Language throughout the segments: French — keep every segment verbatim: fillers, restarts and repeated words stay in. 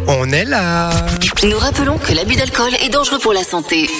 On est là. Nous rappelons que l'abus d'alcool est dangereux pour la santé.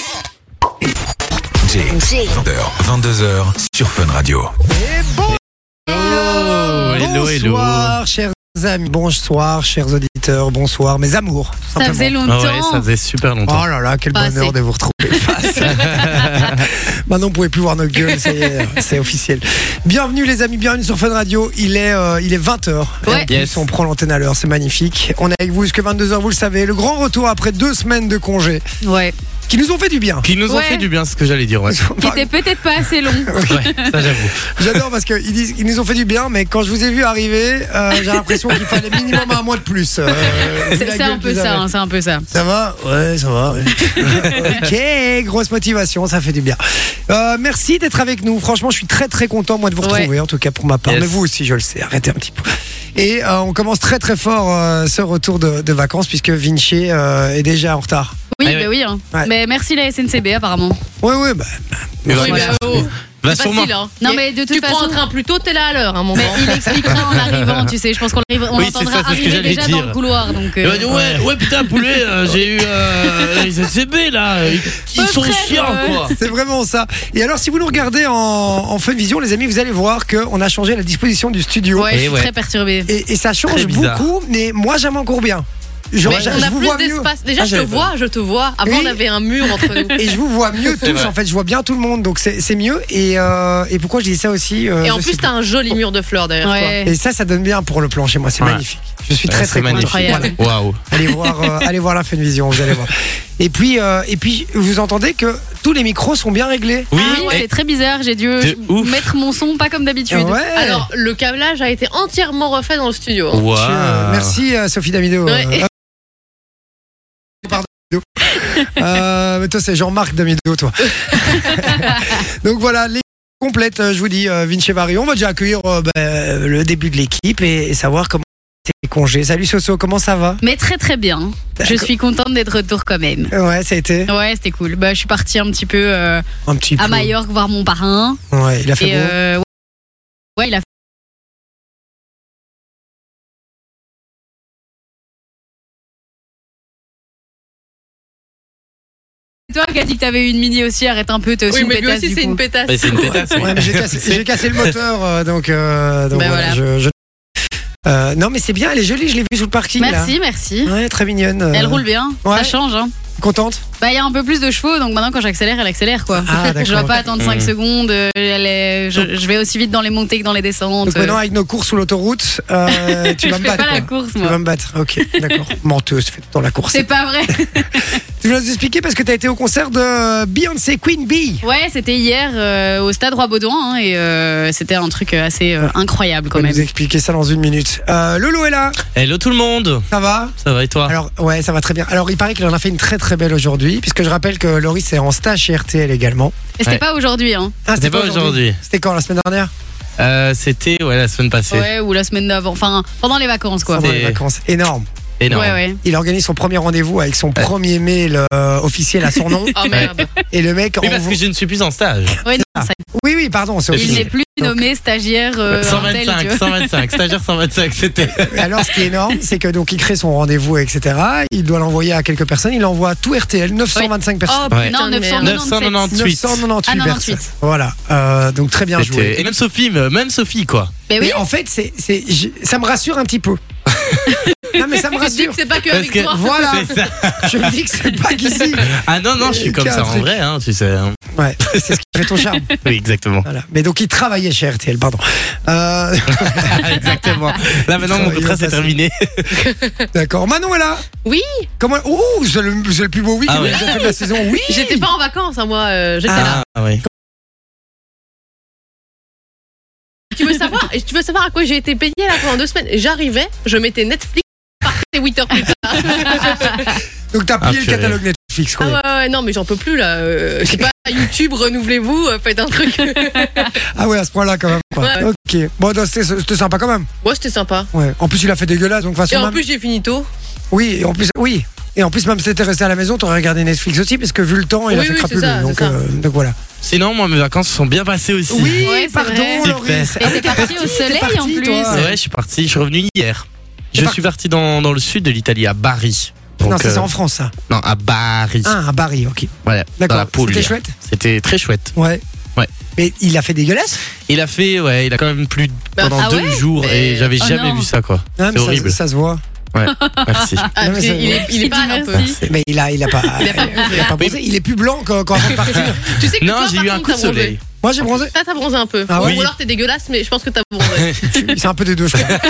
Jay, Jay. vingt heures, vingt-deux heures sur Fun Radio. Et bon. Hello, hello, hello. Bonsoir, chers amis. Bonsoir, chers auditeurs. Bonsoir, mes amours. Ça simplement. faisait longtemps. Ah ouais, ça faisait super longtemps. Oh là là, quel Pas bonheur assez. de vous retrouver face. Maintenant, vous pouvez plus voir nos gueules, ça y est, c'est officiel. Bienvenue les amis, bienvenue sur Fun Radio. Il est, euh, il est vingt heures. Ouais. Yes. On prend l'antenne à l'heure, c'est magnifique. On est avec vous jusqu'à vingt-deux heures, vous le savez. Le grand retour après deux semaines de congé Ouais. qui nous ont fait du bien. Qui nous ont Ouais. fait du bien, c'est ce que j'allais dire. Ouais, Qui était peut-être pas assez long. ouais ça j'avoue. J'adore parce qu'ils disent ils nous ont fait du bien, mais quand je vous ai vu arriver, euh, j'ai l'impression qu'il fallait minimum un mois de plus. Euh, vu C'est la c'est gueule un peu qu'ils ça, avaient. hein, c'est un peu ça. Ça va? Ouais, ça va. ouais. Ok, grosse motivation, ça fait du bien. Euh, merci d'être avec nous. Franchement, je suis très très content moi de vous retrouver, Ouais. en tout cas pour ma part. Yes. Mais vous aussi, je le sais. Arrêtez un petit peu. Et euh, on commence très très fort euh, ce retour de, de vacances puisque Vinci euh, est déjà en retard. Oui, Ah bah ouais. oui. Hein. Ouais. Mais merci la S N C B apparemment. Ouais, ouais, bah. Mais bah, ouais, bah, mais- ça- oh, Va c'est sûrement. facile, hein. Non Et mais de toute tu façon. prends un train plus tôt, t'es là à l'heure, un moment. Mais il expliquera en arrivant, tu sais. Je pense qu'on arrive- on Oui, c'est entendra ça, c'est ce que arriver j'allais déjà dire. dans le couloir. Donc, Il euh, va dire, ouais, ouais, putain, poulet, euh, j'ai eu euh, les S C B là, ils, ils Ouais, sont frère, chiants ouais. quoi. C'est vraiment ça. Et alors, si vous nous regardez en, en Fun Vision, les amis, vous allez voir qu'on a changé la disposition du studio. ouais, je Et suis ouais. très perturbée. Et, et ça change Très bizarre. beaucoup, mais moi, j'aime encore bien. Genre, Mais je, on je a vous plus vois mieux. d'espace. Déjà, Ah, je te j'avais vois, je te vois. Avant, Oui. on avait un mur entre nous. Et je vous vois mieux tous, vrai. en fait, je vois bien tout le monde, donc c'est c'est mieux. Et, euh, et pourquoi je dis ça aussi euh, Et en je plus, sais t'as un joli mur de fleurs derrière Ouais. Et ça, ça donne bien pour le plan chez moi, c'est Ouais. magnifique. Je suis Ouais, très c'est très content. magnifique. Incroyable. Waouh. Allez voir, euh, allez voir la Fun Vision, vous allez voir. Et puis, euh, et puis, vous entendez que tous les micros sont bien réglés. Oui, Ah oui, et- c'est très bizarre. J'ai dû De ouf. mettre mon son pas comme d'habitude. Ouais. toi. Alors, le câblage a été entièrement refait dans le studio. Waouh. Je- euh, merci euh, Sophie Damido. Ouais. Euh, pardon. Euh, mais toi, c'est Jean-Marc Damido, toi. Donc voilà, l'équipe complète, euh, je vous dis, euh, Vinci Vario. On va déjà accueillir euh, ben, le début de l'équipe et, et savoir comment c'est les congés. Salut Soso, comment ça va? Mais très très bien. Je D'accord. suis contente d'être de retour quand même. Ouais, ça a été Ouais, c'était cool. Bah, je suis partie un petit peu euh, un petit peu. à Majorque voir mon parrain. Ouais, il a fait Et beau. euh, ouais, il a fait. C'est toi qui as dit que t'avais eu une mini aussi, arrête un peu, t'es aussi Oui, une mais lui pétasse, aussi, du c'est coup. une pétasse. Bah, c'est une pétasse. oui. Ouais, mais j'ai cassé, j'ai cassé le moteur, euh, donc, euh, donc Ben voilà, voilà. je- je- Euh, non, mais c'est bien, elle est jolie, je l'ai vue sous le parking. Merci, merci. Là. Ouais, très mignonne. euh, Elle roule bien, ouais. ça change. Hein. Contente? Bah, il y a un peu plus de chevaux, donc maintenant quand j'accélère, elle accélère quoi. Ah, Je dois d'accord. pas attendre cinq Mmh. secondes, euh, elle est- je, je vais aussi vite dans les montées que dans les descentes. Donc maintenant, avec nos courses sur l'autoroute, euh, tu je vas me fais battre. pas la quoi. course, Tu moi. vas me battre, ok, d'accord. Menteuse, tu fais tout le temps la course. C'est pas vrai. Tu vas nous expliquer parce que tu as été au concert de Beyoncé Queen Bee. Ouais, c'était hier euh, au stade Roi-Baudouin hein, et euh, c'était un truc assez euh, incroyable On quand va même. nous expliquer ça dans une minute. Euh, Lolo est là, Hello tout le monde. ça va? Ça va et toi? Alors, ouais, ça va très bien. Alors, il paraît qu'il en a fait une très très belle aujourd'hui, puisque je rappelle que Loris est en stage chez R T L également. Et c'était Ouais. pas aujourd'hui, hein. Ah, C'était pas aujourd'hui. C'était quand, la semaine dernière? Euh, C'était ouais la semaine passée. Ouais, ou la semaine d'avant. Enfin, pendant les vacances, quoi. Pendant les C'était- vacances. Énorme. Énorme. Ouais, ouais. Il organise son premier rendez-vous avec son premier mail euh, officiel à son nom. Oh merde. Et le mec Oui, parce envoie- que je ne suis plus en stage. Ouais, non, Ah. ça- Oui, oui, pardon, c'est Il il officiel. n'est plus Donc- nommé stagiaire euh, cent Intel, tu vingt-cinq, vois. cent vingt-cinq, stagiaire cent vingt-cinq, c'était. Alors, ce qui est énorme, c'est que donc il crée son rendez-vous, et cetera. Il doit l'envoyer à quelques personnes. Il envoie à tout R T L, neuf cent vingt-cinq personnes. Oh Ouais. putain Non, de neuf cent merde. neuf cent quatre-vingt-dix-huit. neuf cent quatre-vingt-dix-huit Ah, personnes. quatre-vingt-dix-huit. Voilà. Euh, donc très bien C'était- joué. Et même Sophie, même Sophie quoi. Mais oui, Mais en fait, c'est, c'est, je- ça me rassure un petit peu. Non, mais ça me Tu te dis rassure. que c'est pas que Parce avec que- toi. Voilà. C'est ça. Je me dis que c'est pas qu'ici. Ah non non, je suis comme Qu'un ça en truc. vrai, hein, tu sais. hein. Ouais, c'est ce qui fait ton charme. Oui, exactement. Voilà. Mais donc il travaillait chez R T L, pardon. Euh, Exactement. Là maintenant mon Il contrat va c'est passer. terminé. D'accord. Manon est là. Oui, Comment? Ouh, c'est le, c'est le plus beau oui Ah que ouais. j'ai fait de la saison. Oui. j'étais pas en vacances, hein, moi. euh, J'étais là. Ah oui. Tu veux savoir et Tu veux savoir à quoi j'ai été payée là pendant deux semaines? J'arrivais, je mettais Netflix, je partais huit heures plus tard. Donc t'as plié Ah, le purée. catalogue Netflix, quoi. Ah ouais, ouais, non, mais j'en peux plus là. Euh, je sais pas, YouTube, renouvelez-vous, euh, faites un truc. Ah ouais, à ce point-là, quand même. Quoi. Ouais. Ok. Bon, donc, c'était, c'était sympa quand même. Moi, c'était sympa. Ouais. En plus, il a fait dégueulasse, donc de toute Et façon. en même- plus, j'ai fini tôt. Oui, et en plus, oui. Et en plus, même si t'étais resté à la maison, t'aurais regardé Netflix aussi, parce que vu le temps, il a Oui, fait oui, crapuleux. c'est ça, donc, c'est ça. euh, donc voilà. Sinon moi mes vacances se sont bien passées aussi. Oui, Ouais, c'est pardon, vrai. Loris. Super. Et t'es parti au t'es soleil, parti, en plus. toi. Ouais, je suis parti, je suis revenu hier. Je parti. suis parti dans, dans le sud de l'Italie, à Bari. Non, Donc, ça c'est euh, en France, ça. non, à Bari. Ah, à Paris, ok. Voilà, dans D'accord. la Puglia. C'était chouette. C'était très chouette. Ouais. Ouais. Mais il a fait dégueulasse. Il a fait, ouais, il a quand même plu Bah, pendant ah deux ouais jours Mais- et j'avais Oh jamais non. vu ça, quoi. Ah, mais C'est ça- horrible. Ça, se voit. Ouais, merci. Ah, Non, mais puis ça- il est, il est Il pas dit un peu. merci. Mais il a, il a pas, Il a pas il a pas bronzé. Il est plus blanc qu'avant de partir. Tu sais que Non, toi, j'ai par eu un contre, coup de t'as bronzé. soleil. Moi, j'ai bronzé. Toi, t'as bronzé un peu. Ah Ou- ouais Ou alors t'es dégueulasse, mais je pense que t'as bronzé. C'est un peu des deux, je crois.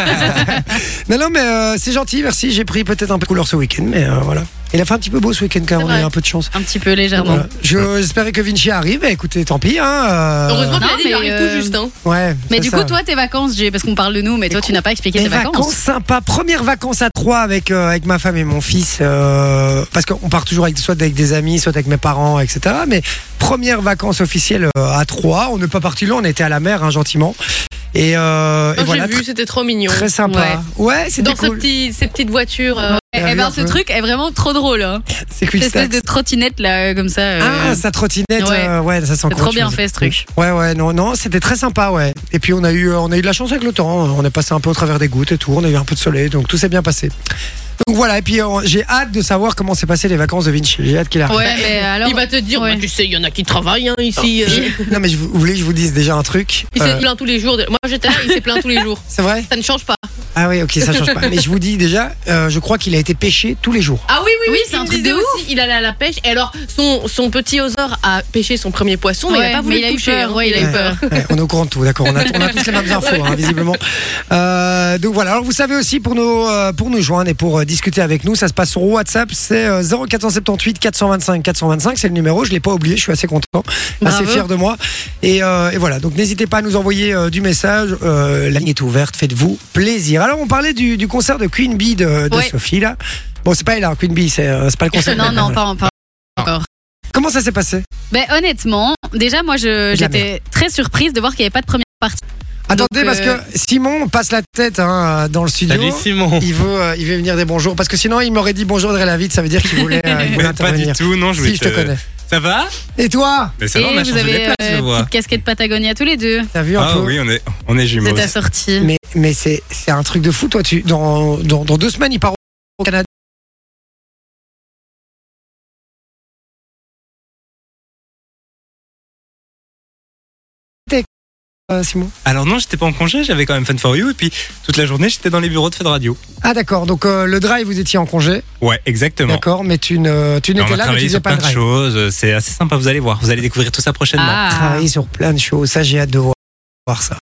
non, non, mais euh, c'est gentil, merci. J'ai pris peut-être un peu de couleur ce week-end, mais euh, voilà. Il a fait un petit peu beau ce week-end quand même, C'est on a eu vrai. un peu de chance. Un petit peu légèrement. Voilà. Je- J'espérais que Vinci arrive, mais écoutez, tant pis. Hein, euh, Heureusement qu'il Non, a dit qu'il mais, arrive euh, tout juste. Hein. Ouais, Mais c'est du ça. coup, toi, tes vacances, Jay, parce qu'on parle de nous, mais toi, tu n'as pas expliqué Des tes vacances. vacances. sympas. Première vacances à trois avec, euh, avec ma femme et mon fils. euh, parce qu'on part toujours avec, soit avec des amis, soit avec mes parents, et cetera. Mais première vacances officielles euh, à trois. On n'est pas parti là, on était à la mer, hein, gentiment. Et, euh, et Moi, voilà, j'ai vu, c'était trop mignon. très sympa. Ouais, c'était Dans ce cool. petit- ces petites voitures. euh, Eh T'as vu ben, un ce peu truc est vraiment trop drôle. Hein. C'est Cette quick espèce stats. de trottinette là, euh, comme ça. euh, Ah, sa trottinette, ouais. euh, ouais, ça sent c'est encore trop autre bien chose. fait ce truc. Ouais, ouais, non, non, c'était très sympa, ouais. Et puis on a eu, on a eu de la chance avec le temps. On est passé un peu au travers des gouttes et tout. On a eu un peu de soleil, donc tout s'est bien passé. Donc voilà. Et puis euh, j'ai hâte de savoir comment s'est passé les vacances de Vinci. J'ai hâte qu'il arrive. Ouais, mais alors. il va te dire, ouais. bah, tu sais, il y en a qui travaillent hein, ici. euh. Non, mais je, vous vous voulez que je vous dise déjà un truc Il Euh, s'est plaint tous les jours. de- Moi, j'étais là, il s'est plaint tous les jours. C'est vrai? Ça ne change pas. Ah oui, ok, ça change pas. Mais je vous dis déjà, euh, je crois qu'il a été pêché tous les jours. Ah oui, oui, Oui, oui, c'est il un me truc disait de ouf. aussi, il allait à la pêche. Et alors, son, son petit osor a pêché son premier poisson, mais il Ouais, n'a pas voulu mais il le a eu toucher. peur, hein. ouais, il a eu peur. Ouais, on est au courant de tout, d'accord. On a, on a tous les mêmes infos, hein, visiblement. Euh, donc voilà. Alors vous savez aussi pour nous, euh, pour nous joindre et pour euh, discuter avec nous, ça se passe sur WhatsApp. C'est euh, zéro quatre cent soixante-dix-huit quatre cent vingt-cinq quatre cent vingt-cinq. C'est le numéro. Je l'ai pas oublié. Je suis assez content, assez Bravo. fier de moi. Et, euh, et voilà. Donc n'hésitez pas à nous envoyer euh, du message. Euh, la ligne est ouverte. Faites-vous plaisir. Alors on parlait du, du concert de Queen Bee de, de Ouais. Sophie là. Bon, c'est pas elle, hein, Queen Bee. C'est euh, c'est pas le concert. Non, non, Voilà. pas, pas encore. Comment ça s'est passé? Ben, honnêtement, déjà, moi, je- De la j'étais très surprise de voir qu'il n'y avait pas de première partie. Attendez, Donc, parce euh, que Simon passe la tête hein, dans le studio. Salut Simon. Il veut, euh, il veut venir des bonjours parce que sinon il m'aurait dit bonjour très vite. Ça veut dire qu'il voulait, euh, il voulait Ouais, pas du intervenir. tout, non, je voulais Si je te connais. Ça va? Et toi, Mais ça Et va, on a vous changé les avez places, euh, je vois. petite casquette Patagonia tous les deux. t'as vu un Ah peu? oui, on est, on est jumeaux. C'est ta sortie. Mais, mais c'est, c'est un truc de fou. Toi, tu, dans, dans, dans deux semaines, il part au Canada. Euh, Simon. Alors non, j'étais pas en congé, j'avais quand même Fun for You et puis toute la journée j'étais dans les bureaux de Fun Radio. Ah d'accord. Donc euh, le drive, vous étiez en congé, Ouais, exactement. d'accord. Mais tu ne, tu Et on n'étais a là, mais tu travaillé faisais sur pas plein de de drive. choses, c'est assez sympa, vous allez voir, vous allez découvrir tout ça prochainement. Ah, Travailler sur plein de choses. Ça, j'ai hâte de voir, voir ça.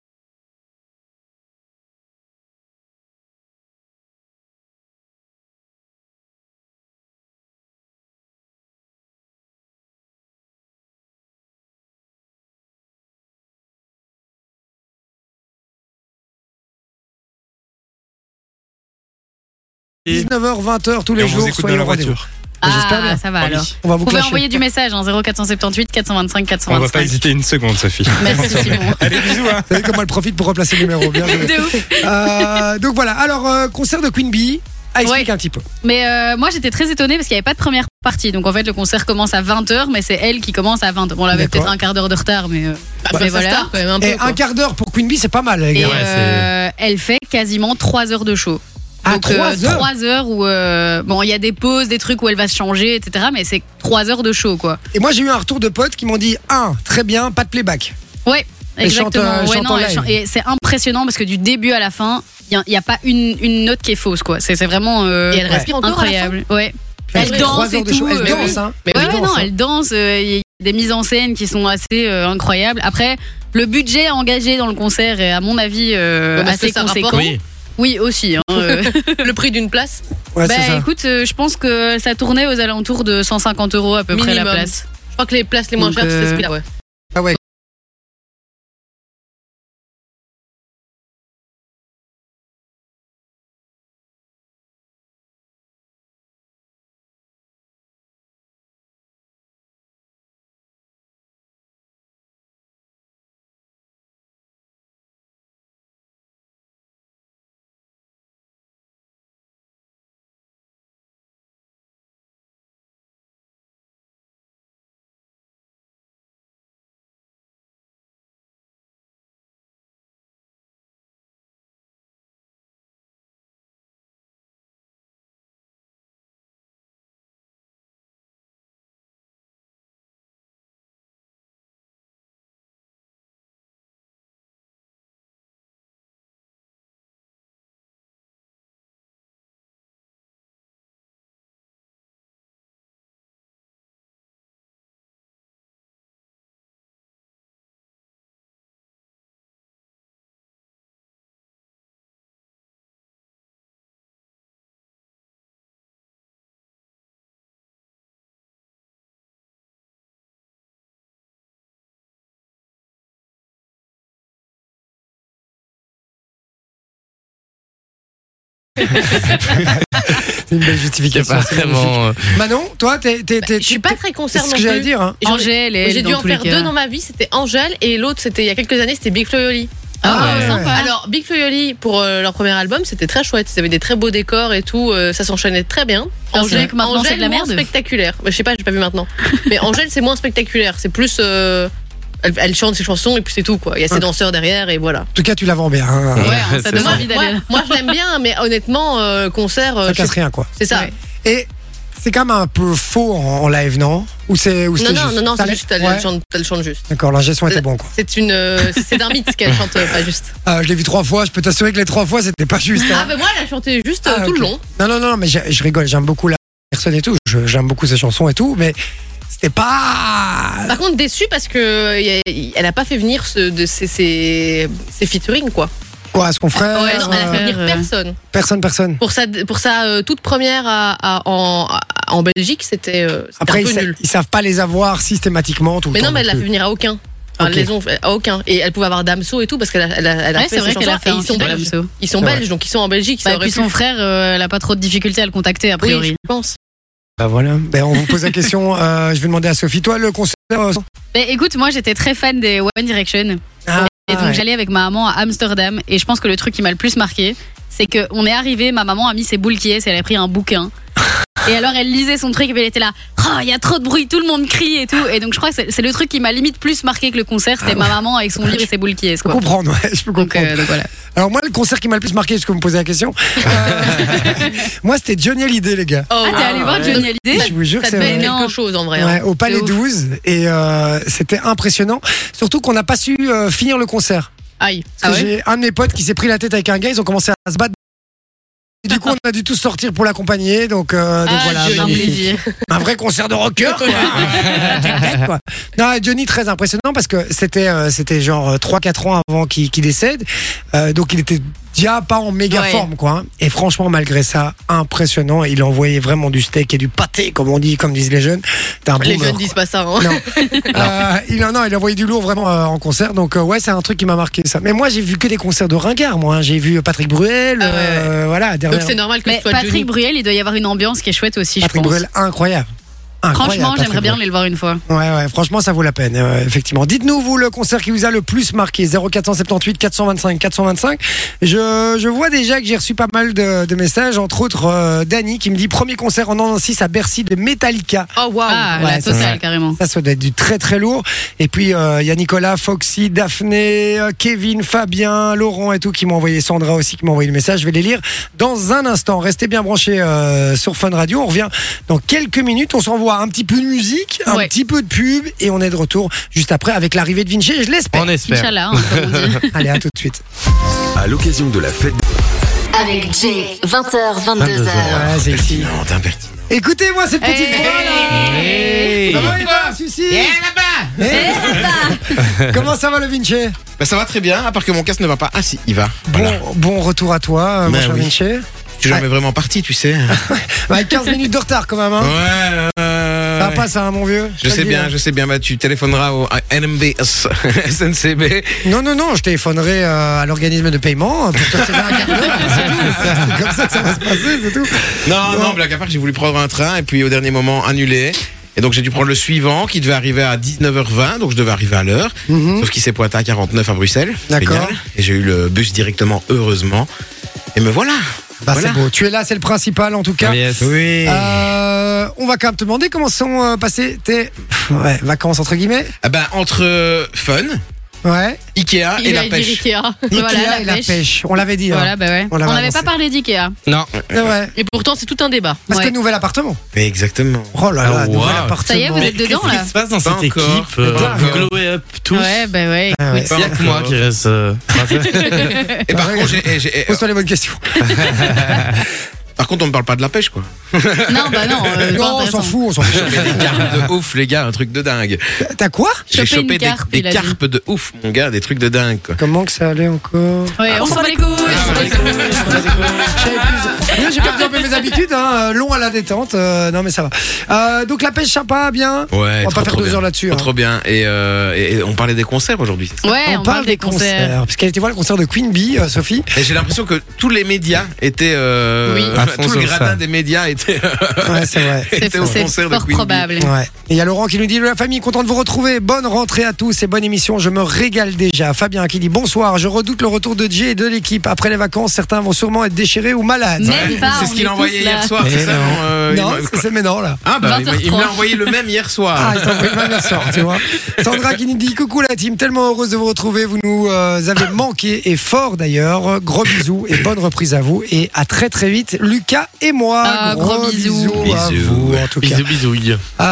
Et- dix-neuf heures, vingt heures tous Et les on vous jours. écoute Soyez dans au la rendez-vous. voiture. J'espère bien. Ah, ça va Ah oui. alors. On va vous Vous pouvez clasher. envoyer du message, hein, zéro quatre cent soixante-dix-huit quatre cent vingt-cinq quatre cent On va pas vingt-cinq. hésiter une seconde, Sophie. Merci Simon. Allez, bisous, hein. Vous savez comment elle profite pour replacer le numéro. Bien joué. De ouf. Euh, donc voilà. Alors euh, concert de Queen Bee. Ah, explique Ouais. un petit peu. Mais euh, moi j'étais très étonnée parce qu'il n'y avait pas de première partie. Donc en fait le concert commence à vingt heures, mais c'est elle qui commence à vingt heures. Bon, on avait D'accord. peut-être un quart d'heure de retard, mais, euh, Bah, mais ça voilà. start quand même un peu. Et quoi. un quart d'heure pour Queen Bee, c'est pas mal, les Et gars. Ouais, euh, elle fait quasiment trois heures de show. Ah, Donc, trois euh, heures trois heures où euh, bon il y a des pauses, des trucs où elle va se changer, et cetera. Mais c'est trois heures de show quoi. Et moi, j'ai eu un retour de potes qui m'ont dit un, très bien, pas de playback. Ouais, Elle chante, exactement. euh, elle Ouais, chante non, en elle live. chante- et c'est impressionnant parce que du début à la fin, il n'y a, pas une, une note qui est fausse quoi. C'est c'est vraiment euh, Et elle respire encore à la fin. incroyable. Ouais. Elle Elle fait danse trois et heures de tout, show. Elle euh, danse, hein. Mais Ouais, Elle ouais, danse, non, hein. elle danse. euh, Il y a des mises en scène qui sont assez euh, incroyables. Après, le budget engagé dans le concert est, à mon avis, euh, Ouais, parce que assez ça conséquent. rapporte. Oui. Oui, aussi. hein, euh. Le prix d'une place, Ouais, Bah, c'est ça. écoute, euh, je pense que ça tournait aux alentours de cent cinquante euros à peu près la Minimum. place. je crois que les places les moins Donc, chères, c'est euh, ce prix-là, ouais. Ah ouais. C'est une belle C'est justification. pas c'est magnifique. vraiment. euh, Manon, toi, t'es. t'es, t'es Je suis pas très concert C'est non ce que j'allais plus. dire. Hein. Et j'en- Angèle, elle, J'ai dû dans en tous les faire cas. deux dans ma vie. C'était Angèle et l'autre, c'était il y a quelques années, c'était Big Flo et Oli. Ah, ouais. sympa. Alors, Big Flo et Oli, pour euh, leur premier album, c'était très chouette. Ils avaient des très beaux décors et tout. euh, ça s'enchaînait très bien. Alors, c'est vrai que maintenant, c'est de la moins merde. spectaculaire. Bah, je sais pas, j'ai pas vu maintenant. Mais Angèle, c'est moins spectaculaire. C'est plus. euh, elle, elle chante ses chansons et puis c'est tout, quoi. Il y a ses Ouais. danseurs derrière et voilà. En tout cas, tu la vends bien. Hein. Ouais, hein, ça C'est donne ça. envie d'aller. Moi, moi, je l'aime bien, mais honnêtement, euh, concert, euh, Ça je casse sais- rien, quoi. c'est ça. Ouais. Et c'est quand même un peu faux en, en live, non? Ou c'est ou Non, c'était non, juste non, non, Ça c'est l'est juste, elle, Ouais. elle chante, elle chante juste. D'accord, l'ingé son était bon, quoi. C'est une, euh, c'est d'un mythe qu'elle chante euh, pas juste. Euh, je l'ai vu trois fois, je peux t'assurer que les trois fois, c'était pas juste. Ah, Hein. ben moi, elle a chanté juste euh, Ah, tout ok. le long. Non, non, non, mais j'ai- je rigole, j'aime beaucoup la personne et tout. Je- J'aime beaucoup ses chansons et tout, mais c'était pas. Par contre, déçue parce que euh, y a- elle a pas fait venir ce, de ses, ses, ses featuring, quoi. Quoi, ce qu'on ferait Ouais, non, elle a fait venir euh, personne. Personne, personne. Pour sa, pour sa euh, toute première à, à- en, à- en Belgique, c'était euh, c'était Après, un ils, peu sa- nul. ils savent pas les avoir systématiquement tout le Mais temps. non, mais elle non l'a fait plus. venir à aucun. Enfin, Ok. les ont fait à aucun. Et elle pouvait avoir Damso et tout parce qu'elle a, elle a, elle a Ouais, fait c'est vrai ses qu'elle a chansons. fait Et un ils sont feat belges. Damso. Ils sont Ouais. belges, donc ils sont en Belgique. Ça Bah, et aurait puis pu- son frère, euh, elle a pas trop de difficulté à le contacter, a Oui, priori. je pense. Bah voilà. Ben, on vous pose la question. euh, je vais demander à Sophie. Toi, le concert. euh, Mais écoute, moi j'étais très fan des One Direction. Ah, Et donc ouais. j'allais avec ma maman à Amsterdam. Et je pense que le truc qui m'a le plus marqué, c'est qu'on est arrivé, ma maman a mis ses boules qui est, elle a pris un bouquin. Et alors elle lisait son truc et puis elle était là, oh il y a trop de bruit, tout le monde crie et tout. Et donc je crois que c'est c'est le truc qui m'a limite plus marqué que le concert, c'était ma maman avec son livre et ses boules qui est Je peux quoi. comprendre, ouais, je peux Donc, comprendre. euh, donc voilà. Alors moi, le concert qui m'a le plus marqué, parce que vous me posez la question, euh, moi c'était Johnny Hallyday, les gars. Oh, Ah t'es allé voir Johnny Hallyday Je vous jure que ça c'est devait vrai. être Non. quelque chose en vrai. Ouais, hein. au Palais C'est ouf. douze et euh, c'était impressionnant. Surtout qu'on n'a pas su euh, finir le concert. Aïe. Parce Ah que ouais j'ai un de mes potes qui s'est pris la tête avec un gars, ils ont commencé à se battre. Et du coup, on a dû tous sortir pour l'accompagner. Donc, euh, donc Ah, voilà, Johnny. Un magnifique. plaisir. Un vrai concert de rocker. Quoi. Tic-tac, quoi. Non, Johnny très impressionnant parce que c'était euh, c'était genre trois quatre ans avant qu'il qu'il décède. Euh, donc il était déjà pas en méga Ouais. forme quoi. hein. Et franchement malgré ça, impressionnant. Il envoyait vraiment du steak et du pâté comme on dit, comme disent les jeunes. T'es un Les bon jeunes meurtre, disent pas ça. hein. non. Euh, il en a, il a envoyé du lourd vraiment euh, en concert. Donc euh, ouais, c'est un truc qui m'a marqué ça. Mais moi, j'ai vu que des concerts de ringards. Moi, hein. J'ai vu Patrick Bruel. Ah ouais, euh, voilà, Donc dernière. c'est normal que Mais ce soit Patrick Johnny. Bruel, il doit y avoir une ambiance qui est chouette aussi, Patrick je pense. Bruel, incroyable. Incroyable, Franchement, Patrick j'aimerais bien Bruel. aller le voir une fois. Ouais, ouais, franchement, ça vaut la peine, euh, effectivement. Dites-nous, vous, le concert qui vous a le plus marqué. zéro quatre sept huit quatre cent vingt-cinq quatre cent vingt-cinq. Je, je vois déjà que j'ai reçu pas mal de, de messages, entre autres euh, Dany qui me dit premier concert en quatre-vingt-six à Bercy de Metallica. Oh waouh. Ah, Ouais, la ça, totale, c'est- carrément. Ça, ça doit être du très très lourd. Et puis, euh, il y a Nicolas, Foxy, Daphné, euh, Kevin, Fabien, Laurent et tout qui m'ont envoyé, Sandra aussi qui m'a envoyé le message. Je vais les lire dans un instant. Restez bien branchés euh, sur Fun Radio. On revient dans quelques minutes. On s'envoie un petit peu de musique, un Ouais. petit peu de pub et on est de retour juste après avec l'arrivée de Vinci. Je l'espère. On espère. Inch'Allah, hein, comme on dit. Allez, à tout de suite. À l'occasion de la fête Avec Jay, vingt heures, vingt-deux heures. Ouais, c'est ici. Écoutez-moi cette petite Hey. voix là. Hey. Ça va, Eva, Sucy là-bas Eh, Comment ça va le Vinci? Bah ça va très bien, à part que mon casque ne va pas. Ah si, il va. Bon, Voilà. bon retour à toi, euh, mon Ben cher oui. Vinci. Je suis jamais vraiment parti, tu sais. Bah, avec quinze minutes de retard quand même. Hein. Ouais. euh, Ça va pas ça, hein, mon vieux? Je te sais le dis, bien, hein. je sais bien. Bah tu téléphoneras au à N M B S S N C B. Non, non, non, je téléphonerai euh, à l'organisme de paiement pour te retirer un quart d'heure. C'est tout. C'est comme ça que ça va se passer, c'est tout. Non, Non. non, blague à part, j'ai voulu prendre un train et puis au dernier moment annulé. Et donc j'ai dû prendre le suivant qui devait arriver à dix-neuf heures vingt, donc je devais arriver à l'heure. Mhm. Sauf qu'il s'est pointé à quarante-neuf à Bruxelles. D'accord. Génial. Et j'ai eu le bus directement, heureusement. Et me voilà. Bah, Voilà. c'est beau. Tu es là, c'est le principal en tout cas. Yes. Oui. Euh, on va quand même te demander comment sont euh, passées tes pff, ouais, vacances entre guillemets. Ah bah, entre euh, fun, Ouais. Ikea Il et va la dire pêche. Ikea. Ikea Voilà, la et la pêche. pêche. On l'avait dit. hein. Voilà, bah ouais. On On l'avait n'avait annoncé. pas parlé d'Ikea. Non. C'est vrai. Et pourtant, c'est tout un débat. Parce Ouais. que nouvel appartement. Mais exactement. Oh là là, Ah, nouvel wow. appartement. Ça y est, vous êtes dedans Qu'est-ce là qui se passe dans Pas cette encore. équipe euh, Pas Vous encore. glowez up tous. Ouais, bah ouais. Ah ouais. écoute. Il y a que moi qui reste. euh, Et par Ouais. contre, j'ai- j'ai- Pose-toi les bonnes questions. Par contre, on ne parle pas de la pêche, quoi. Non, bah non. euh, pas Non, on s'en intéressant. fout, on s'en fout. J'ai des carpes de ouf, les gars, un truc de dingue. T'as quoi? J'ai Choper une chopé des, carpe, des il a dit. carpes de ouf, mon gars, des trucs de dingue, quoi. Comment que ça allait encore? Ouais, on s'en bat les couilles. on s'en bat les couilles. J'avais plus- Moi, j'ai perdu un peu mes habitudes, hein, euh, long à la détente. euh, non, mais ça va. Euh, donc la pêche sympa, bien. Ouais, On va trop, pas faire trop deux bien. heures là-dessus. Trop, hein. trop bien. Et, euh, et, et on parlait des concerts aujourd'hui, c'est ça? Ouais, on, parle des concerts. Parce qu'elle était voir le concert de Queen Bee, euh, Sophie. Et j'ai l'impression que tous les médias étaient. Euh, Oui. À fond tout le sur gradin ça. des médias était, Ouais, c'est vrai. C'est était au c'est concert de fort Queen Bee. probable. Ouais. Et il y a Laurent qui nous dit la famille, content de vous retrouver. Bonne rentrée à tous et bonne émission. Je me régale déjà. Fabien qui dit bonsoir. Je redoute le retour de Jay et de l'équipe. Après les vacances, certains vont sûrement être déchirés ou malades. Même pas. C'est on ce qu'il est a envoyé tous là. hier soir, Mais c'est ça non. non, euh, il Non, m'a- c'est c'est maintenant là. Ah bah il m'a- il me vingt heures l'a envoyé le même hier soir. Ah, il t'a envoyé le même sort, tu vois. Sandra qui nous dit coucou la team, tellement heureuse de vous retrouver. Vous nous euh, avez manqué et fort d'ailleurs. Gros bisous et bonne reprise à vous. Et à très très vite, Lucas et moi. Ah, gros bisous. à Bisous. vous, en tout cas. Bisous, bisouilles.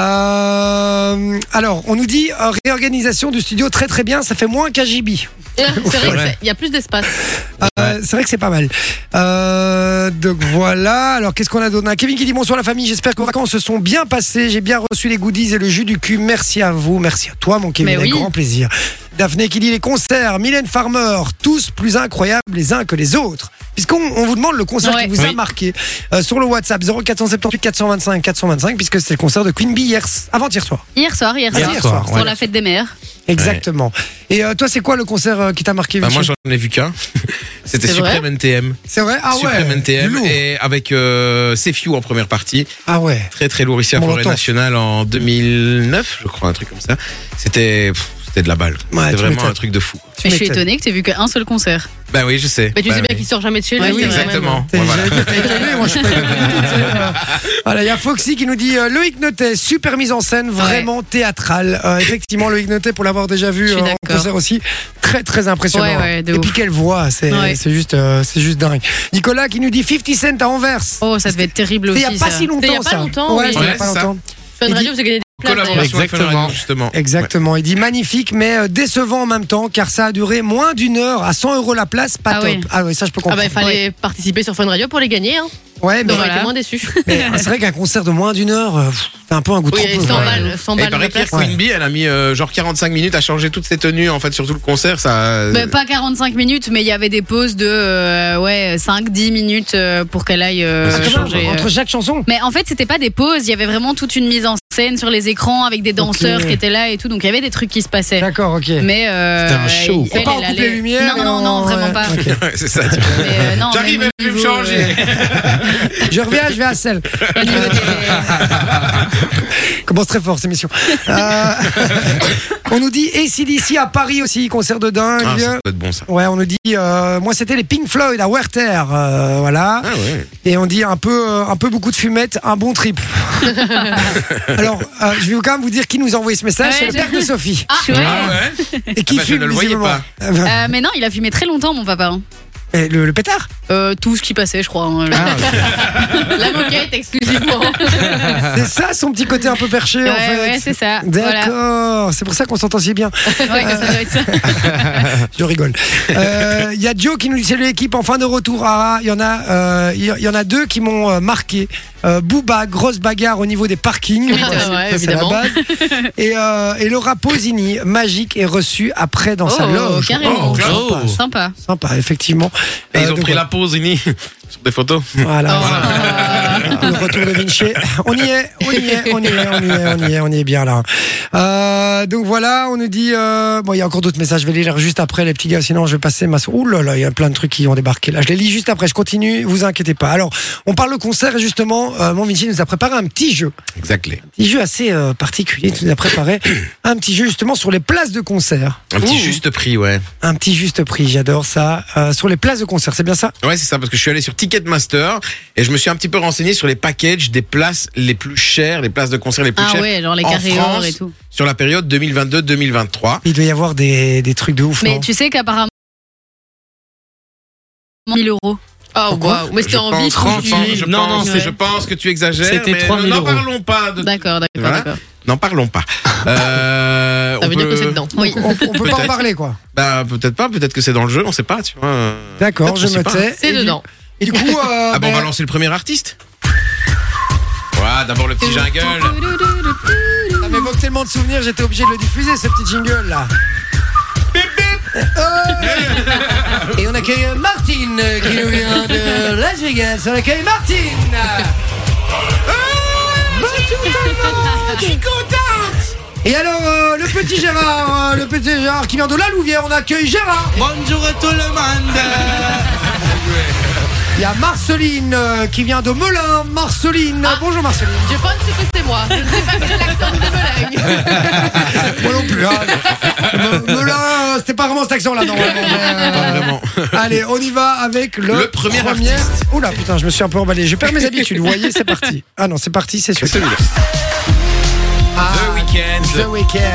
Euh, alors, on nous dit euh, réorganisation du studio très très bien. Ça fait moins qu'à J B. C'est vrai vrai. qu'il y a plus d'espace. Euh, c'est vrai que c'est pas mal. Euh, donc voilà. Alors qu'est-ce qu'on a donné? Kevin qui dit bonsoir la famille. J'espère que vos vacances se sont bien passées. J'ai bien reçu les goodies et le jus du cul. Merci à vous. Merci à toi mon Kevin. Mais Avec oui. grand plaisir. Daphné qui dit les concerts. Mylène Farmer. Tous plus incroyables les uns que les autres. Puisqu'on on vous demande le concert Ouais. qui vous a Oui. marqué euh, sur le WhatsApp zéro quatre sept huit quatre deux cinq quatre deux cinq puisque c'était le concert de Queen Bee hier avant-hier soir. Hier soir, hier Ah, soir. hier soir, Sur ouais. la fête des mères. Exactement. Et euh, toi c'est quoi le concert euh, qui t'a marqué? Bah, Vinci moi j'en ai vu qu'un. C'était C'est vrai Supreme N T M. C'est vrai? Ah ouais. Supreme N T du M lourd. et avec euh, Sefiu en première partie. Ah ouais. Très très lourd ici à Bon, Forêt longtemps. Nationale en deux mille neuf, je crois, un truc comme ça. C'était pff, c'était de la balle. Ouais, C'était tu vraiment m'étonnes. un truc de fou. Tu Mais je suis m'étonnes. étonnée que tu aies vu qu'un seul concert. Bah oui, je sais. Mais tu Bah sais bien oui. qu'il sort jamais de chez lui. Ouais, quand oui, même. Exactement. T'es- Voilà. j'avais dit, t'es étonné, moi je suis pas étonné du tout, tu sais, euh. Voilà, il y a Foxy qui nous dit euh, Loïc Notet, super mise en scène, vraiment théâtrale. Euh, effectivement, Loïc Notet, pour l'avoir déjà vu Je suis euh, en d'accord. concert aussi, très très impressionnant. Ouais, ouais, de Et ouf. puis quelle voix, c'est Ouais. c'est juste, euh, c'est juste dingue. Nicolas qui nous dit cinquante Cent à Anvers. Oh, ça devait être terrible C'était aussi. il y a pas ça. si longtemps. C'était il y a pas ça. longtemps, Ouais, oui. c'était il y a Ouais, pas c'est ça. longtemps. Fun Il Radio, dit- vous avez gagné des places d'ailleurs. Collaboration avec Fun Radio, Exactement. justement. Exactement. Il dit magnifique, mais euh, décevant en même temps, car ça a duré moins d'une heure à cent euros la place, pas Ah top. oui. Ah oui, ça je peux Ah comprendre. bah il fallait participer sur Fun Radio pour les gagner. Hein. Ouais, mais, Donc on voilà. était moins déçus. mais c'est vrai qu'un concert de moins d'une heure, euh, pff, c'est un peu un goût Oui, trop et peu. cent Ouais. balles, cent Et il balles paraît de qu'hier, place. Queen Bee, elle a mis euh, genre quarante-cinq minutes à changer toutes ses tenues en fait sur tout le concert. Ça. Bah, pas quarante-cinq minutes, mais il y avait des pauses de euh, ouais, cinq dix minutes euh, pour qu'elle aille euh, Ah, c'est Quand même, changer. euh. entre chaque chanson. Mais en fait, c'était pas des pauses, il y avait vraiment toute une mise en scène sur les écrans avec des danseurs Ok. qui étaient là et tout, donc il y avait des trucs qui se passaient. D'accord, ok. Mais euh, C'était un show. elle, Et pas on elle coupe allait- les lumières. Non, non, et non, on- vraiment ouais, pas. ok. Ouais, c'est ça. tu- Mais, euh, non, J'arrive, même je vais au me niveau, changer. euh, Je reviens, je vais à celle. au niveau des- Commence très fort, cette émission. Euh, on nous dit A C D C à Paris aussi, concert de dingue. Ah, ça peut être bon ça. Ouais, on nous dit, euh, moi c'était les Pink Floyd à Werther, euh, voilà. Ah ouais. Et on dit un peu, euh, un peu beaucoup de fumette, un bon trip. Alors, euh, je vais quand même vous dire qui nous a envoyé ce message, Ouais, c'est le je- père de Sophie. Ah, ouais. Ah ouais. Et qui bah, je fume ne le voyais visiblement. pas. Euh, bah, Euh, mais non, il a fumé très longtemps, mon papa. hein. et le, le pétard. Euh, tout ce qui passait, je crois. hein. La moquette exclusivement. C'est ça son petit côté un peu perché en Ouais, fait. ouais, c'est ça. Voilà. D'accord, c'est pour ça qu'on s'entend si bien. Ouais, ça doit être ça. Je rigole. Euh, Il y a Joe qui nous dit salut l'équipe en fin de retour. Ah, il y en a, euh, il y- il y en a deux qui m'ont euh, marqué. Euh, Booba, grosse bagarre au niveau des parkings. Oui, Ça, ouais, c'est- ça, c'est évidemment. la base. Et, euh, et Laura Posini, magique, est reçue après dans sa Oh, loge. carrément. Oh, sympa, oh. Sympa. sympa, effectivement. Et ils Euh, ont donc, pris la pause, Ini, sur des photos. Voilà. Oh. Le retour de Vinci. On y est, on y est, on y est, on y est, on y est, on y est bien là. Euh, donc voilà, on nous dit. Euh, bon, il y a encore d'autres messages. Je vais les lire juste après, les petits gars. Sinon, je vais passer ma. Ouh là là, il y a plein de trucs qui ont débarqué là. Je les lis juste après. Je continue. Vous inquiétez pas. Alors, on parle de concert et justement, euh, mon Vinci nous a préparé un petit jeu, Exactement. un petit jeu assez euh, particulier. Tu nous as préparé un petit jeu justement sur les places de concert. Un petit Ouh. juste prix, ouais. Un petit juste prix. J'adore ça. Euh, sur les places de concert, c'est bien ça. Ouais, c'est ça, parce que je suis allé sur Ticketmaster et je me suis un petit peu renseigné sur les packages des places les plus chères, les places de concert les plus Ah chères ouais, genre les en carrés France, or et tout. sur la période deux mille vingt-deux deux mille vingt-trois. Il doit y avoir des, des trucs de ouf. Mais non tu sais qu'apparemment, mille euros. Oh Pourquoi waouh, mais c'était Je en pense, vie. je pense, je Non, non, pense, c'est- je pense que tu exagères. C'était mais trois mille N'en euros. parlons pas. De... D'accord, d'accord, Voilà. d'accord. N'en parlons pas. Euh, Ça on veut dire peut- que c'est dedans. Oui. On, on peut pas en Peut-être. parler quoi. Bah peut-être pas, peut-être que c'est dans le jeu, on sait pas, tu vois. D'accord, Peut-être, je on sait me pas. tais. C'est Et du- dedans. Et du coup, euh, Ah bon, on ben, va lancer le premier artiste. Voilà, d'abord le petit jingle. ça m'évoque tellement de souvenirs, j'étais obligé de le diffuser, ce petit jingle là. Oh. Et on accueille Martine euh, qui nous vient de Las Vegas. On accueille Martine. Je suis contente. Et alors, euh, le petit Gérard, euh, le petit Gérard qui vient de la Louvière, on accueille Gérard. Bonjour à tout le monde. Il y a Marceline euh, qui vient de Melun. Marceline, Ah. bonjour Marceline. Je pense que c'est moi. Je ne sais pas quel est l'accent de Melun. Moi non plus. Hein. Me- Melun, euh, c'était pas vraiment cet accent-là normalement. mais, euh, Pas vraiment. Allez, on y va avec le, Le premier artiste. Oula, putain, je me suis un peu emballé. Je perds mes habitudes. Vous voyez, c'est parti. Ah non, c'est parti, c'est C'est celui-là. celui-là. Ah, The Weeknd. The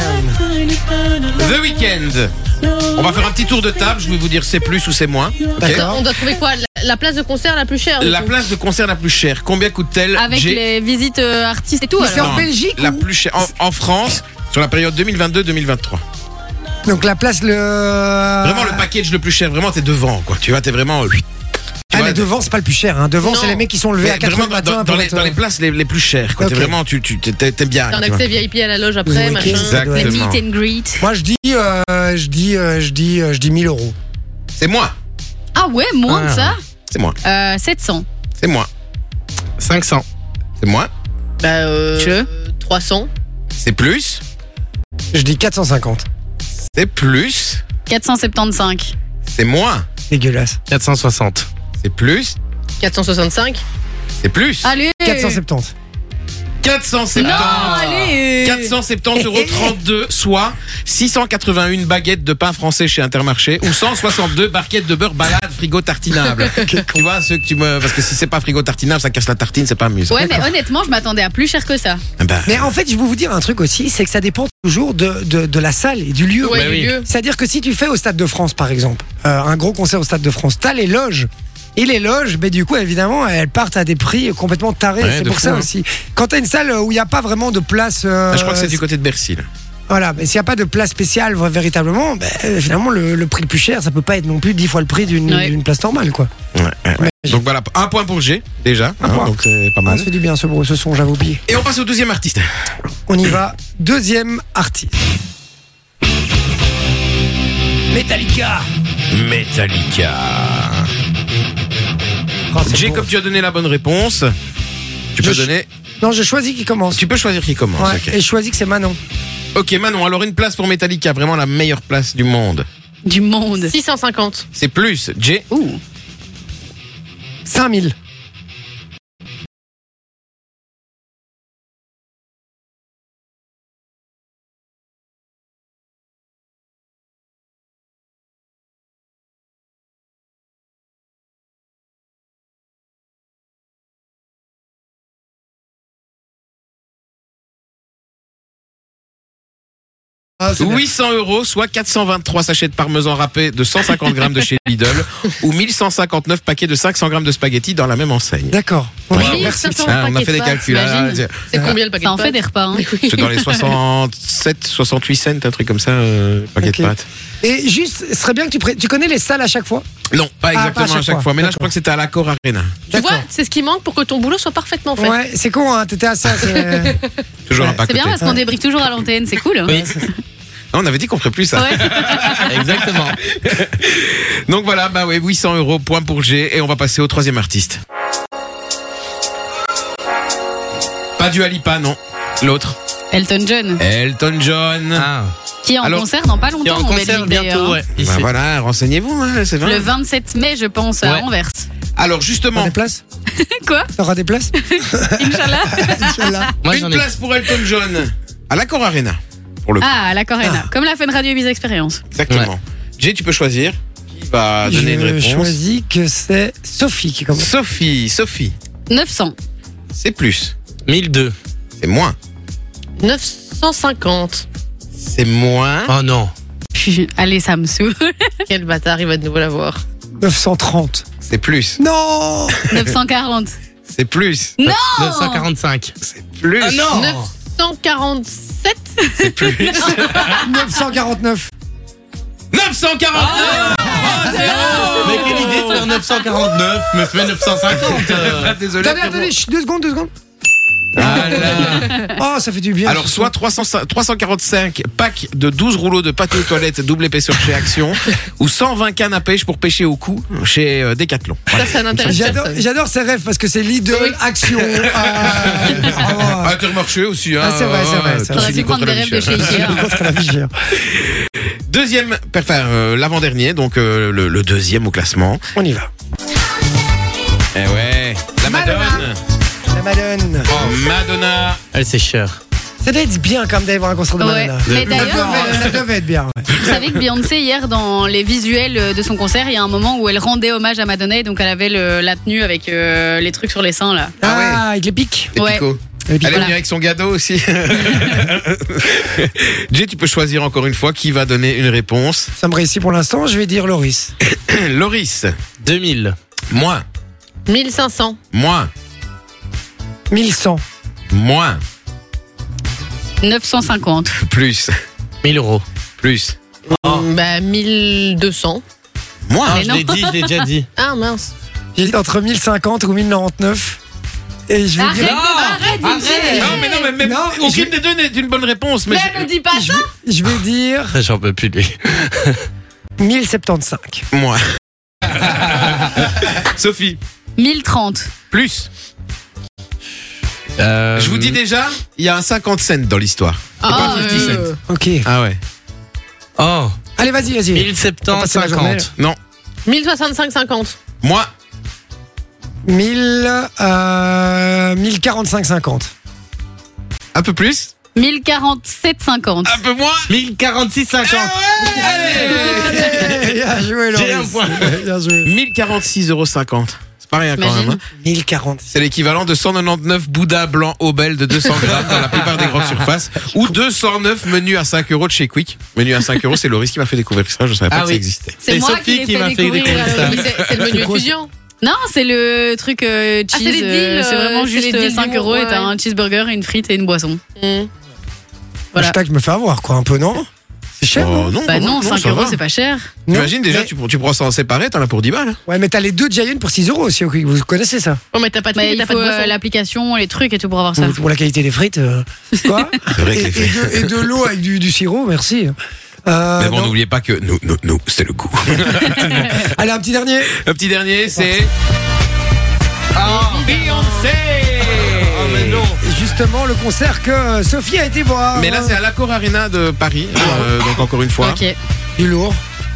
Weeknd. The Weeknd. On va faire un petit tour de table. Je vais vous dire c'est plus ou c'est moins. ok D'accord. On doit trouver quoi la, la place de concert la plus chère du La coup place de concert la plus chère. Combien coûte-t-elle Avec J'ai- les visites euh, artistes et tout. Mais c'est alors. en Belgique La ou- plus chère en, en France sur la période deux mille vingt-deux deux mille vingt-trois. Donc la place, le. Vraiment le package le plus cher. Vraiment t'es devant quoi. Tu vois t'es vraiment. Tu Ah, vois, mais devant, c'est pas le plus cher. Hein. Devant, Non. c'est les mecs qui sont levés mais à quatre heures vraiment du dans, matin. dans pour les, être, dans les euh, places les, les plus chères. Quoi. Ok. T'es vraiment tu tu t'es, t'es bien. T'as un tu vois. accès V I P à la loge The après, Weeknd, machin. ça doit Les être- Exactement. meet and greet. Moi, je dis, euh, je dis, euh, je dis, euh, je dis mille euros. C'est moi. Ah ouais, moins Ah. de ça. C'est moi. Euh, sept cents. C'est moi. cinq cents. C'est moi. Bah, euh, Je. trois cents. C'est plus. Je dis quatre cent cinquante. C'est plus. quatre cent soixante-quinze. C'est moins. Dégueulasse. quatre cent soixante. C'est plus. quatre cent soixante-cinq. C'est plus. Allez. quatre cent soixante-dix. quatre cent Non, soixante-dix. allez. quatre cent soixante-dix euros trente-deux, soit six cent quatre-vingt-un baguettes de pain français chez Intermarché ou cent soixante-deux barquettes de beurre balade frigo tartinable. Tu vois, ceux que tu me. Parce que si c'est pas frigo tartinable, ça casse la tartine, c'est pas amusant. Ouais, mais honnêtement, je m'attendais à plus cher que ça. Ben, Mais en fait, je vais vous dire un truc aussi, c'est que ça dépend toujours de, de, de la salle et du lieu. Ouais, Bah du oui. lieu. C'est-à-dire que si tu fais au Stade de France, par exemple, euh, un gros concert au Stade de France, t'as les loges. Et les loges, ben, du coup, évidemment, elles partent à des prix complètement tarés. Ouais, c'est de pour fou, ça hein. aussi. Quand t'as une salle où il n'y a pas vraiment de place. euh, Ah, je crois que c'est du côté de Bercy. Là. Voilà, mais s'il n'y a pas de place spéciale vra- véritablement, ben, euh, finalement, le, le prix le plus cher, ça peut pas être non plus dix fois le prix d'une Ouais. d'une place normale, quoi. Ouais, ouais, ouais. Mais- Donc voilà, un point pour G, déjà. hein, point. donc c'est pas Ah, mal. ça fait du bien ce, bro- ce son, j'avais oublié. Et on passe au deuxième artiste. On y va. Deuxième artiste. Metallica. Metallica. Oh, c'est G, beau. comme tu as donné la bonne réponse, tu peux Je- donner. Non, je choisis qui commence. Tu peux choisir qui commence. Ouais, ok. Et je choisis que c'est Manon. Ok, Manon, alors une place pour Metallica, vraiment la meilleure place du monde. Du monde. six cent cinquante. C'est plus. J. Ouh. cinq mille. Ah, c'est bien. huit cents euros, soit quatre cent vingt-trois sachets de parmesan râpé de cent cinquante grammes de chez Lidl ou mille cent cinquanteneuf paquets de cinq cents grammes de spaghettis dans la même enseigne. D'accord. Ouais. Ouais, mille merci. cinq cents Ah, on a paquets fait de des pâtes, calculs. là, t'imagines là, C'est combien le paquet Ça en de fait pâtes des repas. Hein. c'est dans les soixante-sept, soixante-huit cents, un truc comme ça, euh, paquet Ok. de pâtes. Et juste, ce serait bien que tu pré- tu connais les salles à chaque fois. Non, pas exactement pas à à chaque chaque fois. fois. Mais là, je D'accord. crois que c'était à l'Accor Arena. Tu D'accord. vois, c'est ce qui manque pour que ton boulot soit parfaitement fait. Ouais, c'est con, hein, t'étais à ça. c'est- Toujours Ouais. un pas à C'est bien côté. parce qu'on débriefe toujours à l'antenne, c'est cool. Oui, Non, on avait dit qu'on ferait plus ça. Ouais. exactement. Donc voilà, bah ouais, huit cents euros, point pour G. Et on va passer au troisième artiste. Pas du Alipa, non. L'autre. Elton John, Elton John. Ah. qui est en Alors, concert dans pas Il est longtemps en en concert Belgique d'ailleurs. bientôt, hein. ouais. Ici. Bah voilà, renseignez-vous, hein, c'est vrai. Le vingt-sept mai, je pense, à Ouais. Anvers. Alors T'auras justement, des places Quoi T'auras des places Inch'Allah. Inch'Allah. Moi, une j'en ai. place pour Elton John à l'Accor Arena. Pour le coup. Ah, la Corena. Comme la Fun Radio Ibiza Experience. Exactement. Jay, tu peux choisir. Qui va donner une Je réponse? choisis que c'est Sophie qui commence. Sophie, Sophie. neuf cents. C'est plus. mille deux. C'est moins. neuf cent cinquante. C'est moins. Oh non. Allez, ça me saoule. Quel bâtard, il va de nouveau l'avoir. neuf cent trente. C'est plus. Non neuf cent quarante. C'est plus. Non neuf cent quarante-cinq. Plus. Ah non. neuf cent quarante-sept. C'est plus. neuf cent quarante-neuf. neuf cent quarante-neuf. Mais quelle idée de faire neuf cent quarante-neuf, me fais neuf cent cinquante. euh. Désolé. Attendez, attendez, chut, deux secondes, deux secondes. Ah là. Oh, ça fait du bien. Alors, soit trois cents trois cent quarante-cinq packs de douze rouleaux de pâté aux toilettes double épaisseur chez Action, ou cent vingt cannes à pêche pour pêcher au cou chez euh, Decathlon. Ça, ça n'intéresse J'adore, personne. j'adore ces rêves parce que c'est Lidl, Oui. Action. euh, ah, Intermarché aussi, hein. Ah, c'est vrai, c'est vrai, c'est Tout vrai. T'aurais fini pu prendre contre des la rêves de Michel. chez Ikea. contre la vie chère. Deuxième, enfin, euh, l'avant-dernier, donc euh, le, le deuxième au classement. On y va. Eh ouais, la Madonna. Madonna. La Madone. Oh, Madonna. Elle, c'est cher. Ça doit être bien quand même d'aller voir un concert de Ouais. Madonna. Mais Ça d'ailleurs, devait, euh, ça devait être bien. Ouais. vous savez que Beyoncé, hier, dans les visuels de son concert, il y a un moment où elle rendait hommage à Madonna et donc elle avait le- la tenue avec euh, les trucs sur les seins, là. Ah ouais. Ah, avec les pics. Les Ouais. picots. Les pics. Elle est Voilà. venue avec son gâteau aussi. Jay, tu peux choisir encore une fois qui va donner une réponse. Ça me réussit pour l'instant, je vais dire Loris. Loris, deux mille. moins, mille cinq cents. moins, mille cent. moins, neuf cent cinquante. plus, mille euros. plus, Mm, Bah, mille deux cents. moins. Ah, Mais je non. l'ai dit, je l'ai déjà dit. Ah, mince. J'ai dit entre mille cinquante ou mille quatre-vingt-dix-neuf. Et je vais Arrête, dire. arrête, Non, mais non, mais même Non, aucune je- des deux n'est une bonne réponse. Mais Mais je- elle ne dit pas Je ça. vais, je vais dire J'en peux plus, lui. mille soixante-quinze. Moins. Sophie, mille trente. plus. Euh, Je vous dis déjà, il y a un cinquante cents dans l'histoire. Ah, pas cinquante euh, cents. Ok. Ah ouais. Oh, Allez, vas-y, vas-y. mille On va septante passer la journée, cinquante. Non. mille soixante-cinq cinquante. Moi, mille, euh, mille quarante-cinq cinquante. un peu plus. mille quarante-sept cinquante. Un peu moins. mille quarante-six cinquante. Allez, bien joué, Loris. J'ai un point. Bien joué. mille quarante-six euros cinquante. C'est pas rien quand Imagine. même. Hein. mille quarante. C'est l'équivalent de cent quatre-vingt-dix Bouddha blanc Obel de deux cents grammes dans la plupart des grandes surfaces ou deux cent neuf menus à cinq euros de chez Quick. Menu à cinq euros, c'est Loris qui m'a fait découvrir ça. Je savais pas Ah que ça oui. existait. C'est C'est moi Sophie qui l'ai qui fait m'a fait découvrir. découvrir ça. Mais c'est c'est le menu C'est quoi, étudiant. Non, c'est le truc euh, Ah, cheese. c'est les deals, euh, c'est vraiment euh, c'est les juste deals cinq du euros mois, et t'as ouais. un cheeseburger, une frite et une boisson. Mm. Voilà. Hashtag, je me fais avoir, quoi, un peu, non? C'est cher, non? Oh, non, Bah non, cinq ça euros, va. c'est pas cher. Non. T'imagines déjà, Mais- tu, tu prends ça en séparé, t'en as pour dix balles. Ouais, mais t'as les deux Giant pour six euros aussi, ok. Vous connaissez ça? Oh, mais t'as pas de Mais frites et il t'as faut pas de euh, boisson. l'application, les trucs et tout pour avoir ça. Pour, pour la qualité des frites. euh, Quoi? C'est vrai que et, les et frites. de, et de l'eau avec du, du sirop, merci. Euh, Mais bon, non. n'oubliez pas que nous, nous, nous, c'est le coup. Allez, un petit dernier. Un petit dernier, c'est. Ah, Beyoncé. Oh, mais non. Et justement, le concert que euh, Sophie a été voir. Mais là, c'est à l'Accor Arena de Paris. euh, donc, encore une fois. Ok. du lourd.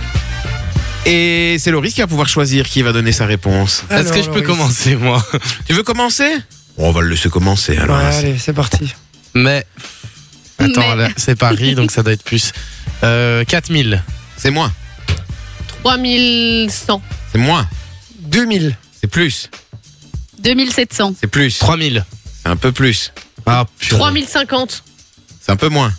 Et c'est Loris qui va pouvoir choisir qui va donner sa réponse. Est-ce Alors, que je peux Loris. commencer, moi? Tu veux commencer? On va le laisser commencer alors. Ouais, allez, c'est parti. Mais. Attends, Mais- là, c'est Paris, donc ça doit être plus. Euh, quatre mille. C'est moins. trois mille cent. C'est moins. deux mille. C'est plus. deux mille sept cents. C'est plus. trois mille. C'est un peu plus. Ah, purée. trois mille cinquante. C'est un peu moins.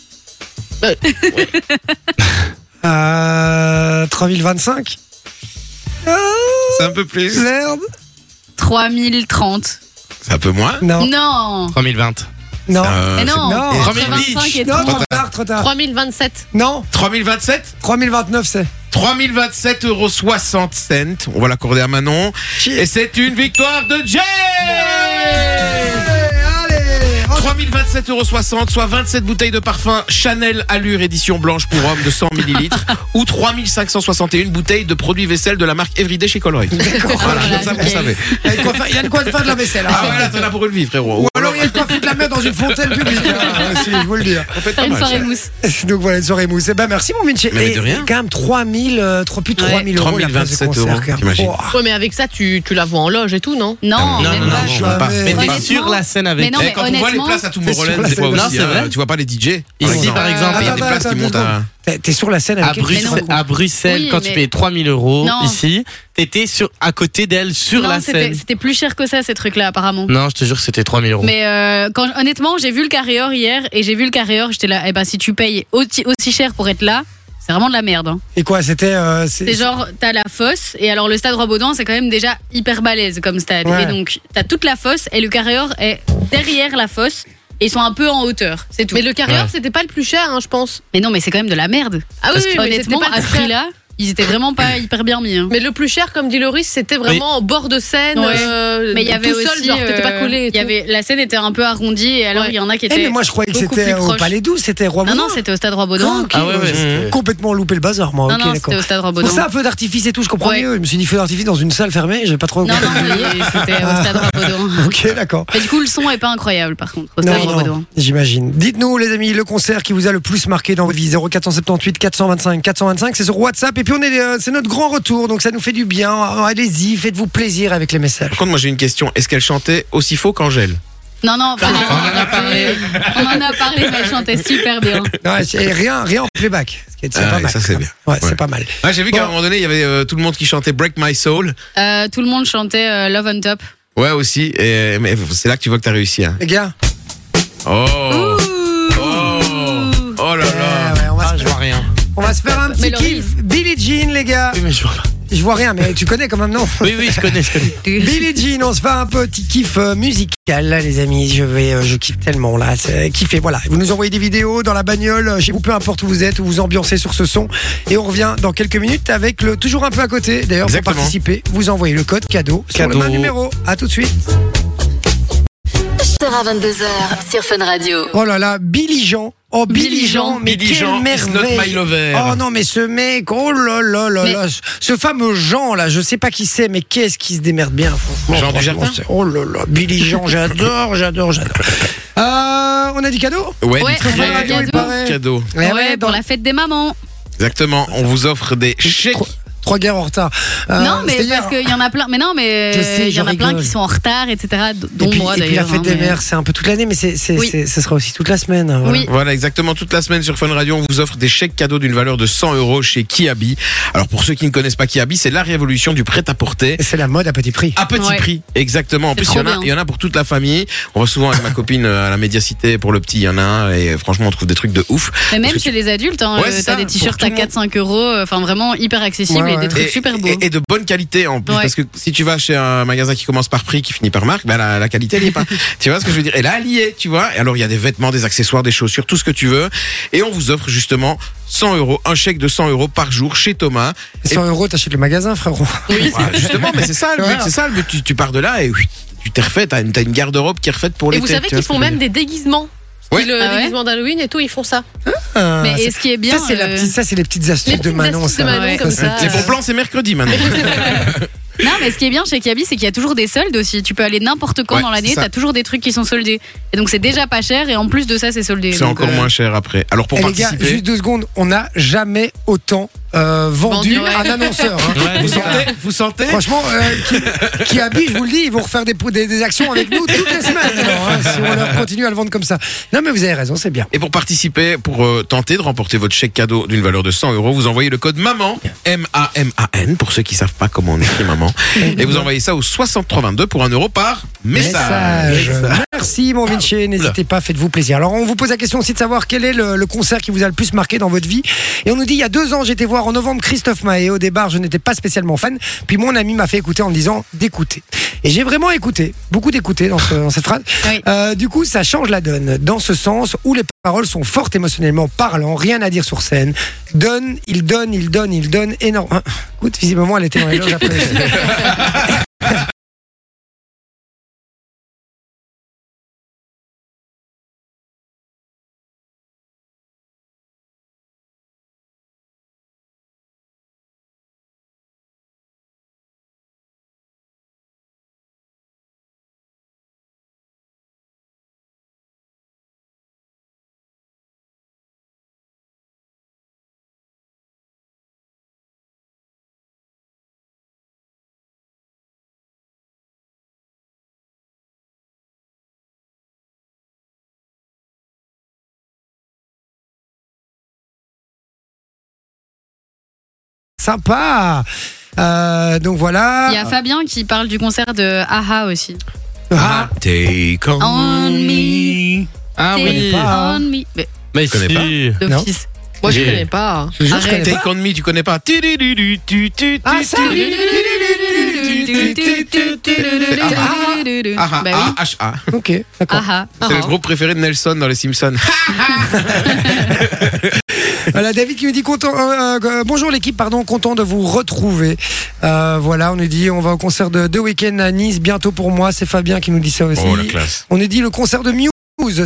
Euh, trois mille vingt-cinq. C'est un peu plus. Merde. trois mille trente. C'est un peu moins. Non. Non. trois mille vingt. Non. Euh, Mais non. non. Entre trois mille vingt-cinq et Non, trente. trop tard, trop tard. trois mille vingt-sept. Non. trois mille vingt-sept. trois mille vingt-neuf, c'est. trois mille vingt-sept euros soixante cents. On va l'accorder à Manon. Et c'est une victoire de Jay. Allez. Oh, trois mille vingt-sept euros soixante, soit vingt-sept bouteilles de parfum Chanel Allure édition blanche pour homme de cent millilitres ou trois mille cinq cent soixante et une bouteilles de produits vaisselle de la marque Everyday chez Colruyt. Voilà, comme ça vous savez. Il y a de quoi faire- il y a de quoi faire de la vaisselle. Ah hein. voilà, t'en as pour une vie, frérot. Ou alors il y a de quoi foutre de la merde dans une fontaine publique. hein, si, je vous le dis. On peut être pas Faire une mal, soirée ça. mousse. Donc voilà, une soirée mousse. Eh ben merci mon Vinci. Mais Et- de rien. et quand même trois mille, euh, trois- plus de Ouais. trois mille euros la place de trois mille vingt-sept concert, euros, quand même. t'imagines. Oh. Ouais, mais avec ça, tu, tu la vois en loge et tout, non? Non, Non, même non, non, pas. non, Jamais. pas. Mais t'es Honnêtement- sur la scène avec. Mais non, Eh, mais quand on voit les honnêtement, places à c'est Tomorrowland, sur la des fois scène. Non, aussi, c'est hein, vrai. tu vois pas les D J par Ici, exemple. par exemple, Il y a Attends, des places attends, qui deux montent à. T'es t'es sur la scène À avec elle, Bruxelles, qu'est-ce que tu à Bruxelles Oui, quand tu mais- payes trois mille euros Non. ici, t'étais sur, à côté d'elle sur Non, la c'était scène. c'était plus cher que ça, ces trucs-là, apparemment. Non, je te jure que c'était trois mille euros. Mais euh, quand, honnêtement, j'ai vu le carré-or hier et j'ai vu le carré-or, j'étais là, eh ben si tu payes aussi, aussi cher pour être là, c'est vraiment de la merde. Hein. Et quoi, c'était. euh, c'est- C'est genre, t'as la fosse, et alors le stade Roi-Baudouin, c'est quand même déjà hyper balèze comme stade. Ouais. Et donc, t'as toute la fosse, et le carré-or est derrière la fosse, et ils sont un peu en hauteur, c'est tout. Mais Mais, le carrière, Ouais. c'était pas le plus cher, hein, je pense. non, mais c'est quand même de la merde. Ah oui, Parce oui, que mais honnêtement, c'était pas à le ce plus cher. prix-là, ils étaient vraiment pas hyper bien mis. Hein. Mais le plus cher, comme dit Loris, c'était vraiment en bord de scène. Ouais. euh, Mais il y avait tout aussi, seul, genre t'étais pas euh, collé. et il y tout. avait, la scène était un peu arrondie et alors Ouais. il y en a qui Eh, étaient. mais moi je croyais que beaucoup c'était plus au proches. Palais Doux, c'était Roi Non, Baudouin. non, c'était au stade Roi-Baudouin. Ah, ok, Ah ouais, ouais, j'ai c'était- complètement loupé le bazar, moi. Non, ok, non, d'accord. c'était au stade Pour Roi-Baudouin. ça, feu d'artifice et tout, je comprends Ouais. mieux. Je me suis dit feu d'artifice dans une salle fermée, j'ai pas trop Non, compris. non, mais c'était au stade Roi-Baudouin. Ok, d'accord. Mais du coup, le son est pas incroyable par contre au stade Non, Roi-Baudouin. non, j'imagine. Dites-nous, les amis, le concert qui vous a le plus marqué dans votre vie. zéro quatre sept huit quatre cent vingt-cinq quatre cent vingt-cinq, c'est sur WhatsApp. Et puis, on est, euh, c'est notre grand retour, donc ça nous fait du bien. Allez-y, faites-vous plaisir avec les messages. Par contre, moi j'ai une question. Est-ce qu'elle chantait aussi faux qu'Angèle? Non, non, enfin, on en a parlé. On en a parlé, mais elle chantait super bien. Ouais, c'est- rien, rien en playback. Ce qui est, c'est Ah pas ouais, mal. ça, c'est bien. Ouais, Ouais. c'est pas mal. Ah, j'ai vu qu'à Bon. un moment donné, il y avait euh, tout le monde qui chantait Break My Soul. Euh, tout le monde chantait euh, Love on Top. Ouais, aussi. Et, mais c'est là que tu vois que t'as réussi. Hein. Les gars, Oh. Oh. Oh là ouais, là. ouais, on, va Ah, se, je vois rien. on va se faire un petit Mais Laurie- kiff. Billie Jean, les gars. Oui, mais je vois pas. Je vois rien, mais tu connais quand même, non? Oui, oui, je connais, je connais. Billie Jean, on se fait un petit kiff euh, musical là, les amis. Je vais, euh, je kiffe tellement là, c'est kiffé. Voilà, vous nous envoyez des vidéos dans la bagnole, euh, chez vous, peu importe où vous êtes, où vous ambiancez sur ce son, et on revient dans quelques minutes avec le toujours un peu à côté. D'ailleurs, pour Exactement. participer, vous envoyez le code cadeau sur le Cadeau. même numéro. À tout de suite. sera vingt-deux heures sur Fun Radio. Oh là là, Billy Jean. Oh, Billy Billy Jean, Jean. mais Billy quelle Jean is merveille. not my lover. Oh non, mais ce mec, oh là là là Mais- là, ce- ce fameux Jean là, je sais pas qui c'est, mais qu'est-ce qui se démerde bien, franchement. Jean franchement, Dujardin c'est- Oh là là, Billy Jean, j'adore, j'adore, j'adore. Euh, on a dit cadeau? Ouais, Ouais, du très on a un bon cadeau. paraît. cadeau. Eh Ouais, ouais, pour dans- la fête des mamans. Exactement. On vous offre des chèques. Trois, trois guerres en retard. Euh, non, mais c'était parce hier. qu'il y en a plein. Mais non, mais Je sais, il y en je a plein rigole. qui sont en retard, et cetera. d- Dont et puis, moi et puis d'ailleurs. la fête hein, des mais- mères, c'est un peu toute l'année, mais c'est, c'est, Oui. c'est- ce sera aussi toute la semaine. Voilà. Oui. Voilà, exactement. Toute la semaine sur Fun Radio, on vous offre des chèques cadeaux d'une valeur de cent euros chez Kiabi. Alors, pour ceux qui ne connaissent pas Kiabi, c'est la révolution du prêt-à-porter. Et c'est la mode à petit prix. À petit Ouais. prix, exactement. En C'est plus, il y, en trop a, bien. il y en a pour toute la famille. On va souvent avec ma copine euh, à la médiacité pour le petit, il y en a un. Et franchement, on trouve des trucs de ouf. Mais même Parce que chez les adultes, hein, Ouais, euh, c'est t'as ça, des pour t-shirts tout à le monde. quatre cinq euros. Enfin, vraiment hyper accessible Ouais, et ouais. des trucs Et, super beaux. et- et de bonne qualité en plus, Ouais. parce que si tu vas chez un magasin qui commence par prix, qui finit par marque, ben la, la qualité elle y est pas. Tu vois ce que je veux dire? Et là, elle y est, tu vois. Et alors il y a des vêtements, des accessoires, des chaussures, tout ce que tu veux. Et on vous offre justement cent euros, un chèque de cent euros par jour chez Thomas. cent euros, t'achètes le magasin, frérot. Oui, justement, mais c'est ça le but, Voilà. c'est ça le but. Tu, tu pars de là et oui, tu t'es refait, t'as une, t'as une garde-robe qui est refaite pour Et l'été. vous savez tu vois qu'ils ce que font je veux même dire? des déguisements. Ouais. Le Ah ouais déguisement d'Halloween et tout, ils font ça. Ah, Mais ça- et ce qui est bien, ça, c'est la euh, petite, ça, c'est les petites astuces Les de petites Manon. astuces de ça. Manon, Ouais, comme c'est ça. Les bons plans, c'est mercredi maintenant. Non, mais ce qui est bien chez Kiabi, c'est qu'il y a toujours des soldes aussi. Tu peux aller n'importe quand Ouais, dans l'année, c'est ça. t'as toujours des trucs qui sont soldés. Et donc c'est déjà pas cher et en plus de ça, c'est soldé. C'est Donc, encore euh, moins cher après. Alors pour Eh, les gars, participer. juste deux secondes, on n'a jamais autant euh, vendu Vendu, ouais. un annonceur. hein. Ouais, Vous Les gars, sentez, vous sentez Franchement, euh, qui, qui habille, je vous le dis, ils vont refaire des, des, des actions avec nous toutes les semaines. Alors, hein, si on leur continue à le vendre comme ça. Non, mais vous avez raison, c'est bien. Et pour participer, pour euh, tenter de remporter votre chèque cadeau d'une valeur de cent euros, vous envoyez le code MAMAN, M A M A N, pour ceux qui savent pas comment on écrit maman. Et vous envoyez ça au soixante-trois vingt-deux pour un euro par message. Merci, mon Vinci. N'hésitez pas, faites-vous plaisir. Alors, on vous pose la question aussi de savoir quel est le, le concert qui vous a le plus marqué dans votre vie. Et on nous dit, il y a deux ans, j'étais voir en novembre Christophe Maé. Au départ, je n'étais pas spécialement fan. Puis mon ami m'a fait écouter en me disant d'écouter. Et j'ai vraiment écouté, beaucoup d'écouter dans, ce- dans cette phrase. Oui. Euh, du coup, ça change la donne. Dans ce sens où les paroles sont fortes émotionnellement parlant, rien à dire sur scène. Donne, il donne, il donne, il donne énorme. Hein, écoute, visiblement, elle était dans les loges après. Sympa. Euh, donc voilà. Il y a Fabien qui parle du concert de Aha aussi. Ah, Take on, On me. Ah Take oui. pas. on me. Mais Mais connais si. d'office. Moi, je Oui. connais pas. je te jure, je Arrête. connais pas. Take on me, tu connais pas. Ah, ça. Ah, ah, Bah ah, oui. H, A. Ok, d'accord. Aha. C'est le groupe préféré de Nelson dans les Simpsons. Voilà, David qui nous dit content, euh, euh, bonjour l'équipe, pardon, content de vous retrouver. Euh, voilà, on nous dit on va au concert de The Weeknd à Nice bientôt pour moi. C'est Fabien qui nous dit ça aussi. Oh, la classe. On nous dit le concert de Muse.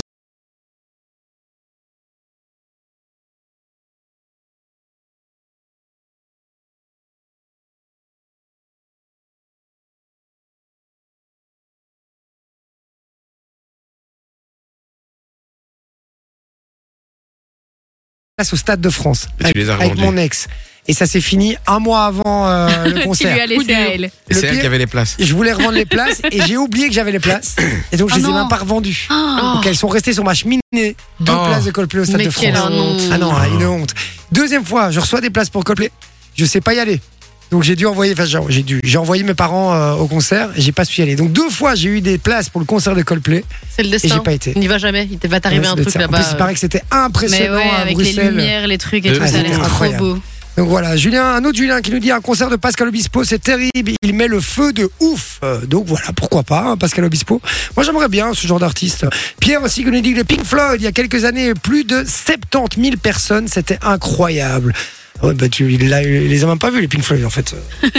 Au Stade de France Et tu avec, les as avec revendus. mon ex et ça s'est fini un mois avant euh, le Qui concert. lui a laissé à elle. Et Le c'est elle pire- qui avait les places. Je voulais revendre les places et j'ai oublié que j'avais les places et donc je Oh les ai non. même pas revendues. Oh. Donc elles sont restées sur ma cheminée. Deux Oh. places de Coldplay au Stade Mais de quelle France. honte. Ah non, une honte. Deuxième fois, je reçois des places pour Coldplay. Je sais pas y aller. Donc j'ai dû envoyer, enfin j'ai j'ai dû, j'ai envoyé mes parents euh, au concert et j'ai pas su y aller. Donc deux fois j'ai eu des places pour le concert de Coldplay C'est le et destin. j'ai pas été. N'y va jamais. Il te va t'arriver Ouais, un ça doit truc être ça. En là-bas. plus, il paraît que c'était impressionnant Mais ouais, à avec les Bruxelles. lumières, les trucs et tout, Ouais, ça a c'était l'air trop incroyable. beau. Donc voilà, Julien, un autre Julien qui nous dit un concert de Pascal Obispo, c'est terrible, il met le feu de ouf. Euh, donc voilà, pourquoi pas, hein, Pascal Obispo. Moi j'aimerais bien ce genre d'artiste. Pierre aussi qui nous dit que les Pink Floyd, il y a quelques années, plus de soixante-dix mille personnes, c'était incroyable. Ouais, bah tu il l'a- il les a même pas vus les Pink Floyd en fait.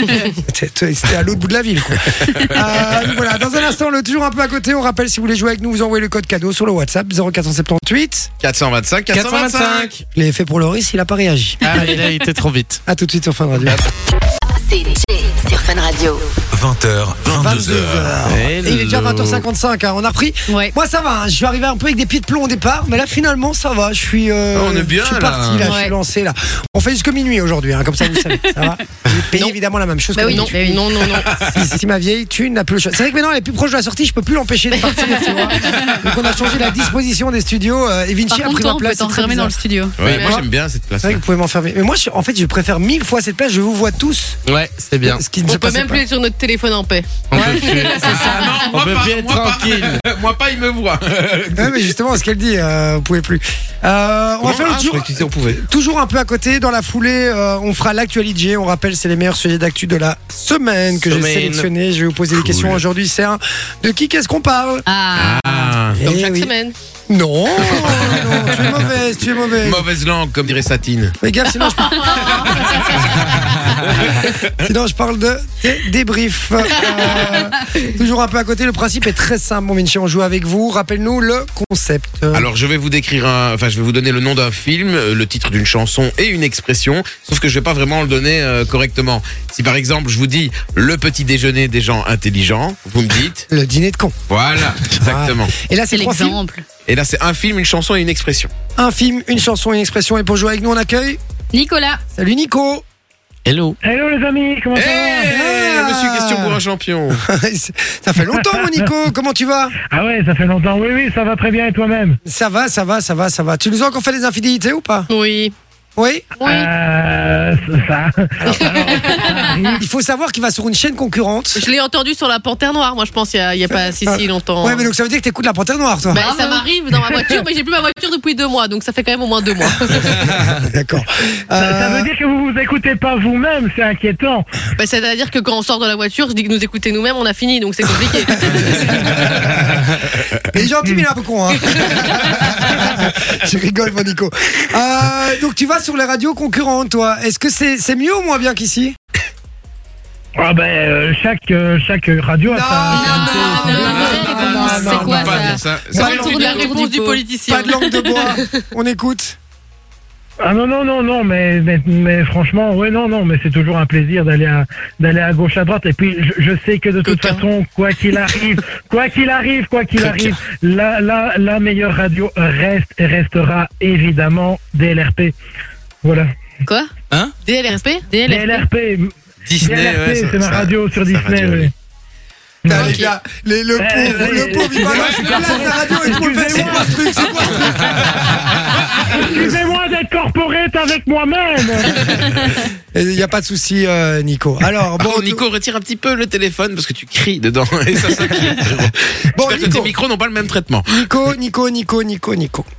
C'était c'était à l'autre bout de la ville quoi. Euh, donc voilà, dans un instant, le toujours un peu à côté, on rappelle si vous voulez jouer avec nous, vous envoyez le code cadeau sur le WhatsApp zéro quatre sept huit. quatre cent vingt-cinq, quatre cent vingt-cinq. Je l'ai fait pour Loris, il a pas réagi. Ah, et là, il était trop vite. À tout de suite sur Fun Radio. C'est Jay sur Fun Radio. vingt heures, vingt-deux heures. Et il est déjà vingt heures cinquante-cinq, hein, on a repris. Ouais. Moi ça va, hein, je suis arrivé un peu avec des pieds de plomb au départ, mais là finalement ça va, je suis, euh, Oh, on est bien, je suis là. parti, là, je Ouais. suis lancé là. On fait jusque minuit aujourd'hui, hein, comme ça vous savez, ça va. J'ai payé Non. évidemment la même chose Bah que oui, Non, d'habitude. bah oui. non, non, non. Si, si ma vieille thune n'a plus le choix. C'est vrai que maintenant elle est plus proche de la sortie, je peux plus l'empêcher de partir, tu vois. Donc on a changé la disposition des studios euh, et Vinci Par a contre, pris toi, ma on peut place. c'est très t'enfermer dans le bizarre. studio. Ouais, moi moi, j'aime bien cette C'est place. vrai que vous pouvez m'enfermer. Mais moi, je- en fait, je préfère mille fois cette place. Je vous vois tous. Ouais, c'est bien. Ce qui ne On se peut passait même pas. plus être sur notre téléphone en paix. On peut plus. C'est ça. non, On moi peut pas, plus être moi pas. tranquille. Moi pas, il me voit. Ouais, mais justement, ce qu'elle dit, euh, vous pouvez plus. Euh, on va faire le Ah, je tour. croyais que tu disais on pouvait. Toujours un peu à côté, dans la foulée, euh, on fera l'actualité. On rappelle, c'est les meilleurs sujets d'actu de la semaine que j'ai Semaine. sélectionné. Je vais vous poser des questions aujourd'hui. C'est un de qui qu'est-ce qu'on parle Ah, Ah. Comme Eh chaque oui. semaine. Non, non, tu es mauvaise, tu es mauvaise. Mauvaise langue, comme dirait Satine. Fais gaffe, sinon je parle. sinon je parle de tes débriefs. Euh, toujours un peu à côté. Le principe est très simple, mon Vinci. On joue avec vous. Rappelle-nous le concept. Euh, Alors je vais vous décrire un, enfin je vais vous donner le nom d'un film, euh, le titre d'une chanson et une expression, sauf que je vais pas vraiment le donner euh, correctement. Si par exemple je vous dis le petit déjeuner des gens intelligents, vous me dites le dîner de con. voilà, exactement. Et là, c'est c'est trois films. l'exemple. Et là c'est un film, une chanson et une expression. Un film, une chanson, une expression. Et pour jouer avec nous, on accueille. Nicolas, Salut Nico. Hello. Hello les amis, comment Eh ça va Ah. monsieur question pour un champion. Ça fait longtemps, mon Nico. Comment tu vas? Ah ouais, ça fait longtemps. Oui, oui, ça va très bien et toi-même? Ça va, ça va, ça va, ça va. Tu nous as encore fait des infidélités ou pas? Oui. Oui. Oui. Euh, ça. Alors, ça arrive. Il faut savoir qu'il va sur une chaîne concurrente. Je l'ai entendu sur la Panthère Noire, moi je pense, il y a, il y a pas si si longtemps. Ouais, mais donc ça veut dire que t'écoutes la Panthère Noire, toi. Bah, ça m'arrive dans ma voiture, mais j'ai plus ma voiture depuis deux mois, donc ça fait quand même au moins deux mois. D'accord. Ça, ça Euh, veut dire que vous vous écoutez pas vous-même, c'est inquiétant. Bah, c'est-à-dire que quand on sort de la voiture, je dis que nous écouter nous-mêmes, on a fini, donc c'est compliqué. Il est gentil, mais il est un peu con, hein. Je rigole, mon Nico. Euh, donc tu vas sur les radios concurrentes, toi. Est-ce que c'est c'est mieux ou moins bien qu'ici? Ah ben, euh, chaque, euh, chaque radio a Non, sa. non, non, non, non, c'est c'est on quoi peut pas ça? dire ça. Ça Ça- va Autour de la réponse du politicien. Pas de langue de bois. On écoute. Ah non, non, non, non, mais, mais, mais franchement, ouais, non, non, mais c'est toujours un plaisir d'aller à, d'aller à gauche, à droite. Et puis, je, je sais que de toute Coquin. façon, quoi qu'il arrive, quoi qu'il arrive, quoi qu'il Coquin. arrive, la, la, la meilleure radio reste et restera évidemment D L R P. Voilà. Quoi? D L R P D L R P. D L R P, Disney, D L R P, ouais, ça- c'est ma ça- radio sur ça Disney. radio, ouais. oui. Putain, Ok. les gars, les- le Eh, pauvre, eh, le pauvre, il va eh, là, je place la radio et tout le monde fait, c'est quoi ce truc, c'est quoi ce truc? Excusez-moi d'être corporate avec moi-même. Il n'y a pas de souci, euh, Nico. Alors, Bon, bon, Nico, retire un petit peu le téléphone parce que tu cries dedans et ça s'inquiète. Bon, J'espère que Nico. tes micros n'ont pas le même traitement. Nico, Nico, Nico, Nico, Nico.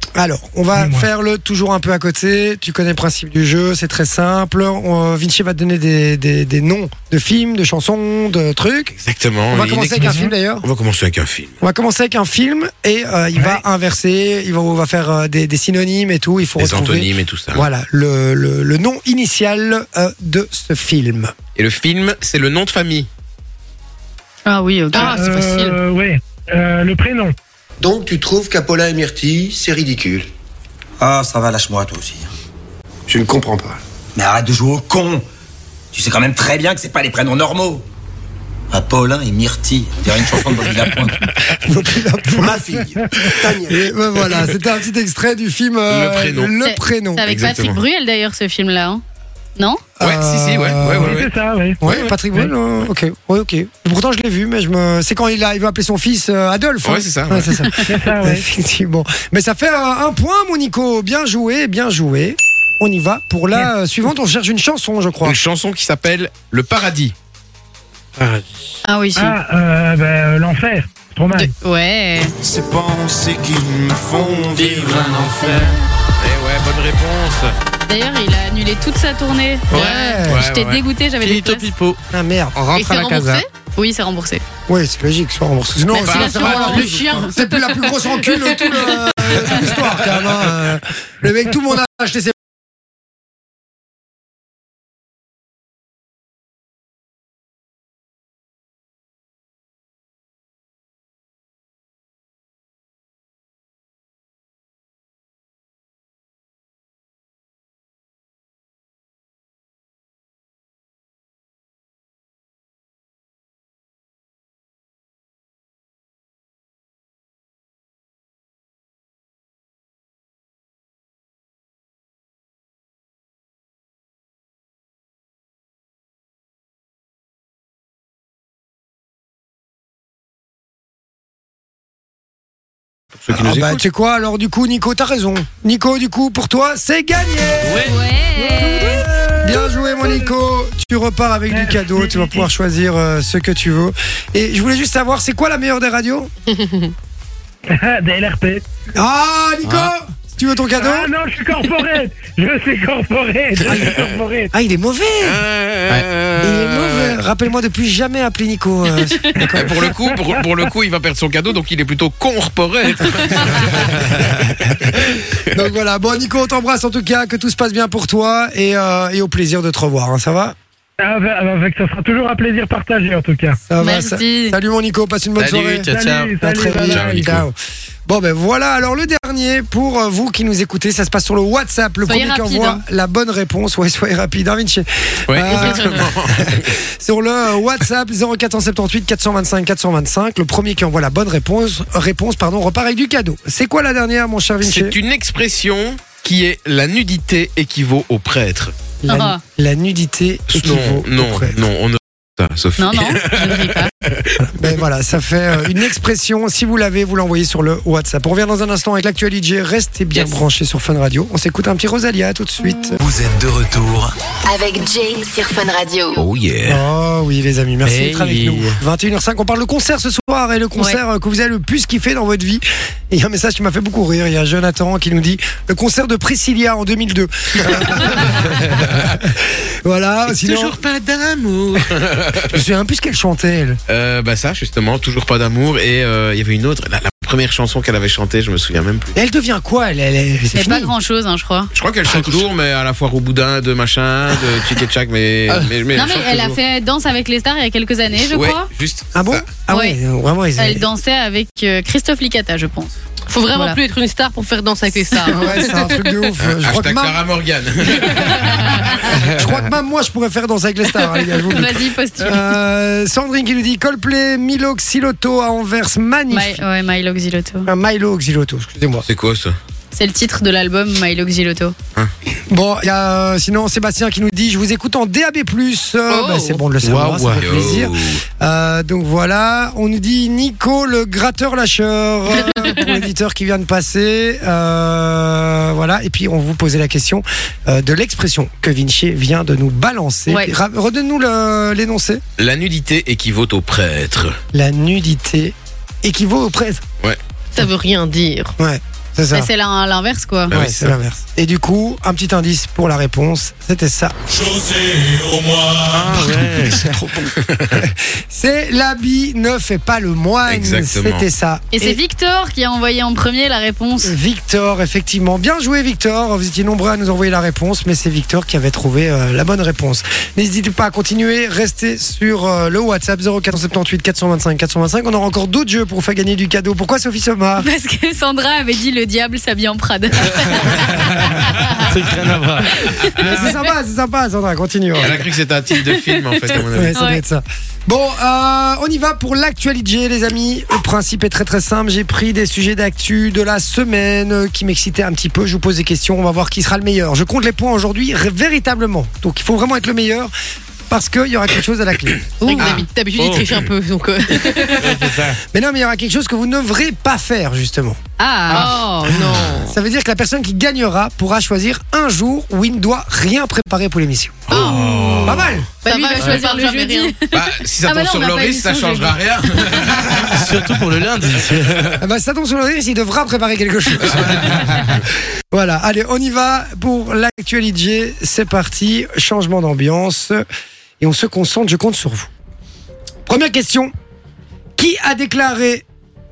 Alors, on va Dis-moi. faire le toujours un peu à côté. Tu connais le principe du jeu, c'est très simple. On- Vinci va te donner des, des, des noms de films, de chansons, de trucs. Exactement. On va Une commencer avec un expression. film d'ailleurs. On va commencer avec un film. On va commencer avec un film et euh, il va inverser, il va, on va faire euh, des, des synonymes et tout. Il faut Les retrouver antonymes et tout ça. voilà, le, le, le nom initial euh, de ce film. Et le film, c'est le nom de famille. Ah oui, ok. Ah, c'est facile. Euh, oui. Euh, le prénom. Donc tu trouves qu'Apollin et Myrtille, c'est ridicule? Ah, ça va, lâche-moi toi aussi. Je ne comprends pas. Mais arrête de jouer au con. Tu sais quand même très bien que c'est pas les prénoms normaux. Apollin et Myrtille, on dirait une chanson de Bobby Lapointe. Ma fille, Tania. Et ben voilà, c'était un petit extrait du film euh, Le prénom. Le C'est- prénom. C'est avec Exactement. Patrick Bruel d'ailleurs ce film-là. hein. Non Ouais, si, si, ouais. ouais, ouais, Oui, ouais. c'est ça, oui. Ouais, Patrick Bruel, euh, ok, ouais, ok. Pourtant, je l'ai vu, mais je me, c'est quand il a, il veut appeler son fils euh, Adolphe. Ouais, hein. c'est ça, ouais. c'est ça. C'est ça, oui. Effectivement. Mais ça fait un, un point, mon Nico. Bien joué, bien joué. On y va pour la euh, suivante. On cherche une chanson, je crois. Une chanson qui s'appelle Le Paradis. Ah oui, si. Ah, euh, ben, euh, l'enfer. Trop mal. De- Ouais. Ces pensées qui me font vivre un enfer. Eh ouais, bonne réponse. D'ailleurs, il a annulé toute sa tournée. Ouais, Euh, ouais, J'étais ouais. dégoûtée, j'avais des Finito places. Pipo. Ah merde. On Et rentre c'est à la casa. remboursé Oui, c'est remboursé. Oui, c'est logique, soit remboursé. Sinon, Merci sinon, c'est l'assurance. vraiment- Le chien. c'est plus la plus grosse encule de tout le- de l'histoire, quand même. hein. Euh, Le mec, tout le monde a acheté ses. Pour ceux qui nous Ah bah, écoutent. tu sais quoi, alors du coup, Nico, t'as raison. Nico, du coup, pour toi, c'est gagné. Ouais. Bien joué, mon Nico. Tu repars avec du cadeau. Tu vas pouvoir choisir euh, ce que tu veux. Et je voulais juste savoir, c'est quoi la meilleure des radios? Des L R P. Ah, Nico, si tu veux ton cadeau. Ah non, je suis corporate. Je suis corporate. Je suis corporate. Ah, il est mauvais. Euh, Il est mauvais. Rappelle-moi de plus jamais appeler Nico. euh, Eh, Pour le coup, pour, pour le coup, il va perdre son cadeau, donc il est plutôt corporate. Donc voilà. Bon, Nico, on t'embrasse en tout cas. Que tout se passe bien pour toi et, euh, et au plaisir de te revoir. hein, ça va? Ah, avec, avec, ça sera toujours un plaisir partagé en tout cas. Ça va, Merci. ça- Salut, mon Nico. Passe une bonne Salut, soirée. ciao, ciao. Salut, À très salut, vite. bye bye. Ciao, Nico. Bon ben voilà, alors le dernier pour euh, vous qui nous écoutez, ça se passe sur le WhatsApp. Le Soyez premier qui rapide, envoie hein. la bonne réponse, ouais, soyez rapide, hein, Vinci. Ouais, Euh, exactement. Sur le euh, WhatsApp zéro quatre cent soixante-dix-huit quatre cent vingt-cinq quatre cent vingt-cinq, le premier qui envoie la bonne réponse, réponse pardon, repart avec du cadeau. C'est quoi la dernière, mon cher Vinci? C'est une expression qui est la nudité équivaut au prêtre. la, Ah. la nudité équivaut Non, au non, prêtre. non, on ne ça, Sophie. Non, non, je ne ris pas. Ben voilà, ça fait euh, une expression. Si vous l'avez, vous l'envoyez sur le WhatsApp. On revient dans un instant avec l'actualité. Restez bien Yes. branchés sur Fun Radio. On s'écoute un petit Rosalia tout de suite. Vous êtes de retour. Avec Jay sur Fun Radio. Oh yeah. Oh oui les amis, merci Hey. d'être avec nous. vingt et une heures cinq, on parle de concert ce soir et le concert euh, que vous avez le plus kiffé dans votre vie. Et il y a un message qui m'a fait beaucoup rire. Il y a Jonathan qui nous dit le concert de Priscilla en deux mille deux. Voilà. Sinon, Toujours pas d'amour. je me souviens un peu ce qu'elle chantait. Elle. Euh, bah ça justement, toujours pas d'amour. Et euh, il y avait une autre, la, la première chanson qu'elle avait chantée, je me souviens même plus. Et elle devient quoi? Elle, elle, elle- c'est C'est fini. pas grand chose, hein, je crois. Je crois qu'elle chante toujours, mais à la fois au boudin, de machin, de tchik et tchak, mais, mais, mais non, elle mais chante elle a toujours. fait Danse avec les stars il y a quelques années, je Ouais, crois. juste. Ah bon? ça. Ah ouais, vraiment ils Elle dansait avec euh, Christophe Licata, je pense. Faut vraiment Voilà. plus être une star pour faire danser avec les stars. hein. Ouais, c'est un truc de ouf. Je crois, que Hashtag même, Clara Morgan. je crois que même moi je pourrais faire danser avec les stars, hein, les gars, je vous le dis. Vas-y, postule. Euh, Sandrine qui nous dit Coldplay, Milo Xyloto à Anvers, magnifique. My, ouais, Milo Xyloto. Ah, Milo Xyloto, excusez-moi. C'est quoi ça? C'est le titre de l'album Milo Xyloto. Bon, il y a euh, sinon Sébastien qui nous dit je vous écoute en D A B plus. Euh, Oh. bah, c'est bon de le savoir, Waouh, ça fait waouh. plaisir. Euh, donc voilà, on nous dit Nico le gratteur lâcheur euh, pour l'éditeur qui vient de passer. Euh, voilà, et puis on vous posait la question euh, de l'expression que Vinci vient de nous balancer. Ouais. Ra- Redonne-nous le- l'énoncé. La nudité équivaut au prêtre. La nudité équivaut au prêtre. Ça veut rien dire. Ouais. C'est ça. Mais c'est l'in- l'inverse, quoi. Bah Ouais, oui, c'est ça. l'inverse. Et du coup, un petit indice pour la réponse, c'était ça. Ah ouais. C'est l'habit ne fait pas le moine. Exactement. C'était ça. Et c'est Victor qui a envoyé en premier la réponse. Victor, effectivement. Bien joué, Victor. Vous étiez nombreux à nous envoyer la réponse, mais c'est Victor qui avait trouvé euh, la bonne réponse. N'hésitez pas à continuer. Restez sur euh, le WhatsApp zéro quatre sept huit quatre cent vingt-cinq quatre cent vingt-cinq. On aura encore d'autres jeux pour vous faire gagner du cadeau. Pourquoi Sophie Somma? Parce que Sandra avait dit le diable s'habille en Prada. C'est que rien à voir. C'est sympa, c'est sympa, Sandra. Continue. Elle a cru que c'était un titre de film en fait, à mon avis. Ouais, ça doit Ouais. être ça. Bon, euh, on y va pour l'actualité, les amis. Le principe est très très simple. J'ai pris des sujets d'actu de la semaine euh, qui m'excitaient un petit peu. Je vous pose des questions. On va voir qui sera le meilleur. Je compte les points aujourd'hui ré- véritablement. Donc il faut vraiment être le meilleur parce qu'il y aura quelque chose à la clé. C'est vrai que d'habi- d'habitude, il Oh. triche un peu. Donc, euh, C'est ça. Mais non, mais il y aura quelque chose que vous ne devrez pas faire justement. Ah, Oh non. Ça veut dire que la personne qui gagnera pourra choisir un jour où il ne doit rien préparer pour l'émission. Oh. Pas mal. Bah, Ça lui, va, il va je choisir parle le jamais jeudi. rien. Bah, si ça Ah bah tombe non, sur on n'a pas Loris, ça émission changera rien. Surtout pour le lundi. Ah bah, ça tombe sur le risque, il devra préparer quelque chose. Voilà, allez, on y va pour l'actualité. C'est parti, changement d'ambiance. Et on se concentre, je compte sur vous. Première question. Qui a déclaré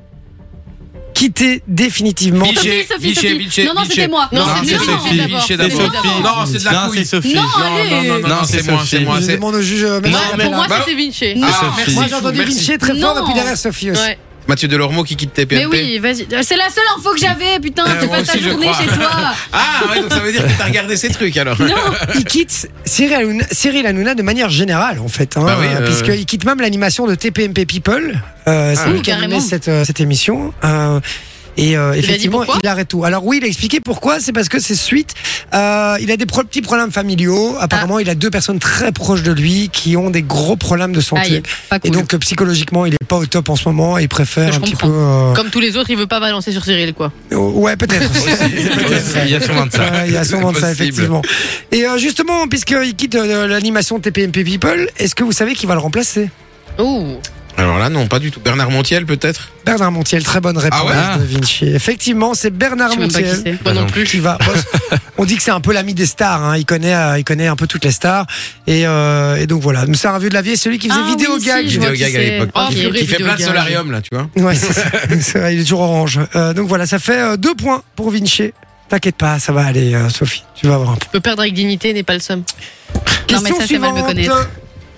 quitter définitivement Vinci, Sophie, Vinci, Sophie. Vinci, Non, non, Vinci. c'était moi. Non, Non, c'est c'est non, Sophie. d'abord. Vinci C'est d'abord. d'abord. Non, c'est de la Non, couille. c'est Sophie. Non, Non, allez. non, non, non, Non, c'est c'est moi, c'est Sophie. moi. Je c'est- demande au juge. euh, Non, Mathieu mais Capella. Pour moi, Bah, c'était Vinci. Non. Ah, merci. Moi j'ai entendu Merci. Vinci très fort Non. et puis derrière Sophie aussi. Ouais. Mathieu Delormeau qui quitte T P Mais M P. oui, vas-y. C'est la seule info que j'avais, putain. Euh, Tu moi passes ta aussi, je journée crois. chez toi. Ah ouais, donc ça veut dire que t'as regardé ces trucs alors. Il quitte Cyril Hanouna, Cyril Hanouna de manière générale en fait, hein, Bah oui, euh, puisqu'il quitte même l'animation de T P M P People. Euh, c'est Ah. lui qui a Carrément. animé cette, euh, cette émission. Euh, et euh, dit effectivement, pourquoi il arrête tout. Alors oui, il a expliqué pourquoi. C'est parce que c'est suite. Euh, il a des pro- petits problèmes familiaux. Apparemment, il a deux personnes très proches de lui qui ont des gros problèmes de santé. Aïe, pas Et cool. donc euh, psychologiquement, il est pas au top en ce moment. Et il préfère Je un petit comprends. peu. euh, Comme tous les autres, il veut pas balancer sur Cyril, quoi. euh, Ouais, peut-être. Il y a sûrement de ça. Ouais, il y a sûrement de ça, Possible. effectivement. Et euh, justement, puisqu'il quitte euh, l'animation de T P M P People, est-ce que vous savez qui va le remplacer? Oh. Alors là, non, pas du tout. Bernard Montiel peut-être. Bernard Montiel, très bonne réponse Ah ouais de Vinci. Effectivement, c'est Bernard Je sais même pas qui Montiel c'est. Moi non plus. qui va. On dit que c'est un peu l'ami des stars. Hein. Il connaît, euh, il connaît un peu toutes les stars. Et, euh, et donc voilà. C'est un vieux de la vieille, celui qui faisait Ah vidéo oui, gag. si, je vois Vidéo qui gag à c'est. l'époque. Oh, Qui- purée, qui fait vidéo plein de gag. solarium là, tu vois. Ouais, c'est ça. C'est vrai, il est toujours orange. Euh, donc voilà, ça fait euh, deux points pour Vinci. T'inquiète pas, ça va aller, euh, Sophie. Tu vas avoir un point. Peut perdre avec dignité n'est pas le seum. Non, mais ça, c'est mal me connaître.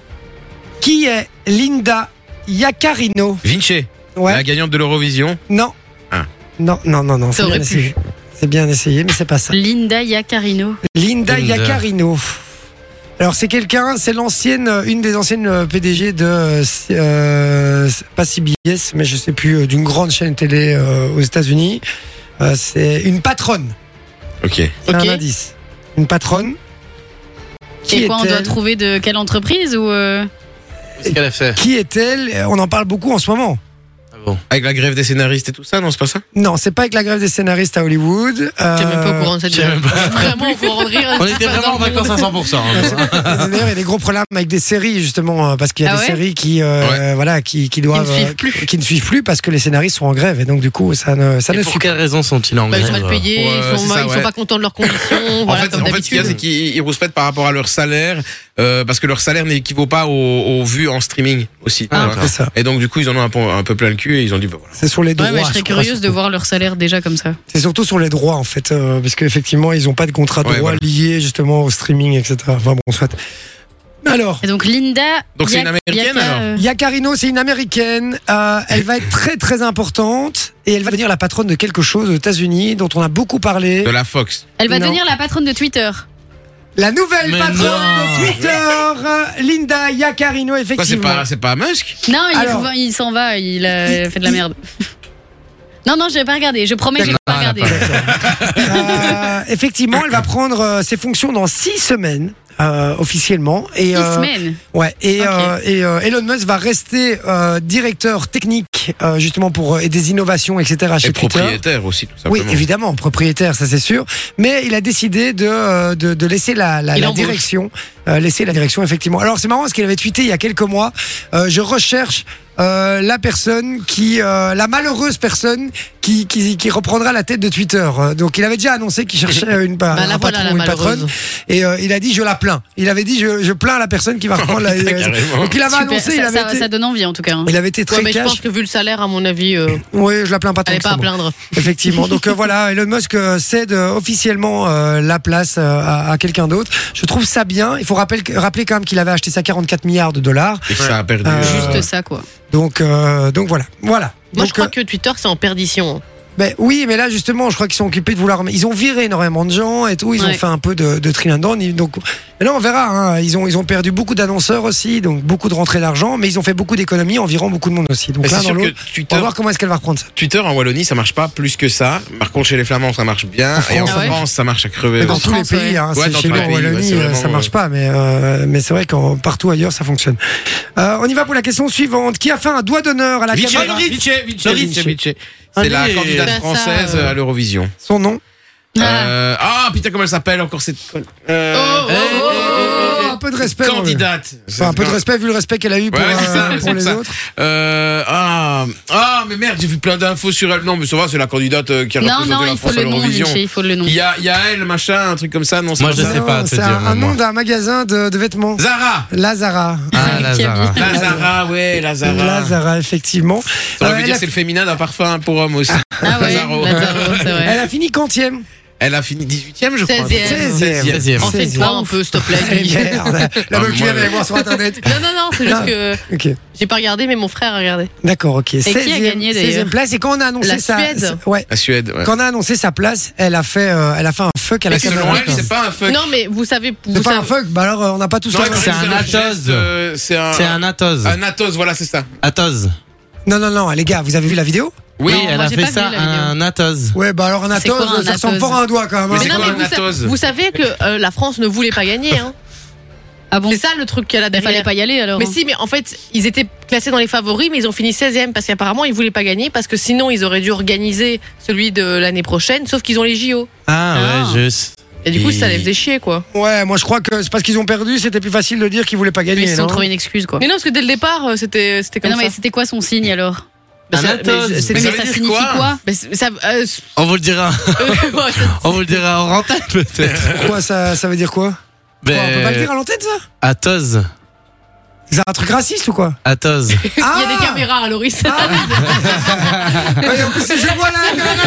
Qui est Linda Iaccarino? Vinci, Ouais. la gagnante de l'Eurovision. Non. Ah. Non, non, non, non. C'est Ça bien aurait pu. essayé. C'est bien essayé, mais c'est pas ça. Linda Iaccarino. Linda Linda. Iaccarino. Alors c'est quelqu'un, c'est l'ancienne, euh, une des anciennes euh, P D G de euh, C- euh, pas C B S, mais je sais plus, euh, d'une grande chaîne télé euh, aux États-Unis. Euh, c'est une patronne. Ok. C'est Ok. un indice. Une patronne. Qui Et quoi, on doit est-elle trouver de quelle entreprise ou euh, Qu'est-ce qu'elle a fait? Qui est-elle On en parle beaucoup en ce moment. Ah bon. Avec la grève des scénaristes et tout ça, non, c'est pas ça. Non, c'est pas avec la grève des scénaristes à Hollywood. Tu es même pas au courant de cette je sais même pas. Je suis vraiment au courant de rire. On était vraiment en vacances à cent pour cent. hein. D'ailleurs, il y a des gros problèmes avec des séries justement euh, parce qu'il y a Ah des ouais séries qui, euh, voilà, qui, qui doivent, ne suivent euh, plus. qui ne suivent plus parce que les scénaristes sont en grève et donc du coup ça ne, ça Et ne pour suit pas. quelles raisons sont-ils en Bah, ils sont grève? mal payés, Ouais, ils, sont, c'est mal- ça, ils ouais. sont pas contents de leurs conditions. En Voilà, fait, comme en fait, ce qu'il y a, c'est d'habitude. qu'ils ils rouspètent par rapport à leur salaire, euh, parce que leur salaire n'équivaut pas aux, aux vues en streaming aussi. Ah, tu vois. d'accord. C'est ça. Et donc, du coup, ils en ont un peu, un peu plein le cul et ils ont dit, bah voilà. C'est sur les droits. Ouais, mais je serais crois, curieuse de surtout. voir leur salaire déjà comme ça. C'est surtout sur les droits en fait, euh, parce qu'effectivement ils n'ont pas de contrat de Ouais, droit voilà. lié justement au streaming, et cetera. Enfin bon, soit. Alors, Et donc Linda. Donc, c'est Iac- une Américaine, Iacca- alors euh, Yacarino, c'est une américaine. Euh, elle va être très très importante et elle va devenir la patronne de quelque chose aux États-Unis dont on a beaucoup parlé. De la Fox. Elle va Non. devenir la patronne de Twitter. La nouvelle Mais patronne non. de Twitter, euh, Linda Yacarino, Quoi, c'est effectivement. pas, c'est pas Musk? Non, il, Alors- va- il s'en va, il a fait de la merde. Non, non, je vais pas regarder. Je promets que je vais pas regarder. Euh, effectivement, elle va prendre euh, ses fonctions dans six semaines. Euh, officiellement et Six euh, semaines. ouais et, Ok. euh, et euh, Elon Musk va rester euh, directeur technique euh, justement pour euh, et des innovations etc chez Et Twitter. propriétaire aussi, tout Oui, simplement. évidemment, propriétaire, ça c'est sûr. Mais il a décidé de, euh, de, de laisser la, la, Il la embauche. direction. Euh, laisser la direction, effectivement. Alors c'est marrant parce qu'il avait tweeté il y a quelques mois. Euh, je recherche euh, la personne qui, euh, la malheureuse personne qui, qui, qui reprendra la tête de Twitter. Euh, Donc il avait déjà annoncé qu'il cherchait une, Bah, un la voilà, patron la ou une malheureuse. patronne, et euh, il a dit je la plains. Il avait dit je, je plains la personne qui va reprendre la. putain, carrément. Donc il avait Super, annoncé, il ça, avait ça- été, ça donne envie en tout cas. hein. il avait été très Ouais, mais je cash. pense que vu le salaire, à mon avis, euh, Oui, je la plains pas tant elle est que pas ça, à moi. plaindre. Effectivement. Donc euh, voilà, Elon Musk euh, cède euh, officiellement euh, la place euh, à, à quelqu'un d'autre. Je trouve ça bien. Il faut rappeler, rappeler quand même qu'il avait acheté ça quarante-quatre milliards de dollars. Et que ça a perdu. Euh, euh, Juste ça quoi. Donc, euh, donc voilà. Voilà. Moi, Donc, je crois euh, que Twitter, c'est en perdition. ben oui, mais là justement, je crois qu'ils sont occupés de vouloir. Ils ont viré énormément de gens et tout. Ils ont Ouais. fait un peu de, de tri là-dedans. Donc, mais là, on verra. Hein. Ils ont, ils ont perdu beaucoup d'annonceurs aussi, donc beaucoup de rentrées d'argent, mais ils ont fait beaucoup d'économies en virant beaucoup de monde aussi. Donc mais l'un c'est dans sûr que l'autre, on Twitter, va voir comment est-ce qu'elle va reprendre ça. Twitter en Wallonie, ça marche pas plus que ça. Par contre, chez les Flamands, ça marche bien. En et en France, ah ouais. France, ça marche à crever. Mais dans aussi. tous les France, pays, ouais. hein, Ouais, c'est dans chez tous nous les en pays, ouais, Wallonie, c'est euh, vraiment, ça marche ouais. pas, mais euh, mais c'est vrai qu'en partout ailleurs ça fonctionne. Euh, on y va pour la question suivante. Qui a fait un doigt d'honneur à la Vinci, caméra? Vinci, Vinci, Vinci. Vinci, Vinci. C'est la Allez. candidate Ben, ça, française euh, à l'Eurovision. Son nom? Euh, Ah, putain, comment elle s'appelle encore cette conne euh, Oh, oh, eh, oh, eh, eh, eh, un peu de respect. mon gars. Candidate. Enfin, un peu de respect vu le respect qu'elle a eu pour, Ouais, c'est ça, euh, c'est pour les ça. autres. Euh, ah, ah, mais merde, j'ai vu plein d'infos sur elle. Non, mais ça va, c'est la candidate euh, qui a Non, représenté non, la il faut France à le nom, l'Eurovision. Vinci, il faut le nom. Il y a, il y a elle, machin, un truc comme ça. Non, c'est Moi, pas je ça. sais pas à te C'est dire, un, un moi. nom d'un magasin de, de vêtements. Zara. Lazara. Ah, Lazara. La Zara, ouais, la Zara. Lazara, effectivement. Ça aurait Euh, pu elle, dire a, c'est le féminin d'un parfum pour homme aussi. Ah ouais, Lazaro. Lazaro, c'est elle vrai. a fini quantième? Elle a fini dix-huitième, je crois. seizième. seizième. seizième. Renseigne-toi un peu, s'il te plaît. Eh, Guy. merde. La Ah, meuf qui moi, vient d'aller voir sur internet. Non, non, non, c'est juste Ah. que Ok. j'ai pas regardé, mais mon frère a regardé. D'accord, ok. qui a seizième gagné, d'ailleurs seizième place. Et quand on a annoncé La sa, Suède. ouais. La Suède, ouais. Quand on a annoncé sa place, elle a fait, euh, elle a fait un fuck à la Mais selon caméra. elle, c'est pas un fuck. Non, mais vous savez. C'est Vous pas un savez- fuck. Bah alors, euh, on n'a pas tous. Non, la- elle c'est fait un geste, Athos. euh, C'est un. C'est un Athos. Un Athos, voilà, c'est ça. Athos. Non, non, non, les gars, vous avez vu la vidéo? Oui, Non, elle moi, a j'ai fait pas vu ça la vidéo. un Athos. Ouais, bah alors un C'est Athos, quoi, un ça ressemble Athos fort à un doigt quand même. Mais hein. c'est Mais non, quoi mais un vous, sa- Athos vous savez que euh, la France ne voulait pas gagner. Hein. Ah bon? C'est ça le truc qu'elle a Il derrière. fallait pas y aller alors. Mais hein. si, mais en fait, ils étaient classés dans les favoris, mais ils ont fini seizième parce qu'apparemment, ils voulaient pas gagner parce que sinon, ils auraient dû organiser celui de l'année prochaine, sauf qu'ils ont les J O. Ah, Ah. ouais, juste. Et du coup, Et- ça les faisait chier, quoi. Ouais, moi je crois que c'est parce qu'ils ont perdu, c'était plus facile de dire qu'ils voulaient pas Ils gagner. se sont non trouvés une excuse quoi. Mais non, parce que dès le départ, euh, c'était c'était Mais comme non, mais ça. c'était quoi son signe alors? Bah, Un ça- Athos. mais je- Mais c'était- Mais, ça ça, veut dire signifie quoi quoi? mais ça, euh, On vous le dira. ouais, ça- On vous le dira en antenne peut-être. Quoi, ça, ça veut dire quoi, Quoi, On peut pas le dire à l'antenne ça? Athos. C'est un truc raciste ou quoi? Athos. Il y a des caméras à Loris. Ah oui. Ouais, en plus, c'est je vois là.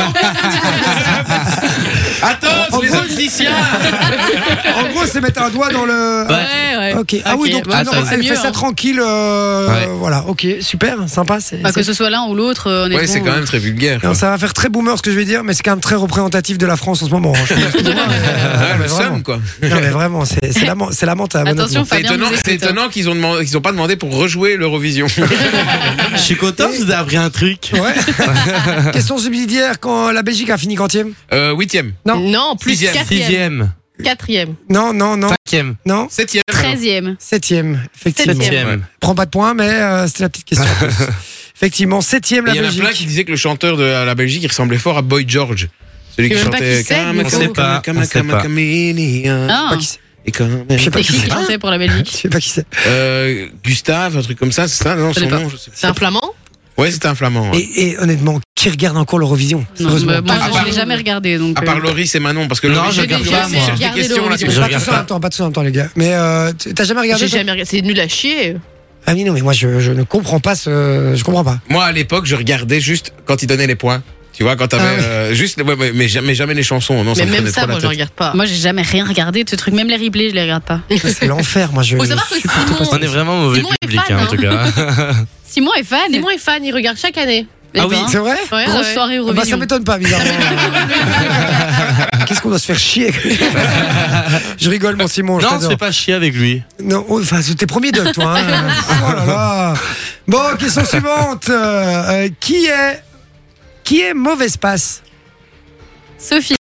Athos, En les gros, opticiens. En gros, c'est mettre un doigt dans le. Ouais, ouais. Ok. Ah oui, donc bah, non, ça, elle c'est fait mieux, ça hein. tranquille. euh, Ouais. Voilà. Ok, super, sympa. C'est. Bah, c'est- que ce soit l'un ou l'autre, euh, honnêtement. Ouais, c'est quand même très vulgaire. Non, ça va faire très boomer ce que je vais dire, mais c'est quand même très représentatif de la France en ce moment. hein. Je- excusez-moi, mais, euh, Ouais, mais le vraiment. seum, quoi. Non, mais vraiment, c'est c'est lament- c'est lamentable. Attention, honnêtement. C'est Fabien étonnant, nous c'est écoute, hein. étonnant qu'ils ont demandé, qu'ils ont pas demandé pour rejouer l'Eurovision. Je suis content, vous avez appris un truc. Ouais. Question subsidiaire quand la Belgique a fini quantième? Euh, huitième. Non. Non, plus Sixième. quatrième. Sixième. Quatrième. Non, non, non, Cinquième. non. Septième. treizième. Septième, effectivement. Septième. Septième. Prends pas de points, mais euh, c'était la petite question. Effectivement, septième Et la il y en a Belgique. plein qui disaient que le chanteur de la Belgique, il ressemblait fort à Boy George. Celui Je qui sais même pas chantait qui c'est, Come, mais come, on sait come, pas, come, on sait come, pas. chameleon. Ah, Pas qui c'est. Et comme- Je sais pas c'est qui qui c'est. qui chantait pour la Belgique? Je sais pas qui c'est. Euh, Gustave, un truc comme ça, c'est ça? Non, Je son sais pas. nom, je sais C'est un flamand? pas. Ouais, c'était un flamand. ouais. Et, et honnêtement, qui regarde encore l'Eurovision? Non, Sérieusement. bah, moi, À je part- l'ai jamais regardé donc. À part euh, Loris et Manon, parce que Non, Loris, je il cherche regarde des pas, moi. questions Regardez là-dessus. l'Eurovision. Pas Je tous regarde en pas. même temps, pas tous en même temps, les gars. Mais euh, t- t'as jamais regardé J'ai toi jamais regardé. C'est nul à chier. Ah oui, non, mais moi, je, je ne comprends pas ce. Je comprends pas. Moi, à l'époque, je regardais juste quand il donnait les points. Tu vois, quand t'avais Ah oui. euh, juste, ouais, ouais, mais jamais, jamais les chansons. Non, ça Mais me même prenait ça, trop la moi, je tête. regarde pas. Moi, j'ai jamais rien regardé de ce truc. Même les replays, je les regarde pas. C'est l'enfer, moi. Je, Faut je savoir que supporte Simon- pas ça. On est vraiment mauvais Simon est public, fan, hein, en tout cas. Simon est fan. Simon est fan, il regarde chaque année. Eh Ah oui, ben, C'est vrai Ouais, Grosse ouais. soirée Ah bah, ça Eurovision. m'étonne pas, bizarrement. Qu'est-ce qu'on doit se faire chier Je rigole, mon Simon. je Non, on se t'adore. fait pas chier avec lui. Non, oh, enfin, c'était premier dog, toi. Hein. Oh là là. Bon, question suivante. Euh, euh, qui est qui est mauvaise passe? Sophie.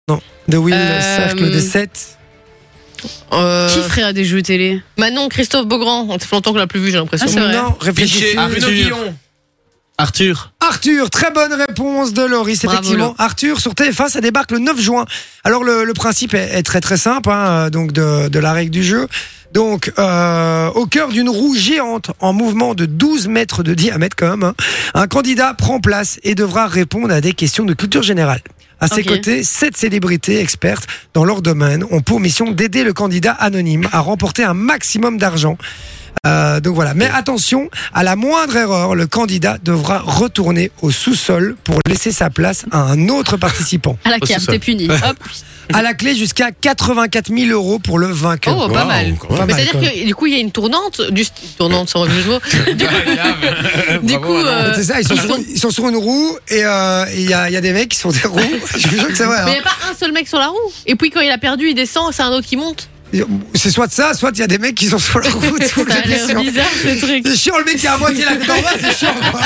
The Wheel, Euh, le cercle des sept. Euh, Qui ferait à des jeux télé? Manon, Christophe Beaugrand. Ça fait longtemps qu'on l'a plus vu, j'ai l'impression. Ah, c'est vrai. Non, réfléchissez. Piché, Bruno Guillon. Arthur. Arthur, très bonne réponse de Loris, Bravo, effectivement. Lo. Arthur sur T F un, ça débarque le neuf juin. Alors le, le principe est, est très très simple, hein, donc de, de la règle du jeu. Donc euh, au cœur d'une roue géante en mouvement de douze mètres de diamètre quand même, hein, un candidat prend place et devra répondre à des questions de culture générale. À ses Ok. côtés, sept célébrités expertes dans leur domaine ont pour mission d'aider le candidat anonyme à remporter un maximum d'argent. Euh, donc voilà. Mais attention, à la moindre erreur, le candidat devra retourner au sous-sol pour laisser sa place à un autre participant. À la Oh, cam, c'est ça. t'es puni. Hop. À la clé, jusqu'à quatre-vingt-quatre mille euros pour le vainqueur. Oh, pas Wow, mal. quand même. Pas Mais mal, c'est-à-dire quoi. que du coup, il y a une tournante, du tournante sans jeu de mots. Du coup, du coup, euh, C'est ça, ils sont, ils sur, sont- ils sont sur une roue et euh, et il y, a, il y a des mecs qui sont des roues. Je vous jure que c'est vrai. mais il hein. n'y a pas un seul mec sur la roue. Et puis quand il a perdu, il descend, c'est un autre qui monte. C'est soit de ça, soit il y a des mecs qui sont sur la roue. Ça a l'air bizarre ce truc. C'est chiant, le mec qui a à moitié la tête en bas, c'est chiant. quoi.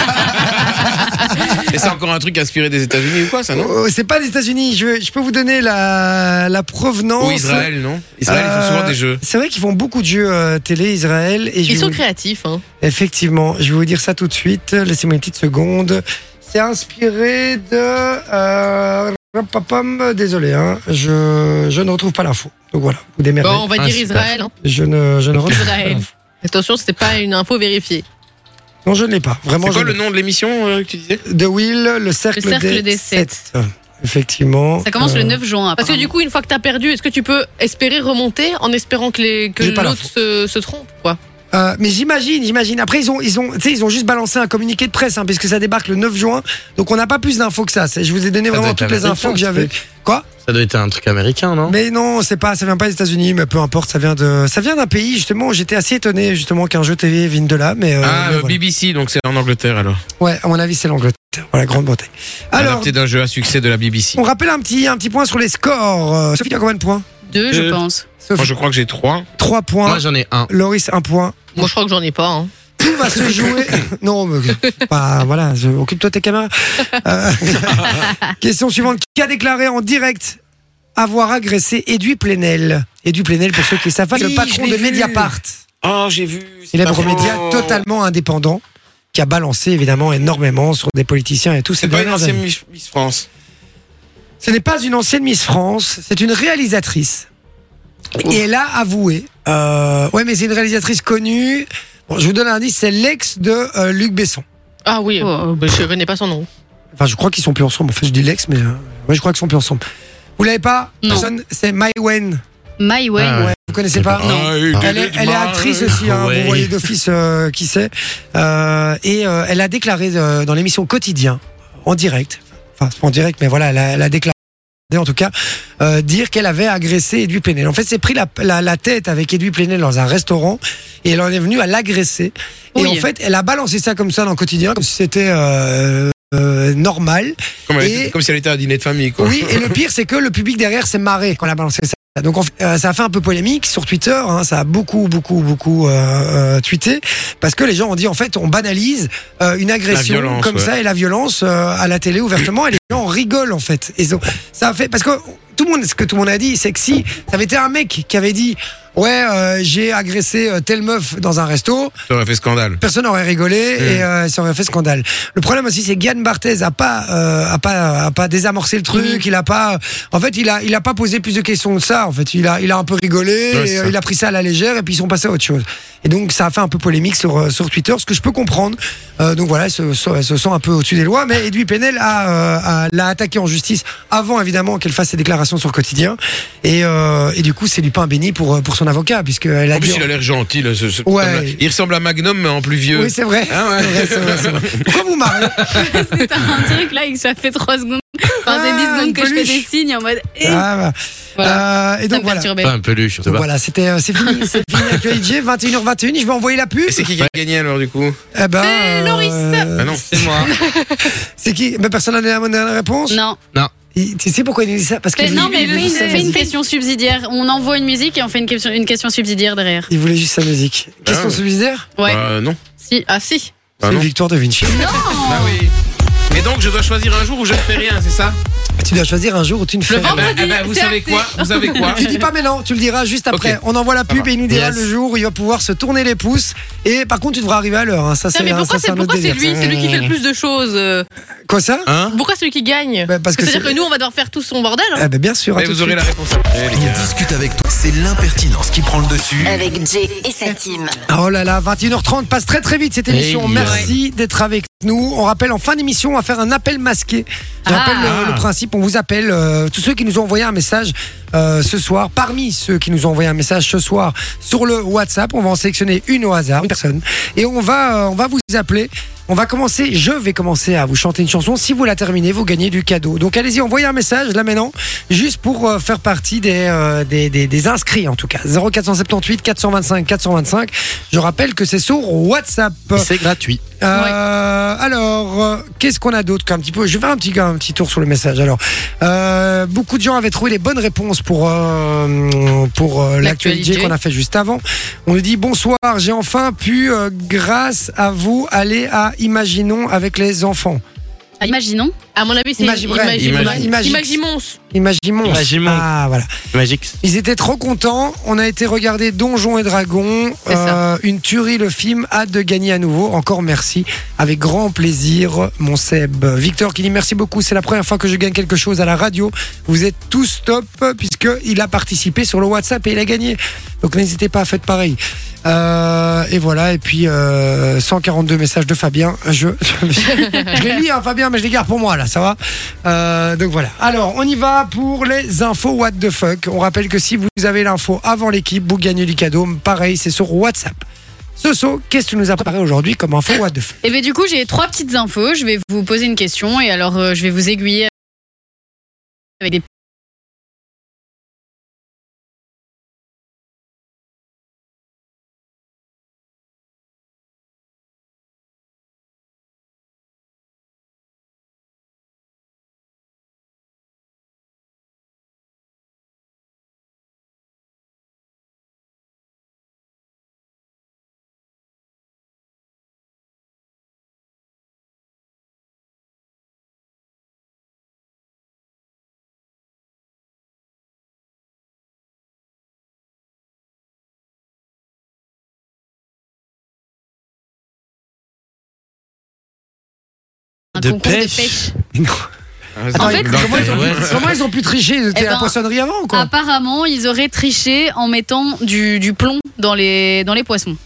Et c'est encore un truc inspiré des États-Unis ou quoi, ça, non? Oh, c'est pas des États-Unis. Je, je peux vous donner la, la provenance. Ou Israël, non? Israël, ils font souvent Euh, des jeux. C'est vrai qu'ils font beaucoup de jeux euh, télé, Israël. Et je Ils vais sont vous- créatifs. Hein. Effectivement, je vais vous dire ça tout de suite. Laissez-moi une petite seconde. C'est inspiré de. Euh... papam, Désolé, hein, je, je ne retrouve pas l'info. Donc voilà, vous démerdez. Bon, on va Ah, dire super. Israël. Hein. Je ne, je ne retrouve pas Israël. l'info. Attention, c'était pas une info vérifiée. Non, je ne l'ai pas. Vraiment, C'est quoi je le l'ai. nom de l'émission euh, que tu disais? The Wheel, le cercle, Le cercle des, des sept. Effectivement. Ça commence Euh, le neuf juin. Parce que du coup, une fois que t'as perdu, est-ce que tu peux espérer remonter en espérant que, les, que J'ai pas l'autre se, se trompe, quoi? Euh, mais j'imagine, j'imagine. Après, ils ont, ils ont, tu sais, ils ont juste balancé un communiqué de presse, hein, puisque ça débarque le neuf juin. Donc, on n'a pas plus d'infos que ça. C'est- Je vous ai donné Ça doit vraiment être toutes les américain, infos que ce j'avais. truc. Quoi? Ça doit être un truc américain, non? Mais non, c'est pas, ça vient pas des États-Unis, mais peu importe. Ça vient de, ça vient d'un pays justement. où J'étais assez étonné justement qu'un jeu T V vienne de là, mais. euh, Ah, mais euh, voilà. B B C, donc c'est en Angleterre alors. Ouais, à mon avis, c'est l'Angleterre. Voilà, Grande-Bretagne. Alors, Adapté d'un jeu à succès de la B B C. on rappelle un petit, un petit point sur les scores. Euh, Sophie, tu as combien de points? Deux, je Euh, pense. Sophie, Moi, je crois que j'ai trois. trois points. Moi, j'en ai un. Loris, un point. Moi, je crois que j'en ai pas. Hein. Tout va se jouer. Non, mais bah, voilà, je- occupe-toi de tes caméras. Euh, question suivante. Qui a déclaré en direct avoir agressé Edoui Plenel? Edoui Plenel, pour ceux qui le savent pas, Oui, le je patron l'ai de vu. Mediapart. Oh, j'ai vu. c'est Célèbre pas faux. média totalement indépendant qui a balancé évidemment énormément sur des politiciens et tout. C'est ces pas une dernières ancienne années. Miss Miss France. Ce n'est pas une ancienne Miss France, c'est une réalisatrice. Et elle a avoué. Euh, ouais, mais c'est une réalisatrice connue. Bon, je vous donne un indice, c'est l'ex de euh, Luc Besson. Ah oui, Oh. bah, je connais pas son nom. Enfin, je crois qu'ils sont plus ensemble. Enfin, je dis l'ex, mais euh, ouais, je crois qu'ils sont plus ensemble. Vous l'avez pas? Non. Personne. C'est Mai Wen. My Way. Ah, Ouais, vous connaissez pas? Ah, Elle est, elle est actrice aussi, hein, Ouais. vous voyez d'office euh, qui c'est. Euh, et euh, elle a déclaré euh, dans l'émission Quotidien, en direct, enfin c'est pas en direct, mais voilà, elle a, elle a déclaré en tout cas, euh, dire qu'elle avait agressé Edoui Plenel. En fait, c'est pris la, la, la tête avec Edoui Plenel dans un restaurant et elle en est venue à l'agresser. Et Oui. en fait, elle a balancé ça comme ça dans Quotidien, comme si c'était euh, euh, normal. Comme, elle Et- était- comme si elle était à un dîner de famille, quoi. Oui, et le pire, c'est que le public derrière s'est marré quand elle a balancé ça. Donc en fait, euh, ça a fait un peu polémique sur Twitter, hein, ça a beaucoup, beaucoup, beaucoup euh, euh, tweeté, parce que les gens ont dit en fait on banalise euh, une agression La violence, comme ouais. ça et la violence euh, à la télé ouvertement et les gens rigolent en fait. Et so- ça a fait parce que tout le monde, ce que tout le monde a dit, c'est que si ça avait été un mec qui avait dit ouais euh, j'ai agressé euh, telle meuf dans un resto, Ça aurait fait scandale. personne n'aurait rigolé et Mm. euh, ça aurait fait scandale. Le problème aussi, c'est que Yann Barthès a pas, euh, a pas, a pas désamorcé le truc. Il a pas, en fait, il a, il a pas posé plus de questions que ça. En fait, il a, il a un peu rigolé, Ouais, et, c'est euh, ça. il a pris ça à la légère et puis ils sont passés à autre chose. Et donc, ça a fait un peu polémique sur, euh, sur Twitter, ce que je peux comprendre. Euh, donc voilà, ils se, se, se sent un peu au-dessus des lois. Mais Edoui Plenel a, euh, a- l'a attaqué en justice avant, évidemment, qu'elle fasse ses déclarations sur Quotidien. Et, euh, et du coup, c'est du pain béni pour, pour son avocat, puisque elle a En plus, dit. il a l'air gentil. Là, ce- ce- Ouais. comme là. Il ressemble à Magnum, mais en plus vieux. Oui, c'est vrai. Ah ouais. C'est vrai, c'est vrai, c'est vrai. Pourquoi vous marrez? T'as un truc là et que ça fait trois secondes. Enfin, c'est dix Ah, secondes une que je fais peluche. des signes en mode. eh. Ah, bah. Voilà. Euh, et Ça donc me voilà. perturbait. Pas un peluche, je sais Donc pas. voilà, c'était, euh, c'est fini, c'est fini avec le I J, vingt et une heures vingt et un, je vais envoyer la pub. Et c'est qui qui a gagné alors, du coup? Eh ben, C'est Loris. euh, Ah non. C'est moi. c'est qui? Mais personne n'a donné la bonne réponse? Non. Il- Tu sais pourquoi il dit ça? Parce Fais- qu'il non, voulait, mais fais une, fais une question subsidiaire. On envoie une musique et on fait une question, une question subsidiaire derrière. il voulait juste sa musique. Question Ah ouais. subsidiaire? Ouais. Bah, non. Si. Ah si. Ah C'est non. une victoire de Vinci. Ah oui. Et donc, je dois choisir un jour où je ne fais rien, c'est ça? Tu dois choisir un jour où tu ne fais Le rien. vendredi. Eh ben, vous c'est savez acté. quoi? Vous savez quoi? Tu dis pas maintenant, tu le diras juste après. Ok. On envoie la pub va. et il nous dira Yes. le jour où il va pouvoir se tourner les pouces. Et par contre, tu devras arriver à l'heure. Hein. Ça, Putain, c'est mais un- pourquoi ça, c'est un autre pourquoi c'est délire. lui, c'est lui qui fait le plus de choses. euh. Quoi ça Hein? Pourquoi c'est lui qui gagne Bah, parce que C'est-à-dire c'est- que nous, on va devoir faire tout son bordel. hein. Ah, bah, bien sûr. à Mais tout de vous aurez suite. la réponse après, les On gars. discute avec toi, c'est l'impertinence qui prend le dessus. Avec Jay et sa team. Oh là là, vingt et une heures trente passe très très vite cette émission. Hey, Merci d'être avec nous. On rappelle en fin d'émission, on va faire un appel masqué. Je Ah. rappelle le, le principe, on vous appelle euh, tous ceux qui nous ont envoyé un message euh, ce soir. Parmi ceux qui nous ont envoyé un message ce soir sur le WhatsApp, on va en sélectionner une au hasard, une personne, et on va euh, on va vous appeler. On va commencer, je vais commencer à vous chanter une chanson. Si vous la terminez, vous gagnez du cadeau. Donc allez-y, envoyez un message là maintenant, juste pour euh, faire partie des, euh, des, des, des inscrits en tout cas. zéro quatre cent soixante-dix-huit quatre cent vingt-cinq quatre cent vingt-cinq. Je rappelle que c'est sur WhatsApp. C'est gratuit. Euh, Alors, euh, qu'est-ce qu'on a d'autre qu'un petit peu. Je vais faire un petit, un petit tour sur le message. Alors, euh, beaucoup de gens avaient trouvé les bonnes réponses pour euh, pour euh, l'actualité L'actualité. qu'on a fait juste avant. On nous dit bonsoir, j'ai enfin pu, euh, grâce à vous, aller à Imaginons avec les enfants. Ah, imaginons. À mon avis, c'est Imagibray. Imagimons. Imagix. Imagimons. Imaginons. Imaginons. Ah voilà. Magique. Ils étaient trop contents. On a été regarder Donjons et Dragons. C'est ça. Euh, une tuerie le film. Hâte de gagner à nouveau. Encore merci. Avec grand plaisir, mon Seb. Victor qui dit merci beaucoup. C'est la première fois que je gagne quelque chose à la radio. Vous êtes tous top puisqu'il a participé sur le WhatsApp et il a gagné. Donc n'hésitez pas à faire pareil. Euh, et voilà. Et puis euh, cent quarante-deux messages de Fabien. Je, je, je les lis, hein, Fabien, mais je les garde pour moi là. Ça va. Euh, donc voilà. Alors on y va pour les infos what the fuck. On rappelle que si vous avez l'info avant l'équipe, vous gagnez du cadeau. Pareil, c'est sur WhatsApp. Soso, qu'est-ce que tu nous as préparé aujourd'hui comme info what the fuck? Et bien du coup, j'ai trois petites infos. Je vais vous poser une question et alors euh, je vais vous aiguiller avec des un De concours pêche. de pêche. Attends, En fait, comment, ils ont, ouais. comment ils ont pu tricher? Ils étaient Eh à la ben, poissonnerie avant ou quoi? Apparemment, ils auraient triché en mettant du, du plomb dans les, dans les poissons.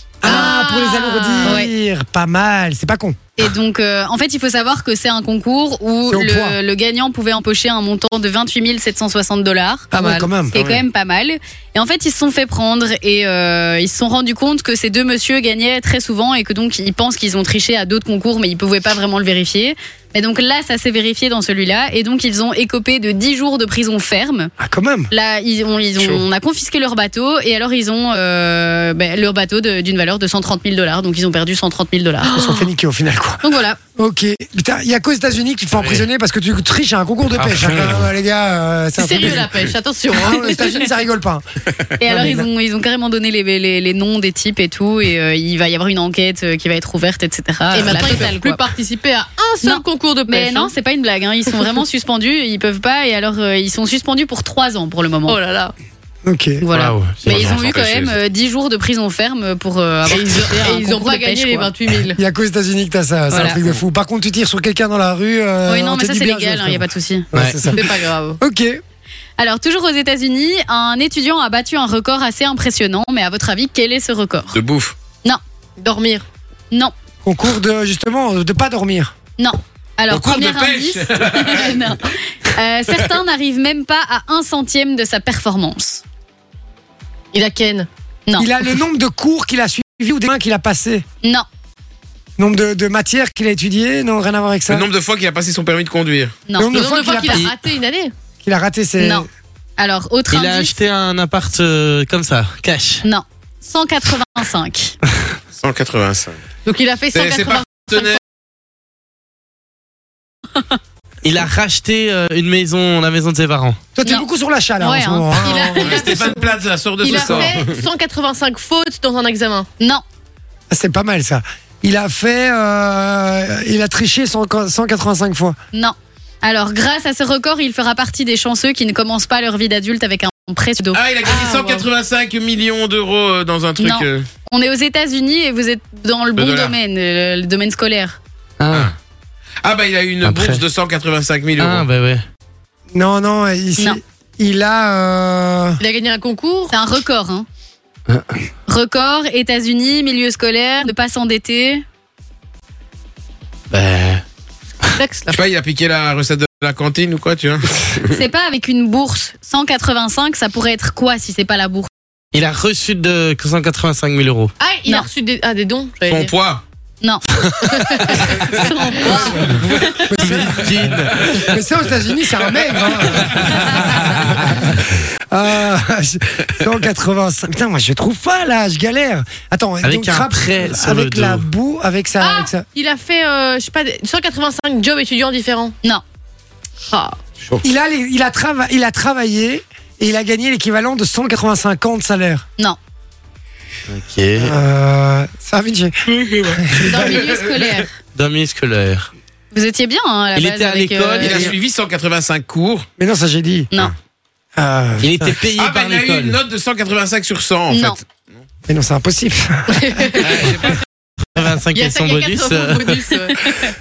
Ah, pour les alourdir. Pas mal, c'est pas con. Et donc, euh, en fait, il faut savoir que c'est un concours où C'est au point. le, le gagnant pouvait empocher un montant de vingt-huit mille sept cent soixante dollars. Pas mal, quand même. Ce qui est quand même pas mal. Et en fait, ils se sont fait prendre et euh, ils se sont rendus compte que ces deux messieurs gagnaient très souvent et que donc ils pensent qu'ils ont triché à d'autres concours, mais ils pouvaient pas vraiment le vérifier. Mais donc là, ça s'est vérifié dans celui-là et donc ils ont écopé de dix jours de prison ferme. Ah, quand même. Là, ils ont, ils ont, Chaud. on a confisqué leur bateau et alors ils ont euh, ben, leur bateau de- d'une valeur de cent trente mille dollars. Donc ils ont perdu cent trente mille dollars. Ils se sont fait niquer au final, quoi. Donc voilà. Ok. Putain, il y a qu'aux États-Unis que tu te fais emprisonner parce que tu triches à un concours de Ah, pêche. fond. hein, quand même, les gars, euh, C'est un truc sérieux de- la pêche, attention. Ah, hein. aux États-Unis, ça rigole pas. Et alors mais ils là- ont, ils ont carrément donné les, les, les noms des types et tout et euh, il va y avoir une enquête euh, qui va être ouverte, et cetera. Et La maintenant, ils totale, peuvent plus quoi. participer à un seul Non. concours de pêche. Mais non, hein. c'est pas une blague. Hein. Ils sont vraiment suspendus. Ils peuvent pas. Et alors, euh, ils sont suspendus pour trois ans pour le moment. Oh là là. Ok. Voilà. Waouh. Mais Ouais, ils non, ont eu sans quand pêcher, même ça. euh, dix jours de prison ferme pour euh, avoir Et ils, triché à un et ils ont concours pas de gagné pêche, les quoi. vingt-huit mille. Il y a qu'aux États-Unis que t'as ça. C'est Voilà. un truc de fou. Par contre, tu tires sur quelqu'un dans la rue. euh, Oui, non, on mais te ça dit c'est bien légal. joué, Il n'y a frère. pas de souci. Ouais, Ouais. c'est ça. C'est pas grave. Ok. Alors, toujours aux États-Unis, un étudiant a battu un record assez impressionnant. Mais à votre avis, quel est ce record? De bouffe. Dormir. Non, Concours de, justement, de pas dormir. non. Alors, Concours de premier pêche. indice. Non. Euh, certains n'arrivent même pas à un centième de sa performance. Il a Ken. Non. Il a le nombre de cours qu'il a suivis ou des mains qu'il a passés. Non, Nombre de, de matières qu'il a étudiées. Non, rien à voir avec ça. Le nombre de fois qu'il a passé son permis de conduire. non. Le nombre Le de fois nombre de fois qu'il qu'il a, a raté une année. qu'il a raté ses. Non. Alors, autre Il a indice. acheté un appart euh, comme ça, cash. Non. cent quatre-vingt-cinq. cent quatre-vingt-cinq. Donc il a fait C'est c'est pas cent quatre-vingts. partenaire. Il a racheté euh, une maison, la maison de ses parents. Toi, t'es Non. beaucoup sur l'achat là Ouais, en ce hein. moment. hein. Il a, il a fait, Stéphane Plaza sort de il ce a sort. fait cent quatre-vingt-cinq fautes dans un examen. Non. Ah, c'est pas mal ça. il a fait, euh, il a triché cent quatre-vingt-cinq fois. Non. Alors, grâce à ce record, il fera partie des chanceux qui ne commencent pas leur vie d'adulte avec un prêt pseudo. Ah, il a gagné Ah, cent quatre-vingt-cinq millions d'euros euh, dans un truc. Non. euh, On est aux États-Unis et vous êtes dans le bon dollars. domaine, euh, le domaine scolaire. Ah, Ah, bah, il a eu une Après. bourse de cent quatre-vingt-cinq mille euros. ah bah ouais. Non, non, ici, Non. il a. euh, Il a gagné un concours. C'est un record, hein. Record, États-Unis, milieu scolaire, ne pas s'endetter. Bah, Complexe, là. Je sais pas, il a piqué la recette de la cantine ou quoi, tu vois. C'est pas avec une bourse. cent quatre-vingt-cinq, ça pourrait être quoi si c'est pas la bourse? il a reçu de cent quatre-vingt-cinq mille euros. Ah, il a Non. reçu des, ah, des dons. j'allais Son dire. poids. Non. Sans poids. Mais ça, aux États-Unis, c'est un maigre. Hein. Euh, cent quatre-vingt-cinq. Putain, moi, je trouve pas là, je galère. Attends, Avec donc, un rap- prêt sur avec le la dos. boue, avec ça. Ah, avec ça. il a fait, euh, je sais pas, cent quatre-vingt-cinq jobs étudiants différents. Non. Ah. Il a, les- il a, trava- il a travaillé et il a gagné l'équivalent de cent quatre-vingt-cinq ans de salaire. Non. Ok. Euh, ça va, Vinci. Dans le milieu scolaire. D'un milieu scolaire. Vous étiez bien, hein, à la Il base était à avec, l'école, Il a Et- suivi cent quatre-vingt-cinq cours. Mais non, ça j'ai dit. Non. Euh, Il putain. était payé Ah, bah, par il a eu une l'école. note de cent quatre-vingt-cinq sur cent, en Non. fait. Mais non, c'est impossible. vingt-cinq Il y a et son il y a bonus. quatre-vingts euh, bonus, ouais.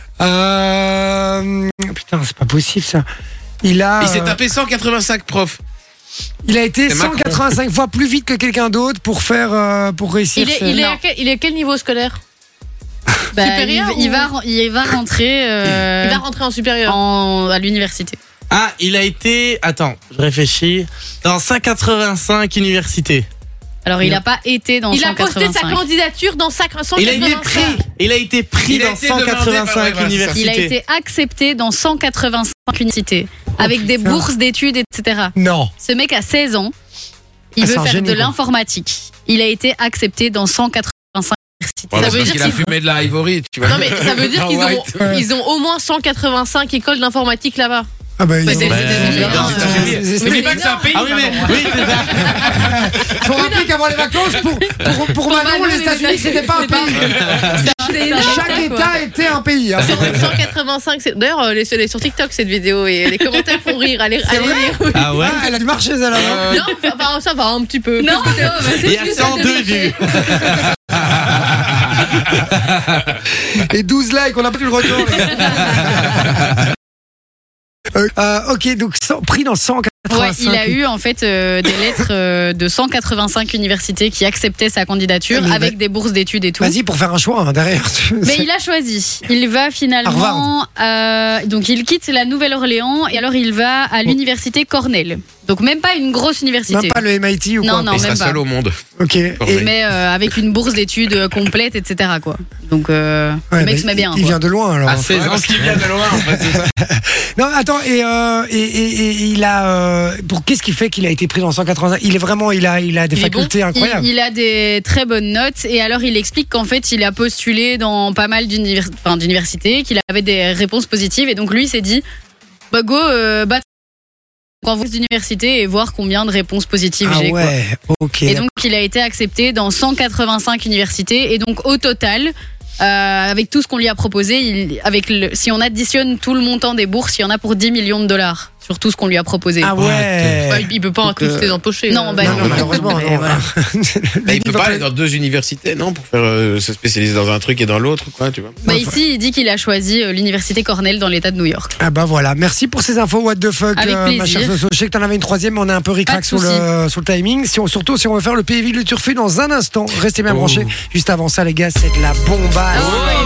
Euh, putain, c'est pas possible ça. Il a. Il s'est euh, tapé cent quatre-vingt-cinq profs. il a été C'est cent quatre-vingt-cinq fois plus vite que quelqu'un d'autre pour faire, euh, pour réussir. Il est, ce- il, est Non. à quel, il est à quel niveau scolaire? Bah, Supérieur il, il ou- va, il va rentrer euh, Il va rentrer en supérieur. en- à l'université. Ah, il a été. Attends, je réfléchis. Dans cent quatre-vingt-cinq universités. Alors, il n'a pas été dans Il a posté sa cent quatre-vingt-cinq. candidature dans sa cent Il a été quatre-vingt-cinq. pris. Il a été pris Il a dans été cent demandé par- quatre-vingt-cinq ouais, voilà, universités. Il a été accepté dans cent quatre-vingt-cinq universités avec des putain. bourses d'études, et cetera. Non. Ce mec a seize ans. Il Ah, c'est veut un faire génie, de quoi. l'informatique. Il a été accepté dans cent quatre-vingt-cinq universités. Voilà, Ça veut parce dire qu'il a qu'il- fumé de la ivory, tu vois. Non, mais ça veut dire Ah, qu'ils white. ont, ils ont au moins cent quatre-vingt-cinq écoles d'informatique là-bas. Ah bah, ils Bah, ont- c'est les Ouais, États-Unis. ouais, hein, dans euh, les États-Unis. c'est- Mais dis c'est- pas que c'est un pays. Ah oui, mais pardon. oui, c'est ça. faut rappeler qu'avant les vacances, pour, pour, pour Manon, Manon, les les États-Unis, c'était pas un États-Unis, pays. C'est énorme, Chaque quoi. État était un pays. hein. cent quatre-vingt-cinq, c'est- d'ailleurs, euh, les- elle est sur TikTok cette vidéo et les commentaires font rire. Allez, allez vrai lire. oui. Ah ouais. Ah, elle a dû marcher, elle. alors. Euh, Non, enfin, ça va un petit peu. Non, non, bah, Il y c'est a juste cent deux vues. Et douze likes, on n'a pas eu le retour. les gars. Euh, euh, ok, donc cent- pris dans cent quatre-vingt-cinq. Ouais, il a eu en fait euh, des lettres euh, de cent quatre-vingt-cinq universités qui acceptaient sa candidature Mais avec va- des bourses d'études et tout. Vas-y pour faire un choix hein, derrière. Mais il a choisi. Il va finalement. euh, donc il quitte la Nouvelle-Orléans et alors il va à l'université Cornell. Donc même pas une grosse université. Même pas le M I T ou Non, quoi. non, Il sera même pas. seul au monde. Ok. Et, Cornell. Mais euh, avec une bourse d'études euh, complète, et cetera. Quoi. Donc euh, ouais, le mec mais se met bien. Il quoi. vient de loin alors. À seize ans. Parce qu'il vient de loin, en fait, c'est ça. Non, attends, et, euh, et, et- et il a. euh, pour qu'est-ce qui fait qu'il a été pris dans cent quatre-vingt-cinq? Il est vraiment. Il a, il a des Il est bon. facultés incroyables. Il, il a des très bonnes notes et alors il explique qu'en fait il a postulé dans pas mal d'univers- enfin, d'universités, qu'il avait des réponses positives et donc lui il s'est dit bah go euh, battre en vos universités et voir combien de réponses positives Ah j'ai. quoi. ouais, ok. Et donc il a été accepté dans cent quatre-vingt-cinq universités et donc au total euh, avec tout ce qu'on lui a proposé, il, avec le, si on additionne tout le montant des bourses, il y en a pour dix millions de dollars sur tout ce qu'on lui a proposé. Ah ouais. Ouais, il peut pas Donc, tous euh, les empocher. non, euh. bah Non, non, non, malheureusement, mais non. voilà. Bah, il peut pas aller dans deux universités, non, pour faire euh, se spécialiser dans un truc et dans l'autre, quoi, tu vois. Bah ici il dit qu'il a choisi euh, l'université Cornell dans l'état de New York. Ah bah voilà, merci pour ces infos, what the fuck, Avec ma plaisir. chère Soso. Je sais que t'en avais une troisième, mais on est un peu ricrac de sur le, sur le timing. Si on, surtout si on veut faire le P V de Turfu dans un instant, restez bien Oh. branchés. Juste avant ça, les gars, c'est de la bombasse.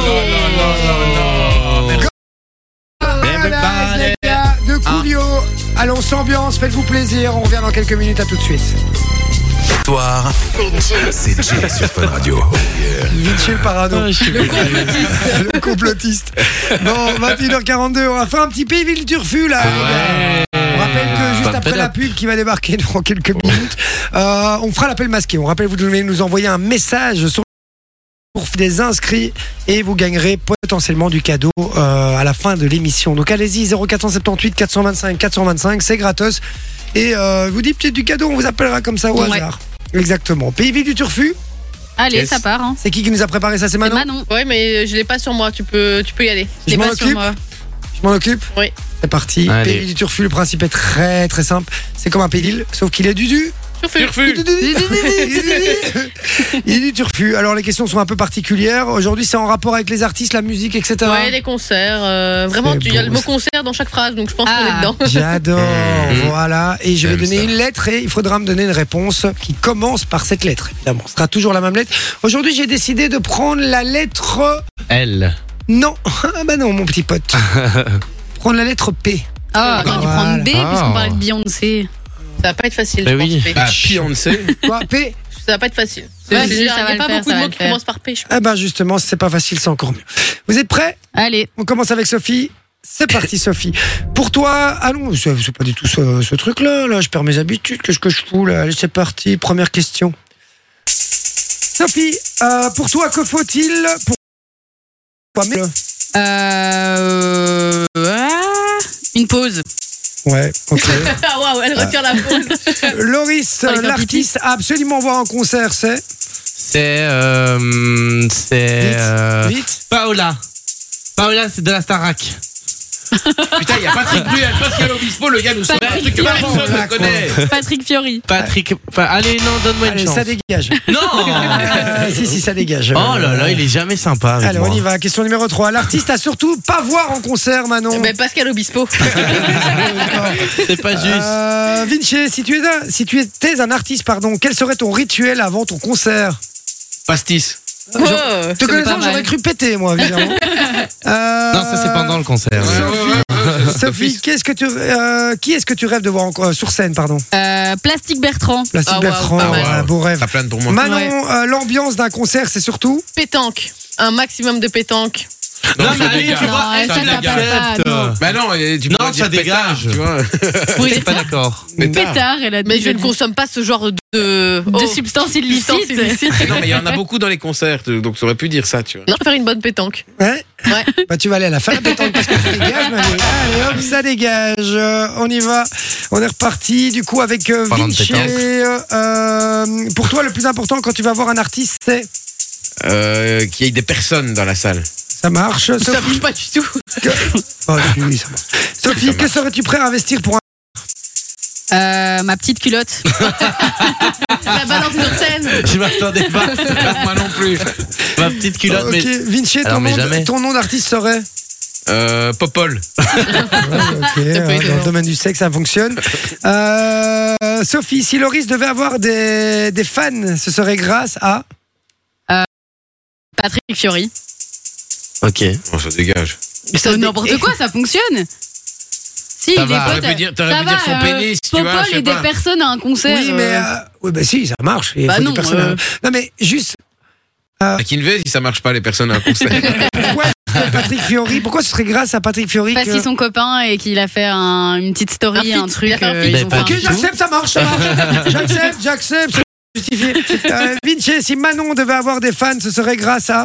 Paradise, les gars, de Coolio. Allons, s'ambiance, faites-vous plaisir. On revient dans quelques minutes, à tout de suite. Victoire, c'est Jay sur Fun Radio. Vinci le parano. Ah, je sais le plus. complotiste. le complotiste. Bon, vingt et une heures quarante-deux, on va faire un petit P V de Turfu là. les gars. On rappelle que juste Pas après de la pub qui va débarquer dans quelques minutes, euh, on fera l'appel masqué. On rappelle, vous devez nous envoyer un message sur pour des inscrits et vous gagnerez potentiellement du cadeau euh, à la fin de l'émission. Donc allez-y, zéro quatre sept huit quatre cent vingt-cinq quatre cent vingt-cinq, c'est gratos. Et euh, vous dites peut-être du cadeau, on vous appellera comme ça au Ouais. hasard. Exactement. P V du Turfu. Allez, Yes. ça part. Hein. C'est qui qui nous a préparé ça? C'est C'est Manon. Manon. Ouais, mais je l'ai pas sur moi. Tu peux, tu peux y aller. Je C'est m'en pas sur occupe. moi. Je m'en occupe. Oui. C'est parti. Allez. Pays du turfu, le principe est très très simple. C'est comme un pédile, sauf qu'il est du du. Turfu. Il est du turfu. Alors les questions sont un peu particulières. Aujourd'hui, c'est en rapport avec les artistes, la musique, et cetera. Ouais, les concerts. euh, vraiment, C'est tu- il y a beau, le mot ça. concert dans chaque phrase, donc je pense qu'on Ah. est dedans. J'adore. Mmh. Voilà. Et je vais J'aime donner ça. une lettre et il faudra me donner une réponse qui commence par cette lettre. Évidemment, ce sera toujours la même lettre. Aujourd'hui, j'ai décidé de prendre la lettre. Elle. Non. Ah bah non, mon petit pote. Prendre la lettre P. Ah, on aurait dû Voilà. prendre B Ah. puisqu'on parlait de Beyoncé. Ça va pas être facile, Bah je oui. pense. P. Ah, Beyoncé. Quoi, P? Ça va pas être facile. Ouais, C'est- si, c'est- ça Il va n'y a le pas faire, beaucoup ça de va mots le qui faire. commencent par P. je pense. Ah bah justement, si c'est pas facile, c'est encore mieux. Vous êtes prêts? Allez. On commence avec Sophie. C'est parti, Sophie. Pour toi, allons, c'est c'est pas du tout ce, ce truc-là. Là, je perds mes habitudes. Qu'est-ce que je fous là? Allez, c'est parti. Première question. Sophie, euh, pour toi, que faut-il pour toi, mais- Euh... ah, Une pause. Ouais, ok. Ah waouh, elle retire la pause. Loris, Avec un l'artiste à absolument voir en concert, c'est C'est. Euh, c'est. Vite, euh, vite. Paola. Paola, c'est de la Starac. Putain, il y a Patrick Bruel, Pascal Obispo, le gars nous sort un Patrick truc que Fiori. personne ne Voilà, quoi. connaît. Patrick Fiori. Patrick. Enfin, allez, non, donne-moi une Allez, chance. ça dégage. Non. Euh, si, si, ça dégage. Oh là là, il est jamais sympa. Avec Allez, moi. on y va. Question numéro trois. L'artiste à surtout pas voir en concert, Manon. Mais Pascal Obispo. C'est pas juste. Euh, Vinci, si tu, es un- si tu étais un artiste, pardon, quel serait ton rituel avant ton concert? Pastis. Oh, Te connaissant, pas mal. j'aurais cru péter, moi, évidemment. Euh, Non, ça c'est pendant le concert. Sophie, Sophie, qu'est-ce que tu, euh, qui est-ce que tu rêves de voir en- euh, sur scène, pardon? Euh, Plastique Bertrand. Plastique Ah, wow, Bertrand, pas mal. ouais, beau rêve. Ça plane pour moi. Manon, Ouais. euh, l'ambiance d'un concert, c'est surtout. Pétanque. Un maximum de pétanque. Non, ça mais allez, dégage. tu vois, Non, elle, ça, tu ça passe l'acceptes. pas, non. Bah non, et tu Non, pourrais ça dire pétard, dégage. tu vois. Oui, je suis pas d'accord. Pétard, elle a dit. Mais je ne consomme pas ce genre de. De oh, substances illicites. substances illicites. Non, mais il y en a beaucoup dans les concerts, donc tu aurais pu dire ça, tu vois. Non, je vais faire une bonne pétanque. Ouais. Ouais. Bah, tu vas aller à la fin de pétanque parce que tu dégages, Manon. Allez, hop, ça dégage. Euh, on y va. On est reparti, du coup, avec euh, Parlant de Vinci. pétanque. Euh, pour toi, le plus important quand tu vas voir un artiste, c'est. Euh, qu'il y ait des personnes dans la salle. Ça marche, Ça Sophie. marche pas du tout. Que- Oh, oui, ça marche. Sophie, que serais-tu prêt à investir pour un. Euh, ma petite culotte. La balance sur scène. Je m'attendais pas. Moi non plus. Ma petite culotte, Ok, mais. Vinci, ton, Alors, mais nom, de- jamais. ton nom d'artiste serait. Euh, Popol. Ouais, ok, euh, dans le étonnant. domaine du sexe, ça fonctionne. Euh, Sophie, si Loris devait avoir des, des fans, ce serait grâce à. Patrick Fiori. Ok. Bon, ça dégage. C'est n'importe quoi, ça fonctionne. Si, Ça les va. potes. T'aurais pu dire, t'aurais ça pu va, dire son euh, pénis, tu vois, Popol je sais et des pas. personnes à un concert. Oui, mais. euh, euh, oui, bah si, ça marche. Il Bah faut des non, personnes euh. à- Non, mais juste. À Kinvey, si ça marche pas, les personnes à un concert. Pourquoi est-ce que Patrick Fiori, pourquoi ce serait grâce à Patrick Fiori Parce que- qu'ils sont copains et qu'il a fait un- une petite story, Un feat. un truc. Il a fait un euh, feat. ils Mais ont pas fait un Ok, du feat. j'accepte, ça marche, ça marche. J'accepte, j'accepte, c'est justifié. Euh, Vinci, si Manon devait avoir des fans, ce serait grâce à.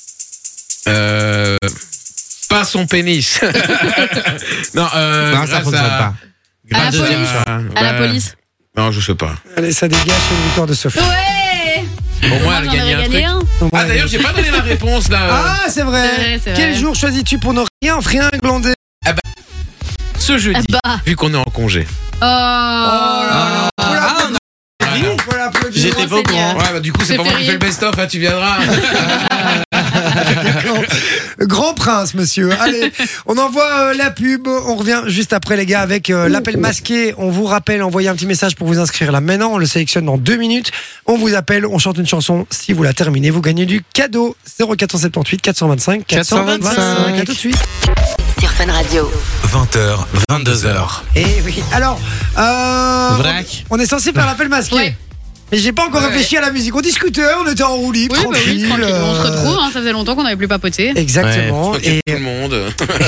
Euh, pas son pénis. non, euh, Non, ça grâce fonctionne à... pas. À la grâce police. À la ouais. police. Non, je sais pas. Allez, ça dégage, c'est une victoire de Sophie. Ouais. Au moins, elle J'en a gagné avais un gagné truc. un. Donc, Ah, ouais. d'ailleurs, j'ai pas donné la réponse, là. Ah, c'est vrai. C'est vrai, c'est Quel vrai. jour choisis-tu pour ne rien, rien glander? Ce jeudi, Ah bah. vu qu'on est en congé. Oh. Ah, Ah, Faut l'applaudir. J'étais pas au courant. Ouais, bah du coup, c'est C'est pas moi qui férié. fais le best-of, hein, tu viendras. Grand, grand prince, monsieur. Allez, on envoie euh, la pub. On revient juste après, les gars, avec euh, l'appel masqué. On vous rappelle, envoyez un petit message pour vous inscrire là maintenant. On le sélectionne dans deux minutes. On vous appelle, on chante une chanson. Si vous la terminez, vous gagnez du cadeau. zéro quatre cent soixante-dix-huit quatre cent vingt-cinq quatre cent vingt-cinq. À tout de suite. Sur Fun Radio. vingt heures, vingt-deux heures. Eh oui. Alors, euh, Vrac. on est censé faire l'appel masqué. Ouais. Mais j'ai pas encore Ouais, réfléchi à la musique. On discutait, on était en roue libre, Oui, bah tranquille. oui, tranquille. On se euh, retrouve, hein, ça faisait longtemps qu'on n'avait plus papoté. Exactement. Ok, Et tout le monde.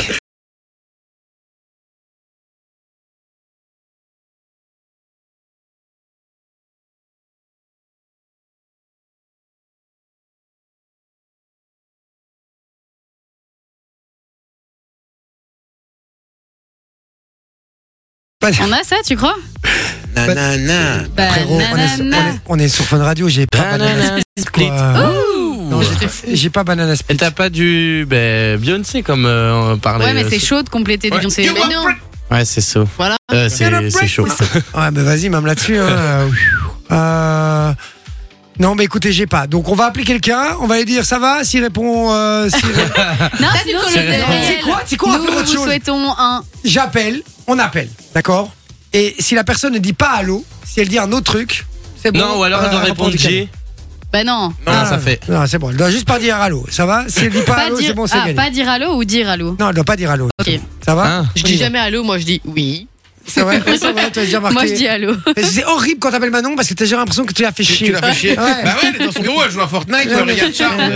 On a ça, tu crois Nanana. frérot, on est, sur- on, est, on est sur Fun Radio, j'ai pas. Banana. Split. Non, j'ai pas- j'ai pas banana split. Et t'as pas du ben, Beyoncé comme euh, on parlait. Ouais, mais c'est euh, chaud de compléter du Ouais. Beyoncé. You Mais want non. break- Voilà. Ouais, c'est ça. Voilà. Euh, c'est c'est chaud. Ouais, mais vas-y, même là-dessus. Hein. Euh, Non, mais écoutez, j'ai pas. Donc, on va appeler quelqu'un. On va lui dire, ça va s'il répond. Euh, s'il ré- Non, sinon du c'est colonel. réel. C'est quoi C'est quoi On va Nous faire autre vous chose. souhaitons un. J'appelle, on appelle, d'accord. Et si la personne ne dit pas allô, si elle dit un autre truc, c'est bon. Non, ou alors elle euh, doit elle répondre répond du J. Bah non. Non, ça fait. Non, c'est bon. Elle doit juste pas dire allô. Ça va Si elle dit pas, Pas allô, c'est dire, bon, c'est ah, gagné. pas dire allô ou dire allô. Non, elle doit pas dire allô. Ok. Ça va Hein Je dis jamais allô, moi je dis oui. C'est vrai, ouais, c'est vrai, tu as déjà marqué. Moi je dis allô. Mais c'est horrible quand t'appelles Manon parce que t'as déjà l'impression que tu l'as fait Tu, chier. tu l'as fait chier. Ouais. Bah ouais, elle est dans son bureau, elle joue à Fortnite, Ouais, elle mais- regarde Charles.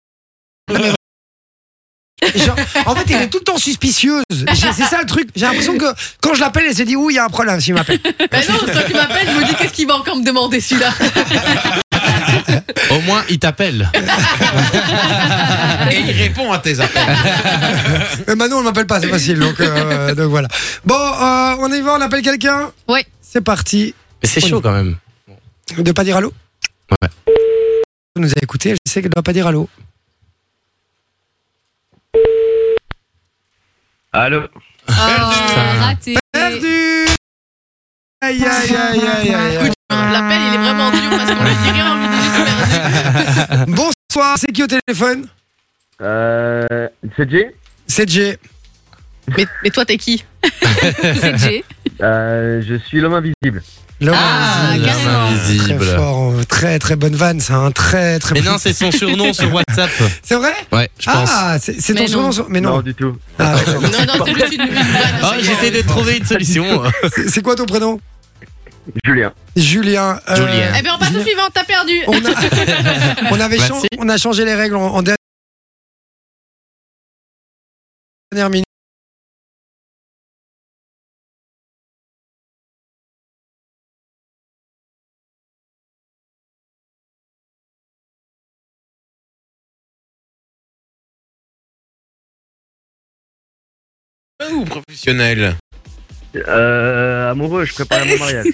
Genre, en fait, elle est tout le temps suspicieuse. J'ai- C'est ça le truc. J'ai l'impression que quand je l'appelle, elle se dit, ouh, il y a un problème s'il m'appelle. Bah non, quand tu m'appelles, je me dis qu'est-ce qu'il va encore me demander celui-là. Au moins, il t'appelle. Et il répond à tes appels. Mais Manon, elle m'appelle pas, c'est facile. Donc, euh, donc voilà. Bon, euh, on y va, on appelle quelqu'un. Ouais. C'est parti. Mais c'est chaud quand même. De pas dire allô. Ouais. Elle nous a écouté, elle sait qu'elle doit pas dire allô. Allô. Oh, raté. Perdu. Aïe, aïe, aïe, aïe, aïe, aïe. L'appel, il est vraiment dur parce qu'on lui dit rien, on lui dit juste perdu. Bonsoir, c'est qui au téléphone? Euh. C'est Jay. C'est Jay. Mais, mais toi, t'es qui? C'est Jay. Euh, je suis l'homme invisible. L'homme Ah, invisible. carrément. Très Invisible. fort, euh, très très bonne vanne, c'est un très très. Mais bon- non, c'est son surnom sur WhatsApp. C'est vrai? Ouais, je pense. Ah, c'est c'est ton Mais surnom non. sur- Mais non. du tout. Ah, d'accord. Non, non, c'est juste une, une vanne. Oh, j'essaie de trouver une solution. C'est- C'est quoi ton prénom? Julien. Julien. euh, Julien. Eh bien, on passe au suivant, t'as perdu. On a, on avait Merci. chan- on a changé les règles en, en dernière minute. Ou professionnel. Euh. Amoureux, je prépare mon mariage.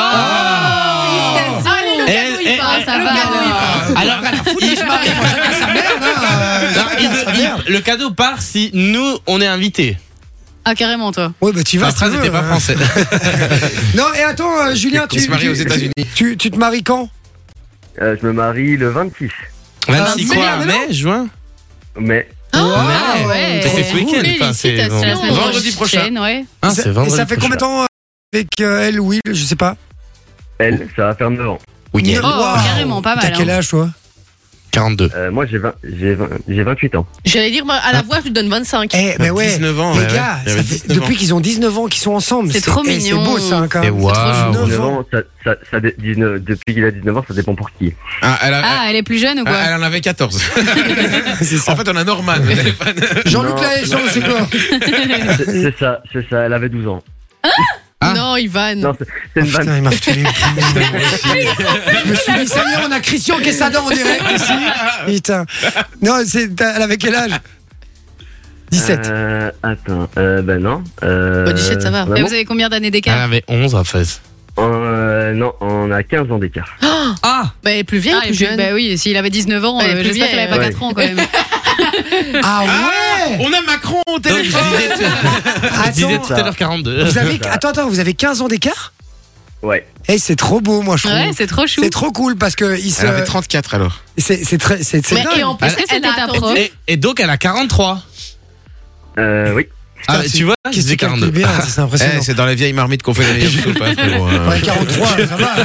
Ah Allez, le Eh, cadeau, eh, il part, eh, ça le va. cadeau, il part. Alors, il se marie. Chacun sa merde, hein, euh, Non, chacun il sa veut- il- merde. le cadeau part si nous, on est invités. Ah, carrément, toi. Ouais, bah tu vas. La si phrase tu veux, n'était pas hein. française. Non, et attends, euh, Julien, Il tu, se marie tu- aux États-Unis. Tu, tu te maries quand? Euh, je me marie le vingt-six vingt-six Ah, quoi mais non. Mai, juin mai. Ah, Ouais. ouais. Mais c'est ce week-end. Enfin, c'est Félicitations. C'est la semaine Vendredi prochain. prochaine, ouais. Ah, ça, c'est et vendredi ça fait prochain. combien de temps euh, avec euh, elle, Will? Je sais pas. Elle, ça va faire neuf ans. Week-end. Oh, Waouh. carrément, pas T'as mal. quel hein. âge, toi? quarante-deux. Euh, moi, j'ai vingt, j'ai vingt, j'ai vingt-huit ans. J'allais dire, moi, à la voix, je lui donne vingt-cinq. Eh, mais ouais. dix-neuf ans. Les ouais, gars, ouais. Il ça avait fait- dix-neuf ans. depuis qu'ils ont dix-neuf ans qu'ils sont ensemble. C'est trop eh, mignon. C'est beau, ça, quand Et même. waouh. neuf dix-neuf ans. ans, ça, ça, ça dé- dix-neuf depuis qu'il a dix-neuf ans, ça dépend pour qui. Ah, elle, a- Ah, elle est plus jeune ou quoi? elle- elle en avait quatorze. C'est ça. En fait, on a Norman au téléphone. Jean-Luc Non, Lahaye, c'est quoi? C'est c'est ça, c'est ça, elle avait douze ans. Ah. Non, Ivan. Non, c'est c'est une vanne. Putain, il m'a foutu les couilles. Je me suis dit, ça y est, on a Christian Quesada en direct ici. Putain. Non, c'est, t'as- elle avait quel âge? dix-sept. Euh, attends, euh, ben non. Euh, Bah, dix-sept, ça va. Et vraiment vous avez combien d'années Elle d'écart? avait onze en fait. Euh, non, on a quinze ans d'écart. Ah Bah, elle est plus vieille, Ah, plus et puis, jeune. bah oui, s'il avait dix-neuf ans, Elle est euh, plus j'espère qu'elle vieille, avait pas ouais. quatre ans quand même. Ah ouais? On a Macron au Donc, je téléphone. disais, je disais Attends, tout à l'heure quarante-deux. vous avez, attends, attends, vous avez quinze ans d'écart? Ouais. Eh, c'est trop beau, moi, je trouve. Ouais, c'est trop chou. C'est trop cool parce que il se, Elle avait trente-quatre alors. c'est, c'est très, c'est, c'est Mais, dingue. et en plus, Est-ce que elle c'était a ta attendu- prof? Et, et donc, elle a quarante-trois. Euh, oui. Ah, Putain, tu vois, je Qu'est-ce que disais tu calcules quarante-deux. bien, c'est impressionnant. Eh, c'est dans les vieilles marmites qu'on fait les meilleures soupes. hein, frérot, hein. Ouais, quarante-trois, ça va.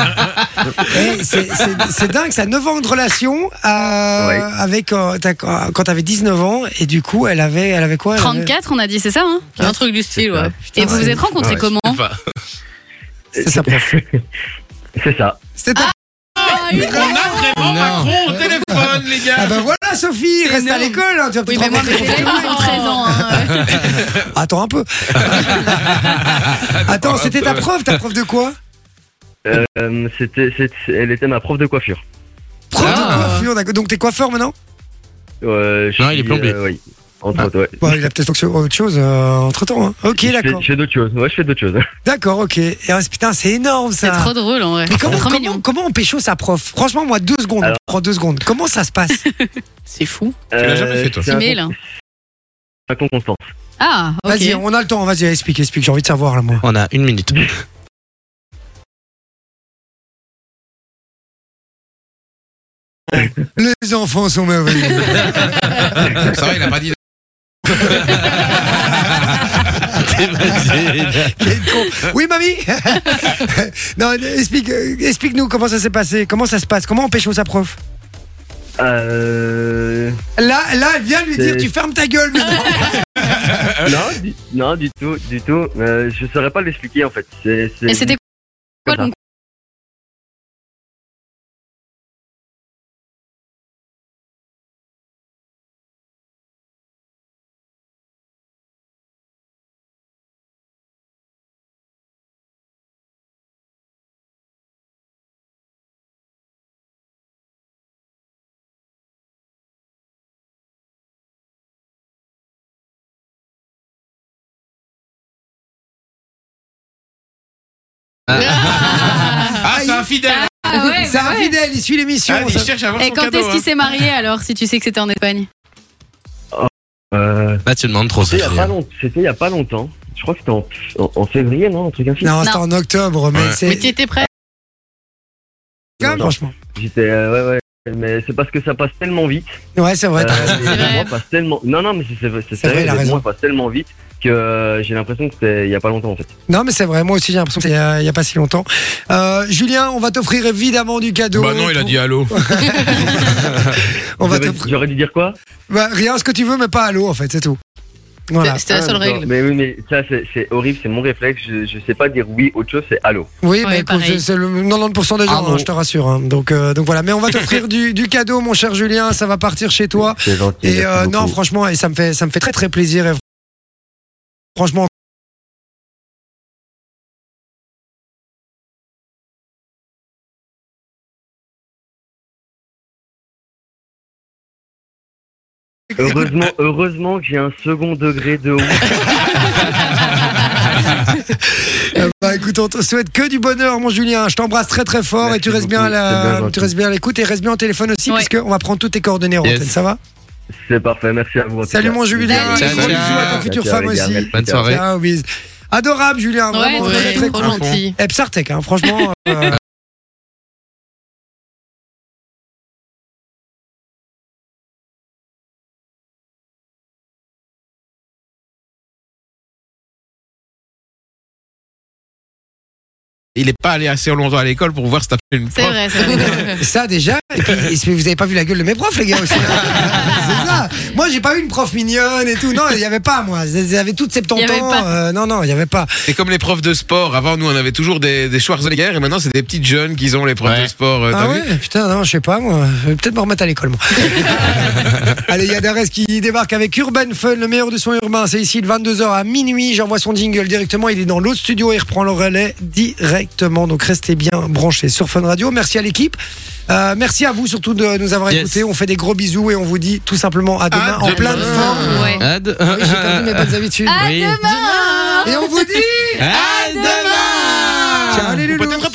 Eh, c'est, c'est, c'est dingue, ça a neuf ans de relation euh, Ouais. avec euh, t'as- quand t'avais dix-neuf ans et du coup elle avait, elle avait quoi elle avait- trente-quatre, on a dit, c'est ça, hein? Un truc du style, ouais. Et vous vous êtes rencontrés Ouais, comment? C'est sa prof. C'est ça. C'était ta... On a vraiment Non. Macron au téléphone, les gars. Ah ben voilà Sophie, reste à énorme. l'école, hein, tu vas Oui, peut-être mais moi, rencontrer mes ton élèves, ils ont treize ans. hein. Attends un peu. Attends, c'était ta prof, ta prof de quoi? Euh, c'était, c'est- elle était ma prof de coiffure. Prof Ah. de coiffure, d'accord. Donc t'es coiffeur maintenant? Euh, je Non, il est suis, plombier. euh, oui. Entre Ah. autres, ouais. Bon, il a peut-être fait autre chose entre temps. Hein. Ok, Je fais- d'accord. Je fais d'autres choses. Ouais, je fais d'autres choses. D'accord, ok. Et, euh, putain, c'est énorme C'est ça. trop drôle en vrai. Mais comment, Trop comment, mignon. comment on pécho sa prof? Franchement, moi, deux secondes. Alors- On prend deux secondes. Comment ça se passe? C'est fou. Tu l'as jamais fait, toi. c'est un Email. con- Un con Constance. Ah, ok. Vas-y, on a le temps. Vas-y, explique, explique. J'ai envie de savoir là, moi. On a une minute. Les enfants sont merveilleux. Ça va, il a pas dit. Quel con. Oui, mamie. Non, explique, euh, explique-nous comment ça s'est passé. Comment ça se passe? Comment on pécho sa prof? Euh... Là, là, elle vient lui C'est- dire, tu fermes ta gueule maintenant. non, du, non, du tout, du tout. Euh, je saurais pas l'expliquer en fait. C'est, c'est Et c'était quoi comme le ça. Ah, c'est infidèle. Ah ouais, C'est bah ouais. infidèle, il suit l'émission. Ah, il ça- cherche à avoir Et son quand cadeau. est-ce qu'il hein. s'est marié alors, si tu sais que c'était en Espagne? Euh, Là, tu demandes trop. c'était il y a Sophie. pas long- c'était il y a pas longtemps. Je crois que c'était en, en, en février, non, un truc ainsi. Non, c'était Non. en octobre, mais Ouais. c'est Mais tu étais prêt? quand même, Non. franchement. J'étais, euh, ouais, ouais. Mais c'est parce que ça passe tellement vite. Ouais, c'est vrai, t'as Euh, raison. les vrai. mois passent tellement. Non, non, mais c'est, c'est, c'est, C'est vrai, vrai, il a les raison. mois passent tellement vite que euh, j'ai l'impression que c'était il y a pas longtemps en fait. Non, mais c'est vrai, moi aussi j'ai l'impression qu'il n'y a, il y a pas si longtemps. Euh, Julien, on va t'offrir évidemment du cadeau. Bah non, il a dit allô. On va J'aurais, t'offrir. j'aurais dû dire quoi? Bah, rien, ce que tu veux, mais pas à l'eau en fait, c'est tout. Voilà. C'était la Ah, seule d'accord. règle. Mais oui, mais ça c'est, c'est horrible, c'est mon réflexe. Je, je sais pas dire oui, autre chose, c'est allô. Oui, Ouais, mais écoute, pareil. c'est c'est le quatre-vingt-dix pour cent des gens, Ah bon. hein, je te rassure. hein. Donc, euh, donc voilà, mais on va t'offrir du, du cadeau, mon cher Julien, ça va partir chez toi. C'est gentil. Et merci euh, non, beaucoup. franchement, et ça me fait, ça me fait très très plaisir. Et franchement. Heureusement, heureusement que j'ai un second degré de ouf. Euh, bah écoute, on te souhaite que du bonheur, mon Julien. Je t'embrasse très très fort. Merci et tu restes bien, à beaucoup, c'est bien la, gentil. tu restes bien à l'écoute et reste bien au téléphone aussi, Ouais. puisqu'on va prendre toutes tes coordonnées en Yes. antenne. Ça va? C'est parfait, merci à vous. en tout Salut cas. mon Julien. Salut. Et gros Ciao, bisous à ta ciao. future Ciao, femme les gars, aussi. merci. Bonne soirée. Ciao, bis. Adorable, Julien. Vraiment Ouais, très, Ouais, très trop cool. gentil. Et Psartek, hein, franchement. euh, Il est pas allé assez longtemps à l'école pour voir se taper une C'est prof. vrai, c'est vrai. Ça déjà, et puis et vous avez pas vu la gueule de mes profs les gars aussi. hein. C'est ça. Moi j'ai pas eu une prof mignonne et tout. Non, il y avait pas moi. Ils avaient toutes Il y soixante-dix avait ans. pas. euh, non non, il y avait pas. C'est comme les profs de sport. Avant, nous, on avait toujours des, des Schwarzenegger et maintenant, c'est des petites jeunes qui ont les profs Ouais. de sport. euh, Ah T'as ouais, vu putain non, je sais pas moi. Je vais peut-être me remettre à l'école moi. Allez, il y a Darès qui débarque avec Urban Fun, le meilleur du son urbain. C'est ici de vingt-deux heures à minuit. J'envoie son jingle directement. Il est dans l'autre studio et il reprend le relais directement. Donc restez bien branchés sur Fun Radio. Merci à l'équipe. Euh, merci à vous surtout de nous avoir Yes. écoutés. On fait des gros bisous et on vous dit tout simplement à demain À en demain. pleine forme. Ouais. Ad- Ah oui, j'ai perdu mes bonnes habitudes. À Oui. demain. Et on vous dit À demain. ciao les Ou loulous. peut-être